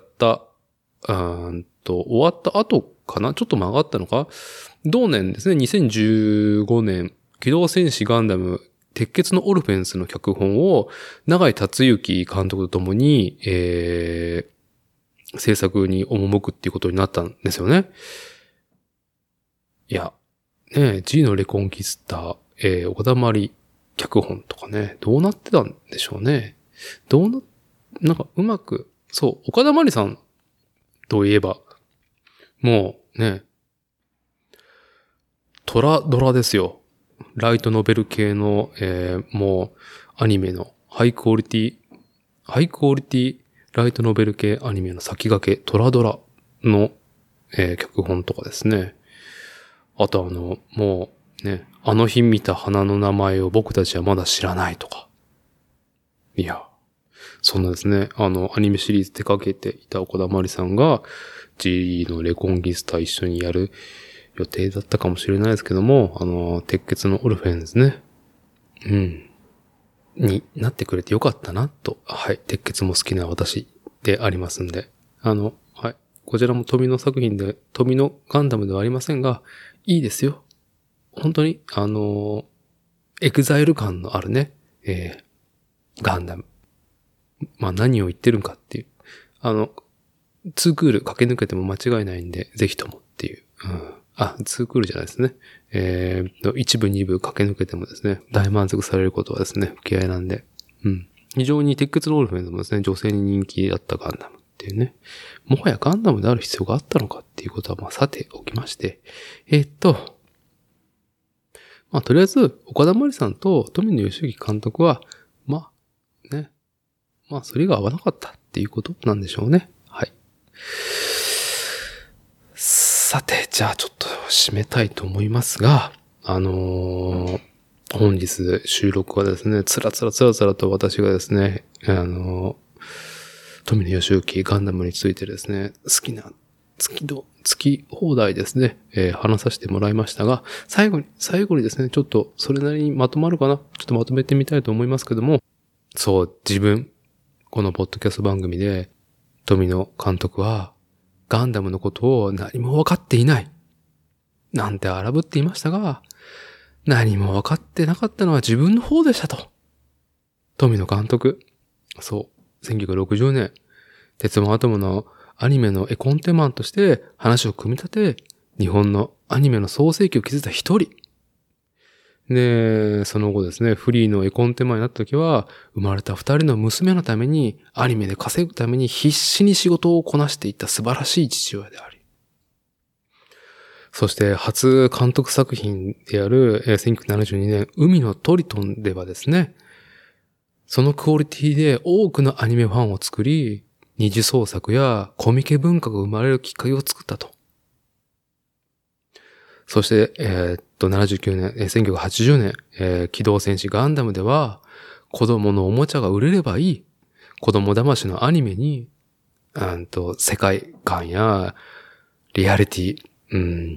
うーんと、終わった後かなちょっと曲がったのか同年ですね、にせんじゅうごねん、機動戦士ガンダム、鉄血のオルフェンスの脚本を、永井達之監督とともに、えー、制作に赴くっていうことになったんですよね。いや、ね G のレコンキスタ、えー、岡田真理脚本とかね、どうなってたんでしょうね。どうな、なんかうまく、そう、岡田真理さんといえば、もうね、トラドラですよ。ライトノベル系の、えー、もうアニメのハイクオリティ、ハイクオリティライトノベル系アニメの先駆けトラドラの、えー、脚本とかですね。あとあの、もうね、あの日見た花の名前を僕たちはまだ知らないとか。いや、そんなですね、あの、アニメシリーズ手掛けていた岡田真理さんが G のレコンギスタ一緒にやる予定だったかもしれないですけども、あの、鉄血のオルフェンですね。うん。になってくれてよかったなと。はい。鉄血も好きな私でありますんで。あの、はい。こちらも富野作品で、富野ガンダムではありませんが、いいですよ。本当に、あの、エグザイル感のあるね、えー、ガンダム。まあ何を言ってるんかっていう。あの、ツークール駆け抜けても間違いないんで、ぜひともっていう。うんあ、ツークールじゃないですね。えー、一部二部駆け抜けてもですね、大満足されることはですね、不気合なんで。うん。非常に鉄血のオルフェンズもですね、女性に人気だったガンダムっていうね。もはやガンダムである必要があったのかっていうことはまあさておきまして。えー、っと、 まあ、とりあえず、岡田真理さんと富野義行監督は、まあ、ね。まあ、それが合わなかったっていうことなんでしょうね。はい。さて、じゃあちょっと締めたいと思いますが、あのー、本日収録はですね、つらつらつらつらと私がですね、あのー、富野義行ガンダムについてですね、好きな、好きど、好き放題ですね、えー、話させてもらいましたが、最後に、最後にですね、ちょっとそれなりにまとまるかな、ちょっとまとめてみたいと思いますけども、そう、自分、このポッドキャスト番組で、富野監督は、ガンダムのことを何も分かっていない。なんて荒ぶっていましたが、何も分かってなかったのは自分の方でしたと。富野監督。そう。せんきゅうひゃくろくじゅうねん、鉄腕アトムのアニメの絵コンテマンとして話を組み立て、日本のアニメの創世記を築いた一人。で、その後ですね、フリーの絵コンテマンになった時は、生まれた二人の娘のために、アニメで稼ぐために必死に仕事をこなしていった素晴らしい父親であり。そして初監督作品であるせんきゅうひゃくななじゅうにねん、海のトリトンではですね、そのクオリティで多くのアニメファンを作り、二次創作やコミケ文化が生まれるきっかけを作ったと。そして、えー、っと、ななじゅうきゅうねん、せんきゅうひゃくはちじゅうねん、えー、機動戦士ガンダムでは、子供のおもちゃが売れればいい、子供騙しのアニメに、うんと、世界観や、リアリティ、うん、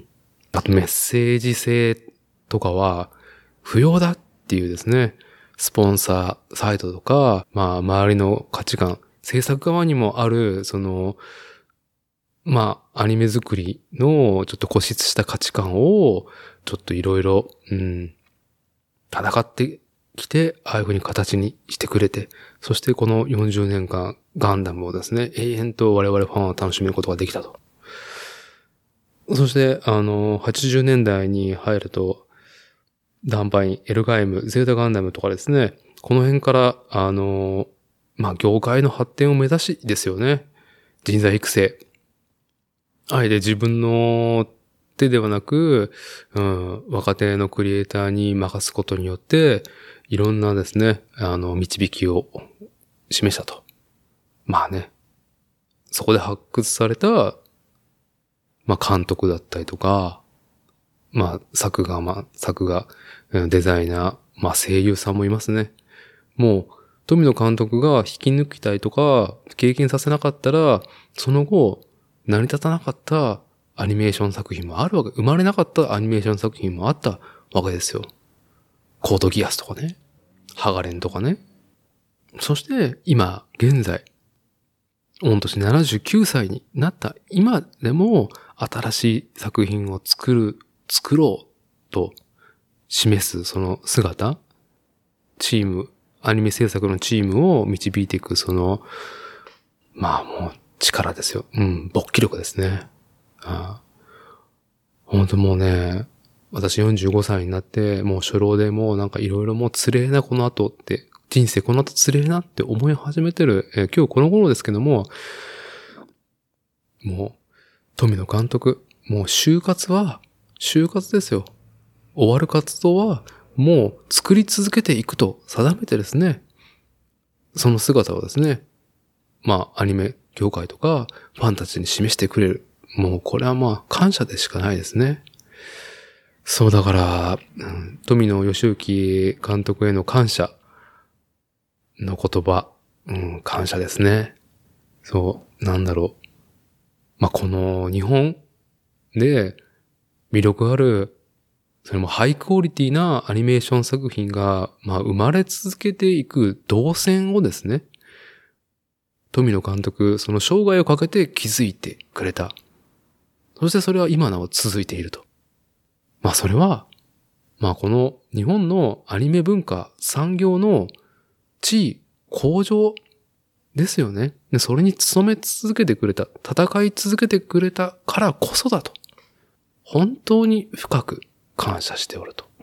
あとメッセージ性とかは、不要だっていうですね、スポンサーサイトとか、まあ、周りの価値観、制作側にもある、その、まあ、アニメ作りのちょっと固執した価値観を、ちょっといろいろ、うん、戦ってきて、ああいう風に形にしてくれて、そしてこのよんじゅうねんかんガンダムをですね、永遠と我々ファンは楽しめることができたと。そして、あの、はちじゅうねんだいに入ると、ダンバイン、エルガイム、ゼータガンダムとかですね、この辺から、あの、まあ、業界の発展を目指しですよね。人材育成。あえて自分の手ではなく、うん、若手のクリエイターに任すことによって、いろんなですね、あの、導きを示したと。まあね、そこで発掘された、まあ監督だったりとか、まあ作画、まあ作画、デザイナー、まあ声優さんもいますね。もう、富野監督が引き抜きたいとか、経験させなかったら、その後、成り立たなかったアニメーション作品もあるわけ、生まれなかったアニメーション作品もあったわけですよ。コードギアスとかね。ハガレンとかね。そして、今、現在、御年ななじゅうきゅうさいになった今でも、新しい作品を作る、作ろうと示すその姿、チーム、アニメ制作のチームを導いていくその、まあもう力ですよ。うん、勃起力ですね。ああ、本当もうね、私よんじゅうごさいになって、もう初老でもうなんかいろいろもうつれえなこの後って、人生この後つれえなって思い始めてる、えー、今日この頃ですけども、もう、富野監督、もう就活は、就活ですよ。終わる活動は、もう作り続けていくと定めてですね、その姿をですね、まあアニメ業界とかファンたちに示してくれる。もうこれはまあ感謝でしかないですね。そうだから、うん、富野義行監督への感謝の言葉、うん、感謝ですね。そう、なんだろう。まあこの日本で魅力ある、それもハイクオリティなアニメーション作品が、まあ生まれ続けていく動線をですね、富野監督、その生涯をかけて築いてくれた。そしてそれは今なお続いていると。まあそれは、まあこの日本のアニメ文化、産業の地位向上ですよね。で、それに努め続けてくれた、戦い続けてくれたからこそだと。本当に深く感謝しておると。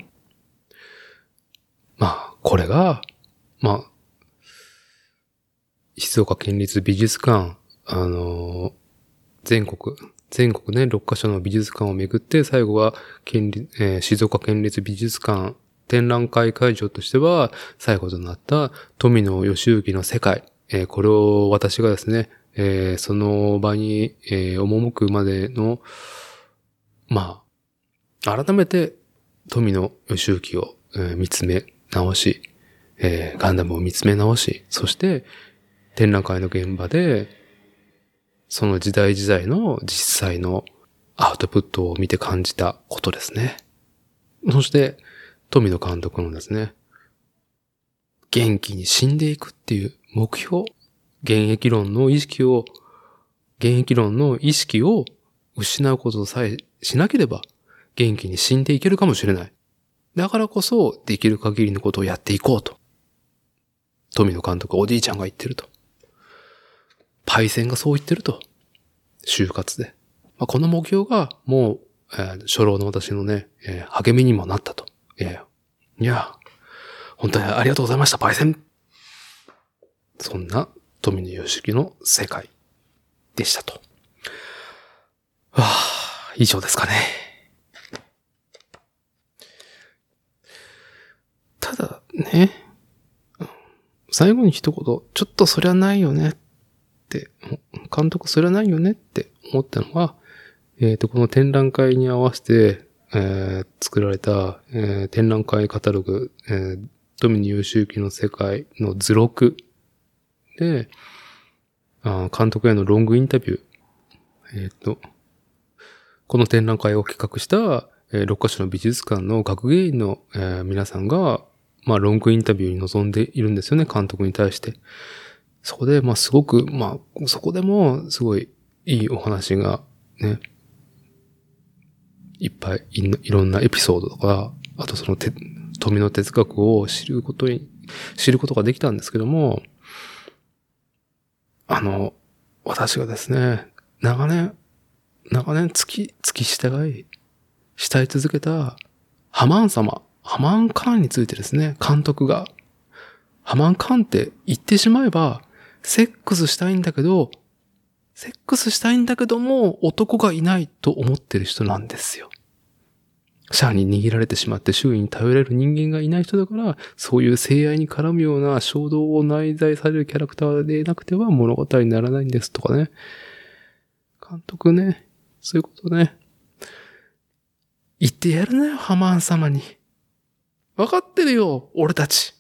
まあ、これが、まあ、静岡県立美術館、あのー、全国全国ね、ろっカ所の美術館を巡って、最後は県立、えー、静岡県立美術館展覧会会場としては、最後となった富野義行の世界。えー、これを私がですね、えー、その場に、えー、赴くまでの、まあ、改めて富野義行を、えー、見つめ直し、えー、ガンダムを見つめ直し、そして展覧会の現場で、その時代時代の実際のアウトプットを見て感じたことですね。そして、富野監督のですね、元気に死んでいくっていう目標、現役論の意識を、現役論の意識を失うことさえしなければ、元気に死んでいけるかもしれない。だからこそ、できる限りのことをやっていこうと。富野監督、おじいちゃんが言ってると。パイセンがそう言ってると。就活で。まあ、この目標がもう、えー、初老の私のね、えー、励みにもなったと。えー、いや、本当にありがとうございました、パイセン。そんな富野義行の世界でしたと。はあ、以上ですかね。ただね、最後に一言、ちょっとそりゃないよねって、監督そりゃないよねって思ったのは、えっと、この展覧会に合わせて、えー、作られた、えー、展覧会カタログ、えー、富野義行の世界の図録で、あ監督へのロングインタビュー。えっと、この展覧会を企画した、えー、ろっカ所の美術館の学芸員の、えー、皆さんが、まあ、ロングインタビューに臨んでいるんですよね、監督に対して。そこで、まあ、すごく、まあ、そこでも、すごいいいお話が、ね、いっぱいい、いろんなエピソードとか、あとそのて、富の哲学を知ることに、知ることができたんですけども、あの、私がですね、長年、長年付き、付き従い、慕い続けた、ハマーン様、ハマーンカーンについてですね、監督が、ハマーンカーンって言ってしまえば、セックスしたいんだけど、セックスしたいんだけども、男がいないと思ってる人なんですよ。シャアに握られてしまって周囲に頼れる人間がいない人だから、そういう性愛に絡むような衝動を内在されるキャラクターでなくては物語にならないんですとかね。監督ね、そういうことね。言ってやるなよ、ハマーン様に。わかってるよ、俺たち。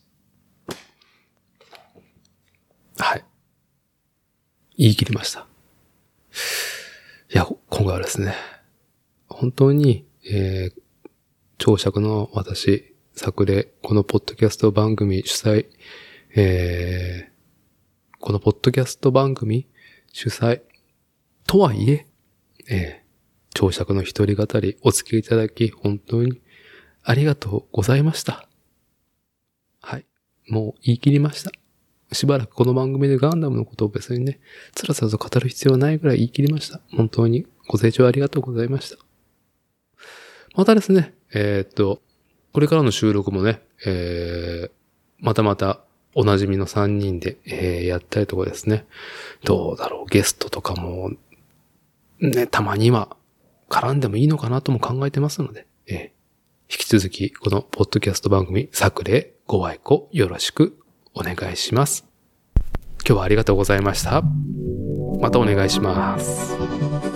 はい。言い切りました。いや、今回はですね、本当に、えー、長尺の私、作例、このポッドキャスト番組主催、えー、このポッドキャスト番組主催、とはいえ、えー、長尺の一人語りお付き合いいただき、本当にありがとうございました。はい。もう言い切りました。しばらくこの番組でガンダムのことを別にね、つらつらと語る必要はないぐらい言い切りました。本当にご清聴ありがとうございました。またですね、えー、っと、これからの収録もね、えー、またまたおなじみのさんにんで、えー、やったりとかですね、どうだろう、ゲストとかも、ね、たまには絡んでもいいのかなとも考えてますので、えー、引き続きこのポッドキャスト番組、作例ご愛顧よろしくお願いします。今日はありがとうございました。またお願いします。